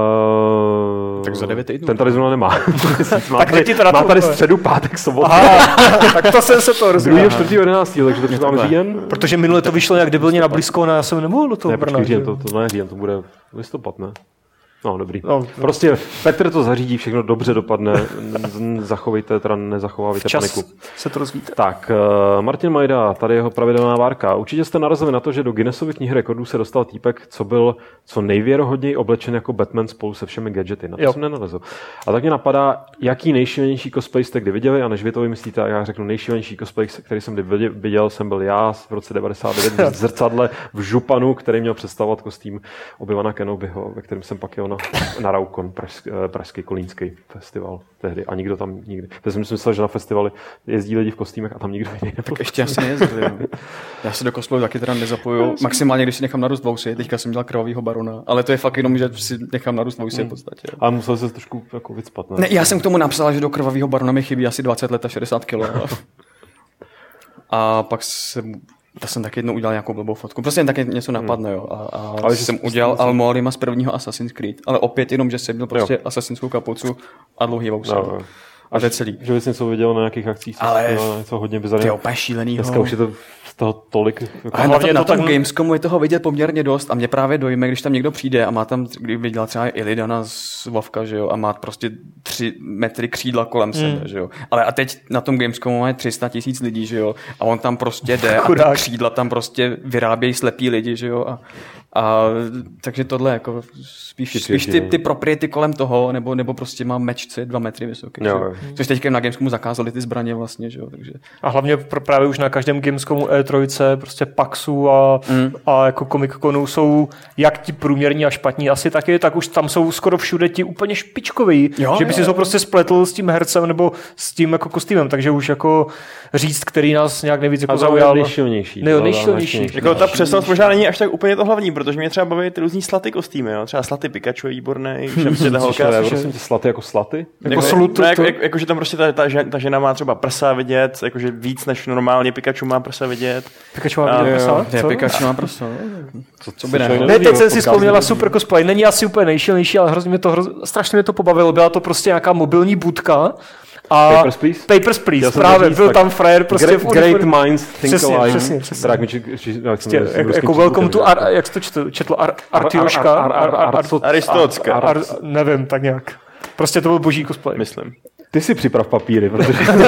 Uh, tak za devět týdnů. Ten tady zrovna nemá. má tak tady, ti to má tady středu, pátek, sobotu. Tak to jsem se to rozuměl. druhého čtvrtého jedenáctého takže to máme říjen. Protože minule to vyšlo nějak debilně na blízko, a já jsem nemohl do toho ne, Brna. Počkej, to, to ne říjen, to bude listopad, ne? No, dobrý. No, prostě Petr to zařídí, všechno dobře dopadne, zachovejte, teda nezachovávejte včas paniku. Se to rozvíte. Tak, uh, Martin Majda, tady jeho pravidelná várka. Určitě jste narazili na to, že do Guinnessovy knihy rekordů se dostal týpek, co byl co nejvěrohodněji oblečen jako Batman spolu se všemi gadgety. Na to jo. jsem nenarazil. A tak mě napadá, jaký nejšílenější cosplay jste kdy viděli, a než vy to vymyslíte, a já řeknu nejšílenější cosplay, který jsem kdy viděl, jsem byl já v roce devadesát devět v zrcadle v županu, který měl představovat kostým Obi-Wana Kenobiho, ve kterém jsem pak jel na, na Raukon, pražský, pražský kolínský festival tehdy. A nikdo tam nikdy. Já jsem myslel, že na festivaly jezdí lidi v kostýmech a tam nikdo jiný nebyl. Ještě asi nejezdil. Já se do cosplayu taky teda nezapojuju. Maximálně, když si nechám narůst vousy. Teďka jsem dělal krvavýho barona, ale to je fakt jenom, že si nechám narůst vousy hmm. v podstatě. Ale musel se trošku jako vycpat, ne? ne? Já jsem k tomu napsal, že do krvavýho barona mi chybí asi dvacet let a šedesát kilo. A pak jsem To jsem taky jednou udělal nějakou blbou fotku. Prostě jen taky něco napadne, jo. A, a ale jsem udělal Al-Mualima z prvního Assassin's Creed. Ale opět jenom, že jsem měl prostě jo. asassinskou kapucu a dlouhý vousy. No, a to je celý. Že bys něco viděl na nějakých akcích, ale něco hodně bizarního. To je úplně šílenýho. Dneska už je to z toho tolik. Jako ale hlavně na, to, na tom tak... Gamescomu je toho vidět poměrně dost a mě právě dojme, když tam někdo přijde a má tam, kdyby dělal třeba Illidana z Vovka, že jo, a má prostě tři metry křídla kolem hmm. sebe, že jo. Ale a teď na tom Gamescomu má tři sta tisíc lidí, že jo, a on tam prostě jde a ty křídla tam prostě vyrábějí slepí lidi, že jo, a A, takže tohle jako spíš, spíš ty, ty propriety kolem toho, nebo, nebo prostě má mečci dva metry vysoký. Jo. Což teďka na Gamescomu zakázali ty zbraně vlastně, že jo. Takže... A hlavně právě už na každém Gamescomu E tři, prostě Paxu a, mm. a jako Comic-Conu jsou jak ti průměrní a špatní asi taky, tak už tam jsou skoro všude ti úplně špičkoví, jo, že by si to prostě spletl s tím hercem nebo s tím jako kostýmem, takže už jako říct, který nás nějak nejvíc jako zaujal. Nejšilnější. Ne, nejšilnější. Jako ta přesnost možná není až tak úplně to hlavní, protože mě třeba baví ty různý slaty kostýmy, jo. Třeba slaty Pikachu je výborný, že ta holka. Prosím tě, slaty jako slaty? Jako, jako, no, jako, jako, jako, že tam prostě ta, ta, žena, ta žena má třeba prsa vidět, jakože víc než normálně Pikachu má prsa vidět. Pikachu má vidět prsa? Ne, Pikachu má prsa. Co, co by ne? Ne, teď jsem si vzpomněla super cosplay. Není asi úplně nejšilnější, ale hrozně mě to, hroz... strašně mě to pobavilo. Byla to prostě nějaká mobilní budka. A Papers, Please? Papers, Please, právě. Byl tam frajer prostě great, v uniform... Great minds think přesně, alike. Přesně, přesně. Prostě, jako welcome to... Ar, jak to četl? Četl Ar, Artioška? Aristotska. Nevím, tak nějak. Prostě to byl boží cosplay. Myslím. Ty si připrav papíry, protože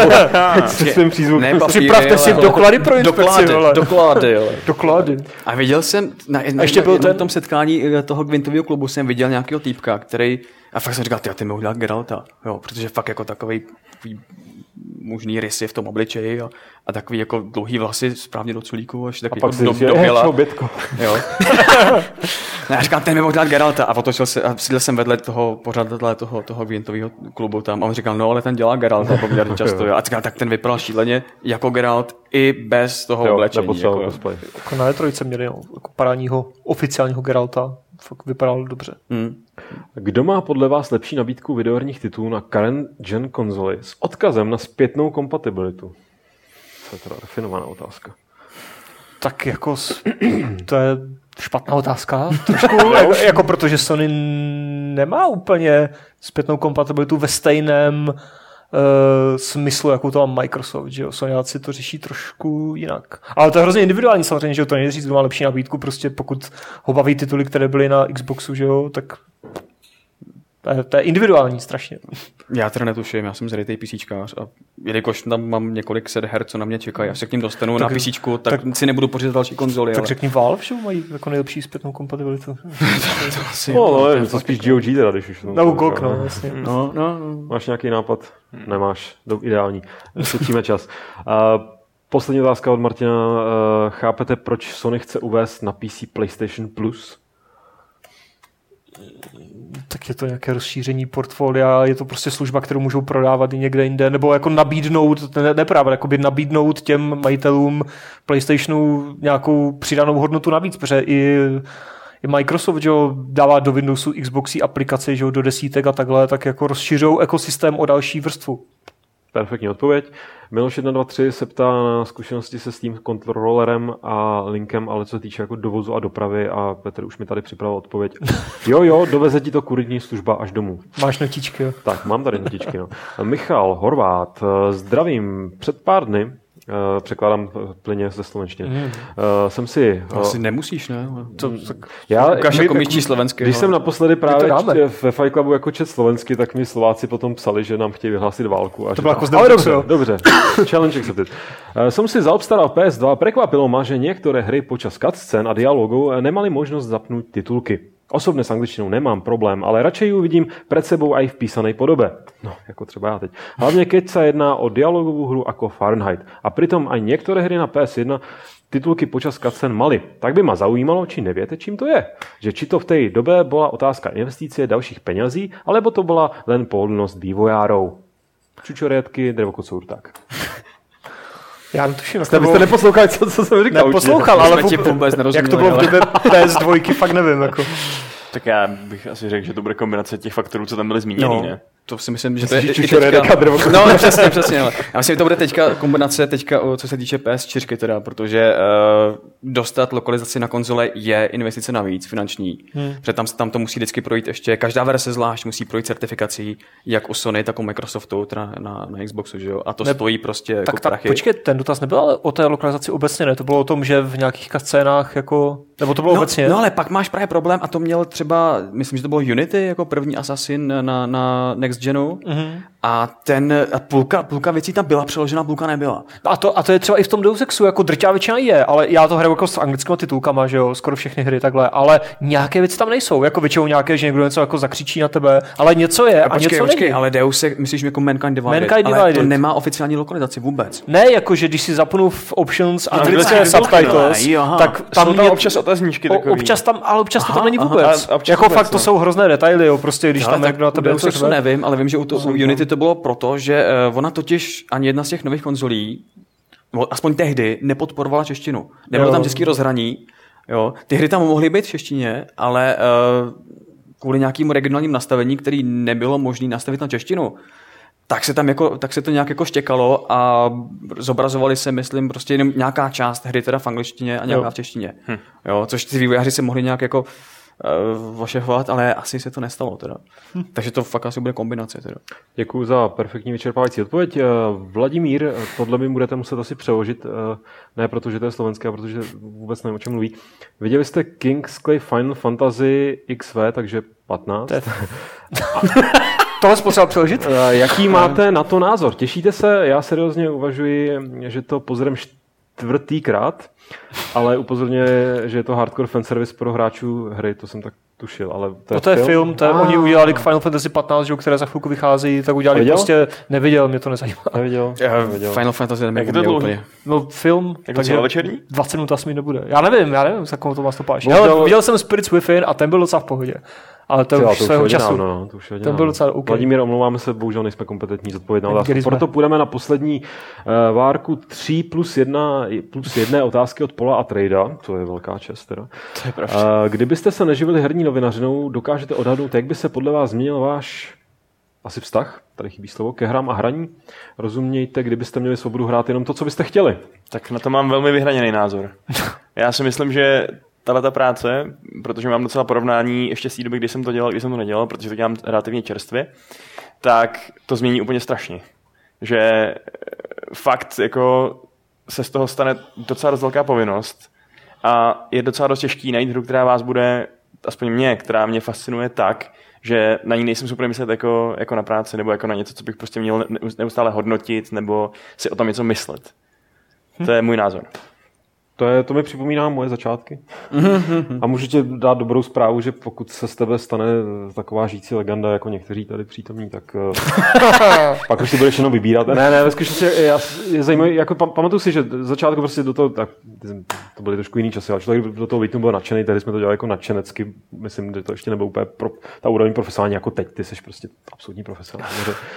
se svým přízvukem. Připravte si doklady pro inspekci. Doklady, jo. Doklady. A viděl jsem, na, na, ještě byl ten... tom setkání toho Gwyntového klubu jsem viděl nějakého týpka, který, a fakt jsem říkal, ty, ty mi udělat Geralta, jo, protože fakt jako takovej, takový možný rysy v tom obličeji a, a takový jako dlouhý vlasy správně do culíku, až takový a pak jako si do, do běla. Jo. Ne, já říkám, ten mi mohl dát Geralta a otočil se a seděl jsem vedle toho pořadatele toho, toho Gwyntového klubu tam a on říkal, no ale ten dělá Geralta poměrně často. A říkal, tak ten vypadal šíleně jako Geralt i bez toho jo, oblečení. Jako, jako na E tři měli no, jako parádního oficiálního Geralta. Fakt vypadal dobře. Hmm. Kdo má podle vás lepší nabídku videoherních titulů na current gen konzoli s odkazem na zpětnou kompatibilitu? To je teda definovaná otázka. Tak jako to je špatná otázka. Trošku, jako, jako protože Sony nemá úplně zpětnou kompatibilitu ve stejném Uh, smyslu, jakou to má Microsoft, že jo, Sonyáci to řeší trošku jinak. Ale to je hrozně individuální samozřejmě, že jo, to nejde říct, kdo má lepší nabídku, prostě pokud ho baví tituly, které byly na Xboxu, že jo, tak to je, to je individuální strašně. Já teda netuším, já jsem zrytej PCčkář a jelikož tam mám několik set her, co na mě čekají, až se k ním dostanu tak, na PCčku, tak, tak si nebudu pořídit další konzoli. Tak ale... řekni Valve, že mají jako nejlepší zpětnou kompatibilitu. to asi no, no, je to spíš G O G teda, když už. No, G O G, no, vlastně. No, no, no. Máš nějaký nápad? Nemáš, do, ideální. Sečíme čas. Uh, poslední otázka od Martina. Uh, chápete, proč Sony chce uvést na P C PlayStation Plus? Tak je to nějaké rozšíření portfolia, je to prostě služba, kterou můžou prodávat i někde jinde, nebo jako nabídnout, ne, neprávě, jakoby nabídnout těm majitelům PlayStationu nějakou přidanou hodnotu navíc, protože i, i Microsoft, že jo, dává do Windowsu, Xboxy aplikace, že jo, do desítek a takhle, tak jako rozšiřují ekosystém o další vrstvu. Perfektní odpověď. Miloš jedna dva tři se ptá na zkušenosti se Steam kontrolerem a linkem, ale co se týče jako dovozu a dopravy a Petr už mi tady připravil odpověď. Jo, jo, doveze ti to kuritní služba až domů. Máš notičky, jo? Tak, mám tady notičky, no. Michal Horvát, zdravím. Před pár dny, Uh, překládám plyně ze slovenštiny. Mm. Uh, jsem si... To asi uh, nemusíš, ne? To, tak, já, ukáž jako míčí slovenský. Když no. jsem naposledy právě č, ve Fight Clubu jako čet slovensky, tak mi Slováci potom psali, že nám chtějí vyhlásit válku. A to že, bylo jako ale dobře, dobře. Challenge accepted. Uh, jsem si zaobstaral P S dva, prekvapilo ma, že niektoré hry počas cutscén a dialogů nemali možnost zapnout titulky. Osobně s angličtinou nemám problém, ale radšej ju vidím před sebou aj v písanej podobe. No, jako třeba já teď. Hlavně keď sa jedná o dialogovou hru ako Fahrenheit. A pritom aj niektoré hry na P S jedna titulky počas cutscén mali. Tak by ma zaujímalo, či neviete, čím to je. Že či to v tej dobe bola otázka investície dalších peňazí, alebo to bola len pohodlnosť vývojárov. Čučoriedky, drevokocour, tak. Já netuším. Jste byste neposlouchali, co, co jsem říkal. Neposlouchal, ale vůbec, jak to bylo v době P S dva, fakt nevím. Jako. Tak já bych asi řekl, že to bude kombinace těch faktorů, co tam byly zmíněny, no, ne? To si myslím, že to je i teďka... No, přesně, přesně. Ale já myslím, že to bude teďka kombinace, teďka, co se týče P S čtyři teda, protože uh, dostat lokalizaci na konzole je investice navíc, finanční. Hmm. Protože tam, tam to musí vždycky projít ještě, každá verze zvlášť musí projít certifikací, jak u Sony, tak u Microsoftu, teda na, na Xboxu, že jo? A to ne, stojí prostě tak, jako tak, prachy. Počkej, ten dotaz nebyl ale o té lokalizaci obecně, ne? To bylo o tom, že v nějakých scénách jako... Nebo to bylo no, obecně? No ale pak máš právě problém a to měl třeba, myslím, že to bylo Unity jako první Assassin na, na Next Genu. Mm-hmm. a ten a půlka, půlka věcí tam byla přeložena, půlka nebyla. A to, a to je třeba i v tom Deus Exu, jako drtivá většina je, ale já to hraju jako s anglickými titulkama, že jo, skoro všechny hry takhle, ale nějaké věci tam nejsou, jako většinou nějaké, že někdo něco jako zakřičí na tebe, ale něco je a, a počkej, něco počkej, není. Ale Deus, myslíš jako Mankind Divided, Mankind ale Divided. To nemá oficiální lokalizaci vůbec. Ne, jakože když si zapnu v options anglické subtitles, no, tak tam, tam je občas otazníčky takový. Občas tam, ale občas aha, to tam není aha, vůbec. Jako vůbec, fakt to no. jsou hrozné detaily, jo, prostě když ale tam někdo na tebe něco řve. Nevím, ale vím, že u, to, u Unity to bylo proto, že uh, ona totiž ani jedna z těch nových konzolí, aspoň tehdy, nepodporovala češtinu. Nebylo jo. tam český rozhraní. Jo. Ty hry tam mohly být v češtině, ale uh, kvůli nějakému regionálním nastavení, který nebylo možné nastavit na češtinu, tak se tam jako, tak se to nějak jako štěkalo a zobrazovali se, myslím, prostě jenom nějaká část hry teda v angličtině a nějaká jo. v češtině. Hm. Jo, což ty vývojáři se mohli nějak jako uh, ošehovat, ale asi se to nestalo teda. Hm. Takže to fakt asi bude kombinace teda. Děkuji za perfektní vyčerpávající odpověď. Vladimír, tohle mi budete muset asi přeložit, ne protože to je slovenské, ale protože vůbec nevím, o čem mluví. Viděli jste Kingsglaive Final Fantasy X V, takže patnáct. Tohle jsi potřeba přeložit? Jaký máte na to názor? Těšíte se? Já seriózně uvažuji, že to pozorem čtvrtýkrát, ale upozorňuje, že je to hardcore fanservice pro hráčů hry, to jsem tak tušil, ale to je, no to je film, film to je, ah. Oni udělali k Final Fantasy patnáct, které za chvilku vychází, tak udělali neviděl? Prostě, neviděl, mě to nezajímá. Neviděl. neviděl. Final Fantasy jak to úplně. No film, jako celovečerní? dvacet minut asi mi nebude. Já nevím, já nevím, za komu to vás to páči. Viděl, viděl jsem Spirits Within a ten byl docela v pohodě. Ale to Třeba, už svého času. No, to už ten byl docela OK. Vladimír, omlouváme se, bohužel nejsme kompetentní zodpovědná otázka. Proto půjdeme na poslední uh, várku tři plus jedna plus jedné otázky od Pola a Trejda. To je velká čest teda. To je pravda. Uh, kdybyste se neživili herní novinařinou, dokážete odhadnout, jak by se podle vás změnil váš asi vztah, tady chybí slovo, ke hrám a hraní. Rozumějte, kdybyste měli svobodu hrát jenom to, co byste chtěli. Tak na to mám velmi vyhraněný názor. Já si myslím, že tato práce, protože mám docela porovnání ještě z té doby, kdy jsem to dělal, kdy jsem to nedělal, protože to dělám relativně čerstvě, tak to změní úplně strašně. Že fakt jako se z toho stane docela dost velká povinnost a je docela dost těžký najít hru, která vás bude, aspoň mě, která mě fascinuje tak, že na ní nejsem super myslet jako, jako na práci nebo jako na něco, co bych prostě měl neustále hodnotit nebo si o tom něco myslet. To je můj názor. To, je, to mi připomíná moje začátky. A můžu ti dát dobrou zprávu, že pokud se z tebe stane taková žijící legenda, jako někteří tady přítomní, tak pak už si budeš jenom vybírat. Ne, ne, ve skutečnosti je, je zajímavý, jako pamatuju si, že začátku prostě do toho, tak to byly trošku jiný časy, ale člověk do toho výtnu byl nadšený, tehdy jsme to dělali jako nadšenecky, myslím, že to ještě nebylo úplně pro, ta úroveň profesionální jako teď, ty jsi prostě absolutní profesionální.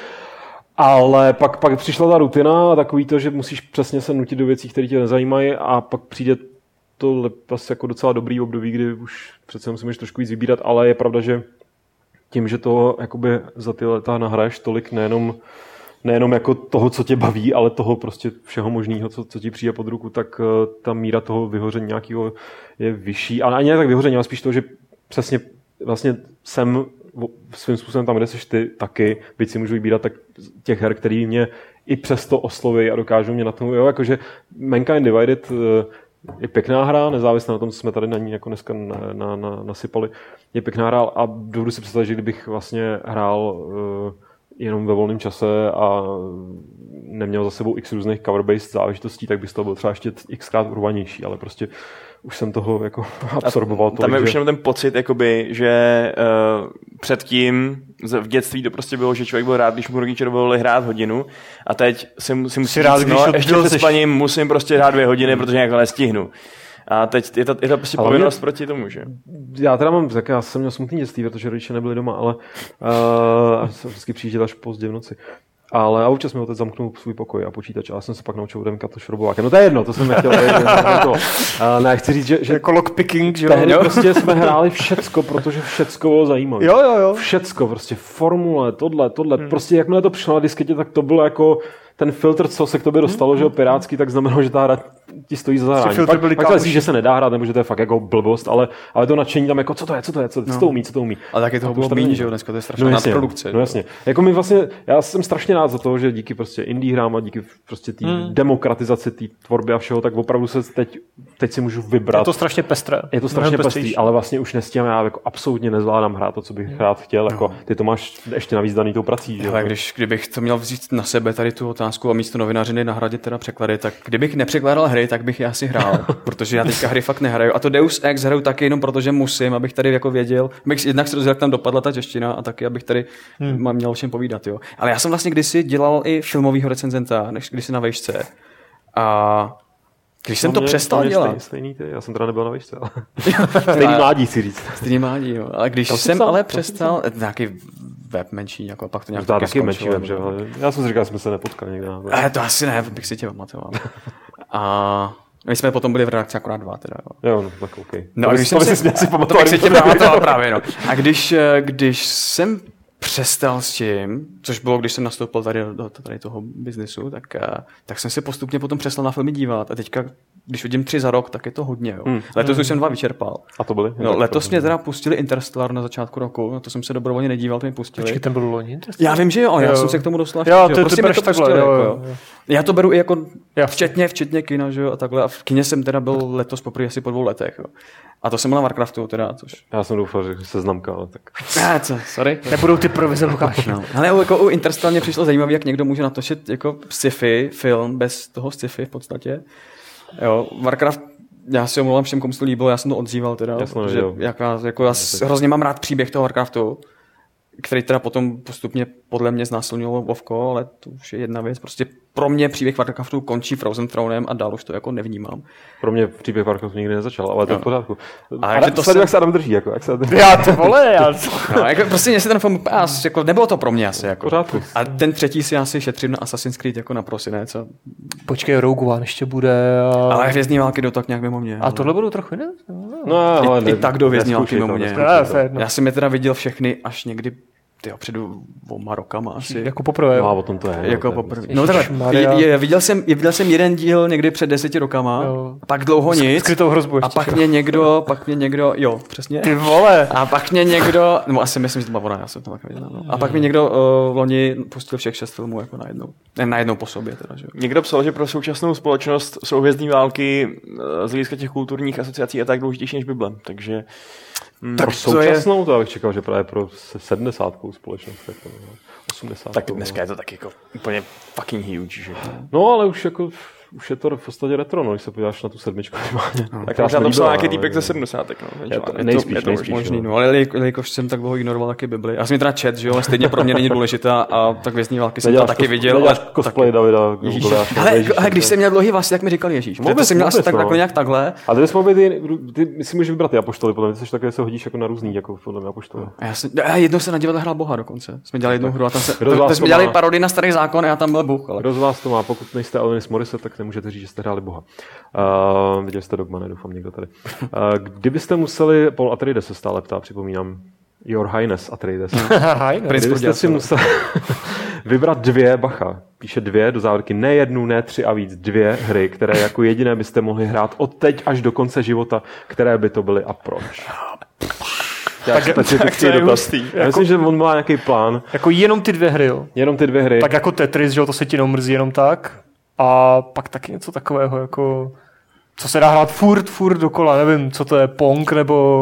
Ale pak, pak přišla ta rutina a takový to, že musíš přesně se nutit do věcí, které tě nezajímají a pak přijde to vlastně jako docela dobrý období, kdy už přece musíš trošku víc vybírat, ale je pravda, že tím, že to jakoby za ty leta nahraješ tolik nejenom, nejenom jako toho, co tě baví, ale toho prostě všeho možného, co, co ti přijde pod ruku, tak ta míra toho vyhoření nějakého je vyšší. A ani ne tak vyhoření, ale spíš to, že přesně vlastně jsem svým způsobem tam, kde seš ty taky, byť si můžu vybírat tak těch her, který mě i přesto osloví a dokážou mě na tom, jo, jakože Mankind Divided je pěkná hra, nezávisle na tom, co jsme tady na ní jako dneska na, na, na, nasypali, je pěkná hra a dovedu si představit, že kdybych vlastně hrál uh, jenom ve volném čase a neměl za sebou x různých cover-based záležitostí, tak by z toho byl třeba ještě xkrát urvanější, ale prostě už jsem toho jako absorboval tolik. Tam je že... už jenom ten pocit, jakoby, že uh, předtím v dětství to prostě bylo, že člověk byl rád, když mu rodiče dovolili hrát hodinu a teď si, si musím rád, říct, no, ještě před spaním musím prostě hrát dvě hodiny, protože nějak nestihnu. A teď je to, je to prostě ale povinnost mě... proti tomu, že? Já teda mám, tak já jsem měl smutný dětství, protože rodiče nebyli doma, ale uh, jsem vždycky přijížděl až pozdě v noci. Ale a občas mi otec zamknul svůj pokoj a počítač a já jsem se pak naučil odemkat to šrobovákem. No to je jedno, to jsem nechtěl. to. Uh, ne, chci říct, že, že jako lockpicking, že tehdy prostě jsme hráli všecko, protože všecko bylo zajímavé. Jo, jo, jo. Všecko, prostě formule, tohle, tohle. Hmm. Prostě jakmile to přišlo na disketě, tak to bylo jako ten filtr, co se k tobě dostalo, hmm. že jo, pirátský, tak znamenalo, že ta hra ti stojí za zahrání. Pak, pak to myslíš, že se nedá hrát, nebo že to je fakt jako blbost, ale, ale to nadšení tam jako, co to je, co to je, co, no. co to umí, co to umí. Ale taky toho bylo méně, že jo, dneska to je strašná no, nadprodukce. No jasně. Jako my vlastně, já jsem strašně rád za to, že díky prostě indie hrám a díky prostě té hmm. demokratizaci té tvorby a všeho, tak opravdu se teď, teď si můžu vybrat. Je to strašně pestré. Je to strašně pestrý, ale vlastně už nestíhám, já jako absolutně nezvládám hrát to, co bych hmm. rád chtěl. Jako, ty to máš ještě navíc daný tou prací. Ale když, kdybych to měl vzít na sebe tady tu otázku a místo novinářiny nahradit teda překlady, tak kdybych nepřekládal hry, tak bych je asi hrál, protože já teďka hry fakt nehraju. A to Deus Ex hraju taky jenom proto, že musím, abych tady jako věděl, abych jednak se dozvěděl, jak tam dopadla ta čeština a taky, abych tady hmm. mám měl o čem povídat. Jo. Ale já jsem vlastně kdysi dělal i filmovýho recenzenta, než kdysi na vejšce. A když jsem to, to mě, přestal to dělat. Stejný, stejný ty, já jsem teda nebyl na vejšce, ale stejný mládí si říct. Stejný mládí, jo. Ale když jsem psal, ale přestal, nějaký web menší, jako pak to nějak taky taky menší web, že jo. Já jsem si říkal, že jsme se nepotkali někde. Ale to asi ne, bych si tě pamatoval. A my jsme potom byli v redakci akorát dva teda. Jo, jo no, tak OK. No, to, když jsem si, si pamatoval, si tě pamatoval právě, no. A když, když jsem přestal s tím, což bylo, když jsem nastoupil tady do tady toho biznesu, tak, tak jsem se postupně potom přestal na filmy dívat a teďka, když vidím tři za rok, tak je to hodně. Jo. Hmm. Letos hmm. už jsem dva vyčerpal. A to byly? No, letos mě teda pustili Interstellar na začátku roku, na to jsem se dobrovolně nedíval, to mi pustili. Počkej, ten byl loni? Já vím, že jo, ale jo. Já jsem se k tomu dostal. Jo, ty, prostě ty to pustili, jo, jo, jo. Já to beru i jako včetně, včetně kina, že jo, a takhle. A v kině jsem teda byl letos poprvé asi po dvou letech, jo. A to jsem byl na Warcraftu teda, což... Já jsem doufal, že se znamka, ale tak... Ne, co, sorry. Nebudou ty provize, Lukáš. No. Ale jako u Interstellar mě přišlo zajímavé, jak někdo může natočit jako sci-fi film bez toho sci-fi v podstatě. Jo, Warcraft, já si omlouvám všem, komu se to líbilo, já jsem to oddříval teda, Jasno, protože jaká, jako já hrozně mám rád příběh toho Warcraftu, který teda potom postupně podle mě znásilnilo Vovko, ale to už je jedna věc. Prostě pro mě příběh Warcraftu končí Frozen Thronem a dál už to jako nevnímám. Pro mě příběh Warcraftu nikdy nezačal, ale to je v pořádku. A jak to se... jak se Adam drží, jako, jak se drží. Já to vole, já... no, jako, prostě mě se ten film, jako, nebylo to pro mě asi. Jako. Pořádku. A ten třetí si asi šetřím na Assassin's Creed jako na prosinec. A... Počkej, Rogue One ještě bude. A... Ale Hvězdní války jdou tak nějak mimo mě. A ale... tohle budou trochu jiné? No, ale I, ne, i tak do Hvězdní války mimo mě. To, já jsem je teda viděl všechny až někdy tyjo, před dvouma rokama asi. Jako poprvé. No a o tom to je. Jako poprvé. No takhle, je, je, viděl, jsem, viděl jsem jeden díl někdy před deseti rokama, jo. Pak dlouho nic. Skrytou hrozbu a pak mě někdo, pak mě někdo, jo, přesně. Ty vole. A pak mě někdo, no asi myslím, že to byla ona, já jsem to tak viděl. No. A pak mě někdo uh, loni pustil všech šest filmů jako najednou. Ne, najednou po sobě teda, že jo. Někdo psal, že pro současnou společnost jsou Hvězdní války z hlediska těch kulturních asociací a tak důležitější než Bible, takže tak pro současnou, to, je... to bych čekal, že právě pro sedmdesátkou společnost, jako osmdesátkou. Tak dneska je to taky jako úplně fucking huge, že? No, ale už jako už je to v podstatě retro, no, když se podíváš na tu sedmičku. No, tak možná to psal nějaký týpek ze sedmdesátek, no. Je to, nejspíš, je to nejspíš, možný, no, ale jelikož jsem tak dlouho ignoroval taky Bibli. Já jsem mi teda čet, že jo, ale stejně pro mě není důležitá a tak Hvězdní války jsem to taky viděl. Ale cosplay Davida. Ale, ale když jsem měl dlouhý vlasy, tak mi říkal Ježíš. Vůbec jsem měl asi tak takhle nějak takhle. A ty jsme ty, ty si můžeš vybrat ty apoštoly, podle mě, takže se hodíš jako na různý, jako podle mě apoštoly. Já jednou se na divadle hrál Boha dokonce. Jsme dělali jednu hru a tam se jsme dělali parodii na Starý zákon a já tam byl Bůh. Kdo z vás to má, pokud nejste Alanis Morissette, tak nemůžete říct, že jste hráli Boha. Uh, viděli jste Dogma, nedoufám někdo tady. Uh, kdybyste museli, Paul Atreides se stále ptá, připomínám, Your Highness Atreides. Kdybyste si museli vybrat dvě, bacha, píše dvě do závorky, ne jednu, ne tři a víc, dvě hry, které jako jediné byste mohli hrát od teď až do konce života, které by to byly a proč? Tak, tak to je hustý. Já myslím, že on má nějaký plán. Jako jenom ty dvě hry, jo? Jenom ty dvě hry. Tak jako Tetris, že jo, to se ti nomrzí jenom tak. A pak taky něco takového, jako co se dá hrát furt, furt dokola, nevím, co to je, Pong, nebo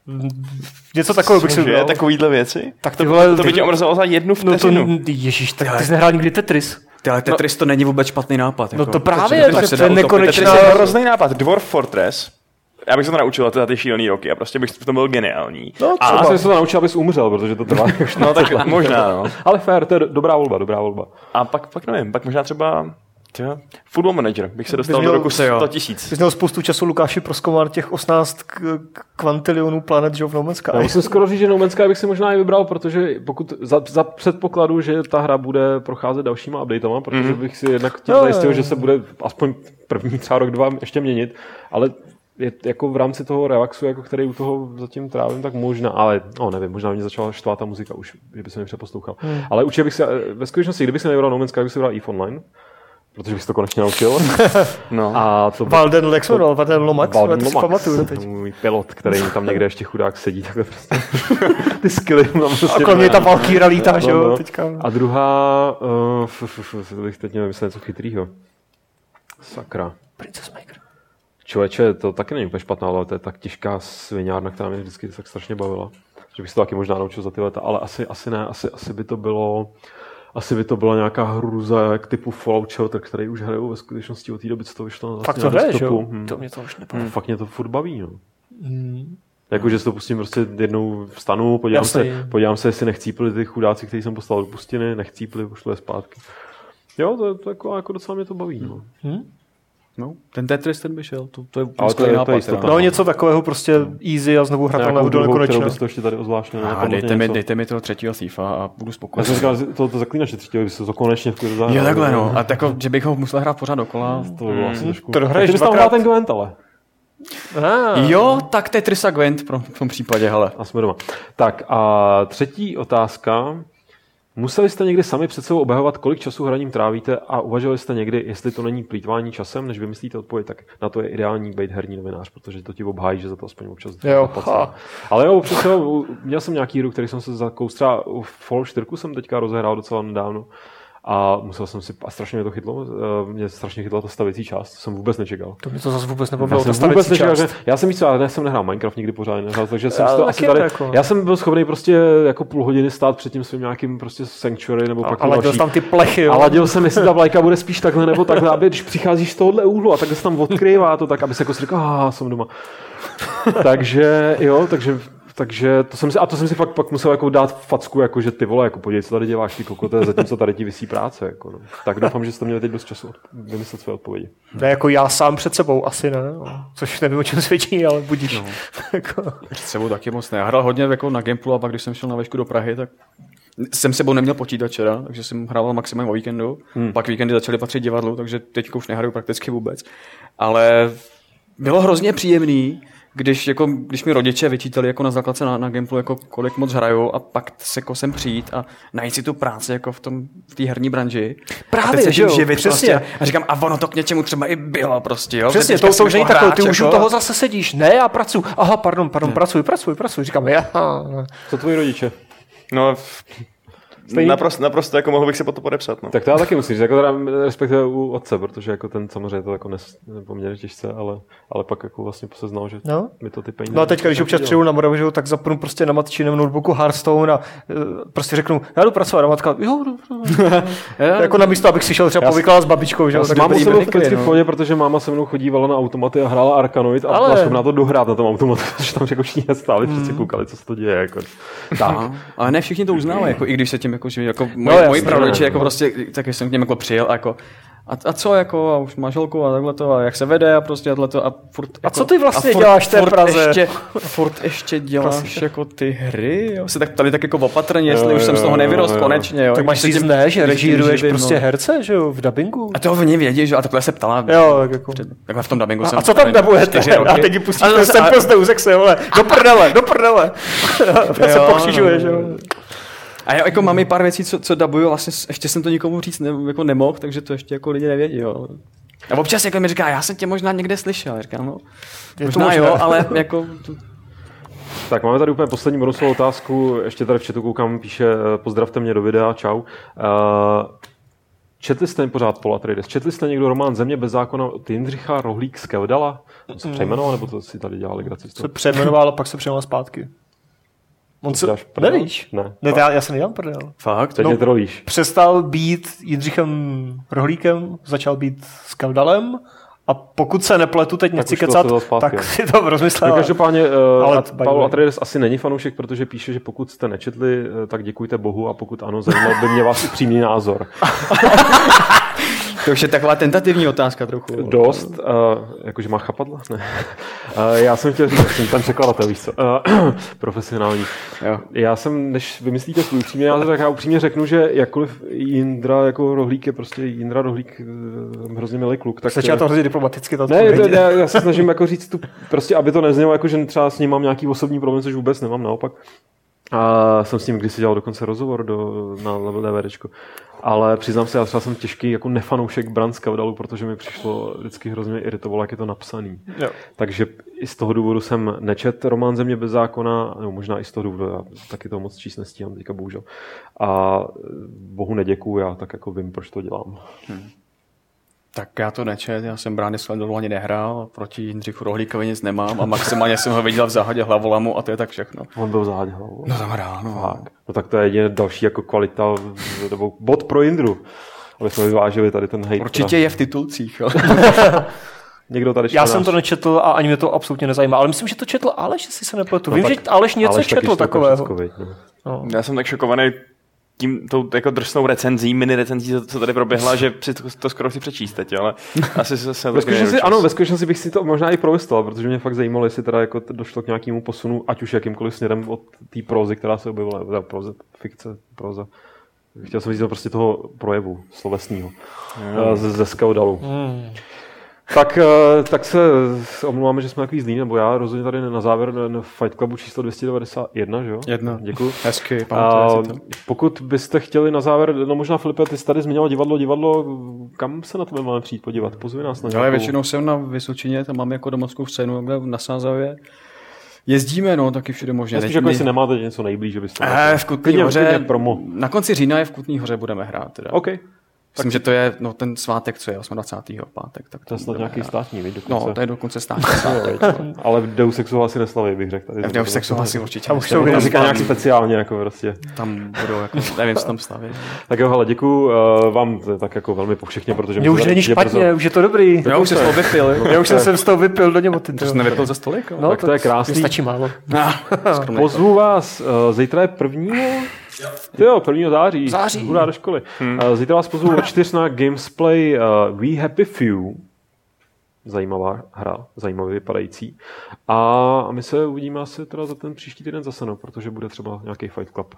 něco takového bych si vybral. Takovýhle věci? Tak to, tyhle, to by tě omrzelo za jednu vteřinu. No to, ježíš, tak ty jsi nehrál nikdy Tetris. Ale Tetris no, to není vůbec špatný nápad. Jako. No to právě, tak to je nekonečná. Tetris je hrozný nápad. Dwarf Fortress. Já bych se to naučil za ty šílený roky a prostě bych v tom byl geniální. No, a já jsem se to naučil, abys umřel, protože to trvá. No tak možná, no. Ale fair, to je dobrá volba, dobrá volba. A pak, pak nevím, pak možná třeba Tja, Football Manager, bych se dostal měl, do roku sto tisíc. Jsi měl spoustu času, Lukáši, prozkoumat těch osmnáct kvantilionů planet, že v No Man's Sky. Já musím skoro říct, že No Man's Sky bych si možná i vybral, protože pokud za, za předpokladu, že ta hra bude procházet dalšíma updatama, protože mm-hmm. bych si jednak tím no, zajistil, že se bude aspoň první třeba rok, dva ještě měnit, ale je jako v rámci toho relaxu, jako který u toho zatím trávím, tak možná, ale no nevím, možná mě začala štvát ta muzika už, že by se mi přeposlouchal. Hmm. Ale určitě bych si, ve skutečnosti, kdybych si nevybral No Man's Sky, bych si vybral EVE Online, protože bych si to konečně naučil. No. A to Valden, jak se jmenoval? Valden Lomax? Valden To si Lomax, pamatuju teď. můj pilot, který tam někde ještě chudák sedí. Takhle prostě. Ty skilly tam prostě... A kolem mě ta Valkýra lítá, že jo, teďka. A druhá, uh, f, f, f, bych teď měl vymyslet něco chytrýho. Sakra. Princess Maker. Člověče, to taky není úplně špatná, ale to je tak těžká sviňárna, která mě vždycky tak strašně bavila. Že bych se to taky možná naučil za ty leta, ale asi, asi ne, asi, asi by to bylo... Asi by to byla nějaká hruza jak typu Fallout Shelter, který už hrajou ve skutečnosti od té doby, co to vyšlo. Vlastně fakt to hraješ, jo? Hmm. To mě to už nebaví. Hmm. Fakt mě to furt baví, no. Hmm. Jako, že si to pustím prostě jednou vstanu, podívám se, podívám se, jestli nechcípli ty chudáci, který jsem poslal do pustiny, nechcípli, pošlu je zpátky. Jo, to, to jako, jako docela mě to baví, no. Hmm? No, ten Tetris ten by šel, to, to je ale to je, to je nápad. No něco takového prostě easy a znovu hratelného do nekonečna. Kterou bys to ještě tady ozvláštně. A dejte mi, dejte mi toho třetího Thiefa a budu spokojený. Já jsem říkal, to, to zaklínače třetího, bys to konečně v klidu zahrál. Jo, takhle no. A tako, že bych ho musel hrát pořád dokola. To by bylo asi trošku. To dohraješ dvakrát. Ty bys tam ten Gwent, ale. Ah. Jo, tak Tetris a Gwent pro, v tom případě, hele. A jsme doma. Tak a třetí otázka. Museli jste někdy sami před sebou obhajovat, kolik času hraním trávíte a uvažovali jste někdy, jestli to není plýtvání časem, než vymyslíte odpověď, tak na to je ideální být herní novinář, protože to ti obhájí, že za to aspoň občas jo, ale jo, občas jo, měl jsem nějaký hru, který jsem se zakous, třeba Fallout čtyři jsem teďka rozehrál docela nedávno a musel jsem si, a strašně mě to chytlo, mě strašně chytla ta stavěcí část, to jsem vůbec nečekal. To mě to zase vůbec nebavilo, ta stavěcí část. Že, já jsem víc, ale ne, jsem nehrál Minecraft nikdy pořád nehrál, takže jsem to asi tady, jako. Já jsem byl schopný prostě jako půl hodiny stát před tím svým nějakým prostě Sanctuary nebo pak a ladil tam ty plechy, jo. A ladil jsem, jestli ta vlajka bude spíš takhle nebo takhle, aby když přicházíš z tohohle úhlu a takhle se tam odkrývá to tak, aby se jako si říkal, ah, jsem doma. takže jo, takže Takže to jsem si, a to jsem si fakt pak musel jako dát facku, jako že ty vole, jako podívej, co tady děláš, ty kokote, zatímco tady ti visí práce. Jako, no. Tak doufám, že jste měli teď dost času vymyslet své odpovědi. Ne, jako já sám před sebou asi ne, no. Což nevím, o čem svědčí, ale budíš. No. jako. Před sebou taky moc ne. Já hrál hodně jako na Gimplu a pak když jsem šel na vešku do Prahy, tak jsem sebou neměl počítač včera, takže jsem hrával maximum o víkendu. Hmm. Pak víkendy začaly patřit divadlu, takže teď už nehraju prakticky vůbec. Ale bylo hrozně příjemný, Když, jako, když mi rodiče vyčítali jako na základce na, na Gimplu, jako kolik moc hrajou a pak se jako sem přijít a najít si tu práci jako v tom v té herní branži. Právě, že jo, přesně. Prostě. A říkám, a ono to k něčemu třeba i bylo prostě, jo. Přesně, to, to už není takové, ty už u toho zase sedíš. Ne, já pracuji. Aha, pardon, pardon, pracuji, pracuji, pracuji. Říkám, já. Co tvoji rodiče? No, naprosto, naprosto jako mohl bych se pod to podepsat. No. Tak to já taky musím říct, jako teda respektive u otce, protože jako ten samozřejmě to jako nes, poměrně těžce, ale, ale pak jako vlastně poseznal, že no. mi to ty peníze... No a teďka, když občas přijdu na Moravu, tak zapnu prostě na matčinem notebooku Hearthstone a prostě řeknu, já jdu pracovat a matka, jo, jako na místo, abych si šel třeba povykládat s babičkou. Že? Já tak máma se mnou vždycky v pohodě, protože máma se mnou chodívala na automaty a hrála Arkanoid a byla schopná to dohrát na tom automatu, protože tam jako všichni stáli, přeci koukali, co se to děje. Jako. Tak. Ale ne všichni to uznávají, jako i když se tím jako živí, jako moji, no, moji prarodiče jako prostě, tak jsem k něm jako přijel a jako a, a co jako, a už máš holku a takhle to a jak se vede a prostě tohleto a furt jako, a co ty vlastně furt, děláš v té furt Praze? Ještě, furt ještě děláš prostě. Jako ty hry, jo? Se tak tady tak jako opatrně, jestli jo, už jo, jsem z toho nevyrost jo, jo. konečně, jo. Tak máš říct ne, že režíruješ prostě no. herce, že jo, v dabingu. A to oni vědí, že a takhle se ptala. Jo, tak jako. Takhle v tom dabingu a, jsem. A co tam dabujete? A teď ji pustíš ten sample z Deus Exe, vole. Do prdele, do prdele. To se pokřižuje, že jo. A já jako mám i pár věcí, co, co dabuju, vlastně ještě jsem to nikomu říct ne, jako nemohl, takže to ještě jako lidi nevědí, jo. A občas jako mi říká, já jsem tě možná někde slyšel, já říkám, no, je možná, možná jo, ale jako... Tak máme tady úplně poslední bonusovou otázku, ještě tady v chatu koukám, píše, pozdravte mě do videa, čau. Uh, četli jste pořád Paul Atreides, četli jste někdo román Země bez zákona od Jindřicha Rohlík z Keldala? To se přejmenoval, nebo to si tady dělali graci? Se přejmenoval a pak se přejmenoval zpátky. On se... Nevíš? Ne. Ne, já, já se nedělám prdel. Fakt? Teď mě trolíš. Přestal být Jindřichem Rohlíkem, začal být s Keldalem a pokud se nepletu, teď nechci kecat, tak si to rozmyslel. No, každopádně ale Paul Atreides asi není fanoušek, protože píše, že pokud jste nečetli, tak děkujte Bohu a pokud ano, zajímal by mě váš upřímný názor. To už je taková tentativní otázka trochu. Dost, uh, jakože má chapadla? Ne. Uh, já jsem chtěl říct, jsem ten překladatel, víš co, uh, profesionální. Jo. Já jsem, než vymyslíte svůj upřímný názor, tak já upřímně řeknu, že jakkoliv Jindra jako Rohlík je prostě Jindra Rohlík uh, hrozně milý kluk. Tak začal to hrozně diplomaticky. Ne, to, já, já se snažím jako říct tu, prostě, aby to neznělo, jako, že třeba s ním mám nějaký osobní problém, což vůbec nemám, naopak. A jsem s ním kdysi dělal dokonce rozhovor do, na Level DVDčko. Ale přiznám se, já třeba jsem těžký jako nefanoušek Brand Skavdalu, protože mi přišlo vždycky hrozně iritovalo, jak je to napsaný. Jo. Takže i z toho důvodu jsem nečet román Země bez zákona, nebo možná i z toho důvodu, já taky to moc číst nestíhám teďka bohužel. A bohu neděkuju, já tak jako vím, proč to dělám. Hmm. Tak já to nečet, já jsem Brány Skavdalu ani nehrál, proti Jindřichu Rohlíkovi nic nemám a maximálně jsem ho viděl v Záhadě hlavolamu a to je tak všechno. On byl v Záhadě hlavolamu? No tam hrál, no. Fakt. No tak to je jedině další jako kvalita, nebo bod pro Jindru, aby jsme vyvážili tady ten hejt. Určitě je v titulcích. Někdo tady Já jsem to nečetl a ani mě to absolutně nezajímá, ale myslím, že to četl Aleš, jestli se nepletu. No Vím, tak, že Aleš něco Aleš četl takového. Všechno, viď, no. No. Já jsem tak šokovaný tím tou jako drsnou recenzí, mini recenzí, co tady proběhla, že si to, to skoro si přečíst teď, ale asi se se ve skutečnosti, ano, ve skutečnosti bych si to možná i prolistal, protože mě fakt zajímalo, jestli teda jako došlo k nějakému posunu, ať už jakýmkoliv směrem od té prózy, která se objevila, teda próze, fikce, próza. Chtěl jsem říct prostě toho projevu slovesního ze, ze Skavdalu. Mm. Tak, tak se omlouváme, že jsme takový zlí, nebo já rozhodně tady na závěr na Fight Clubu číslo dvě stě devadesát jedna, že jo? Jedna. Děkuji. Hezky, pamatujeme. Pokud byste chtěli na závěr, no možná Filipe, ty jsi tady zmiňoval divadlo, divadlo, kam se na tebe máme přijít podívat? Pozvi nás na nějakou... Ale většinou jsem na Vysočině, tam máme jako domovskou scénu, na Sázavě. Jezdíme, no, taky všude možně. Spíš jako jestli nemáte něco nejblíž, že byste... Eh, v Kutný Hoře, na konci října je v Kutný Hoře budeme hrát. Teda. Okay. Myslím, že to je no, ten svátek, co je osmdvacátého pátek. Tak to je snad nějaký státní, víš, dokonce. No, to je dokonce státní svátek. Ale v Deus Exu asi neslaví, bych řekl. V Deus Exu asi určitě. Tam už to bude nějak speciálně, jako prostě. Tam budou, jako, nevím, co tam staví. Tak jo, hele, děkuju uh, vám tak jako velmi povšechně, protože... Mě už není špatně, brzo... už je to dobrý. Já už jsem z toho vypil. Já už jsem z toho vypil do němoty. To jsi nevypil za stolik? No, tak to je krásný. Stačí málo. Pozvu vás, zítra je prvního... Jo, prvního září. Září. Hurá do školy. Hmm. Zítra vás pozvu od čtyř na Gamesplay uh, We Happy Few. Zajímavá hra, zajímavě vypadající. A my se uvidíme asi teda za ten příští týden zase, no, protože bude třeba nějaký Fight Club.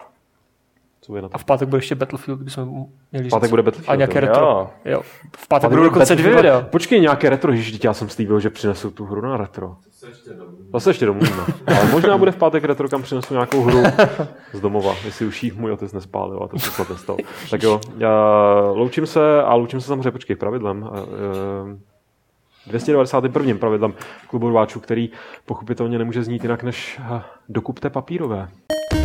Co je na to? A v pátek bude ještě Battlefield, kdybychom měli v pátek bude Battlefield. A nějaké retro. Jo. jo. V pátek budou dokonce dvě videa. Počkej, nějaké retro, ježiš, já jsem slíbil, že přinesou tu hru na retro. Zase ještě domluvíme. Ale možná bude v pátek retro, kam přinesu nějakou hru z domova, jestli už jí můj otec nespálil a to se snad nestalo. Tak jo, já loučím se a loučím se samozřejmě, počkej, pravidlem. dvě stě devadesát jedna pravidlem klubu rváčů, který pochopitelně nemůže znít jinak než dokupte papírové.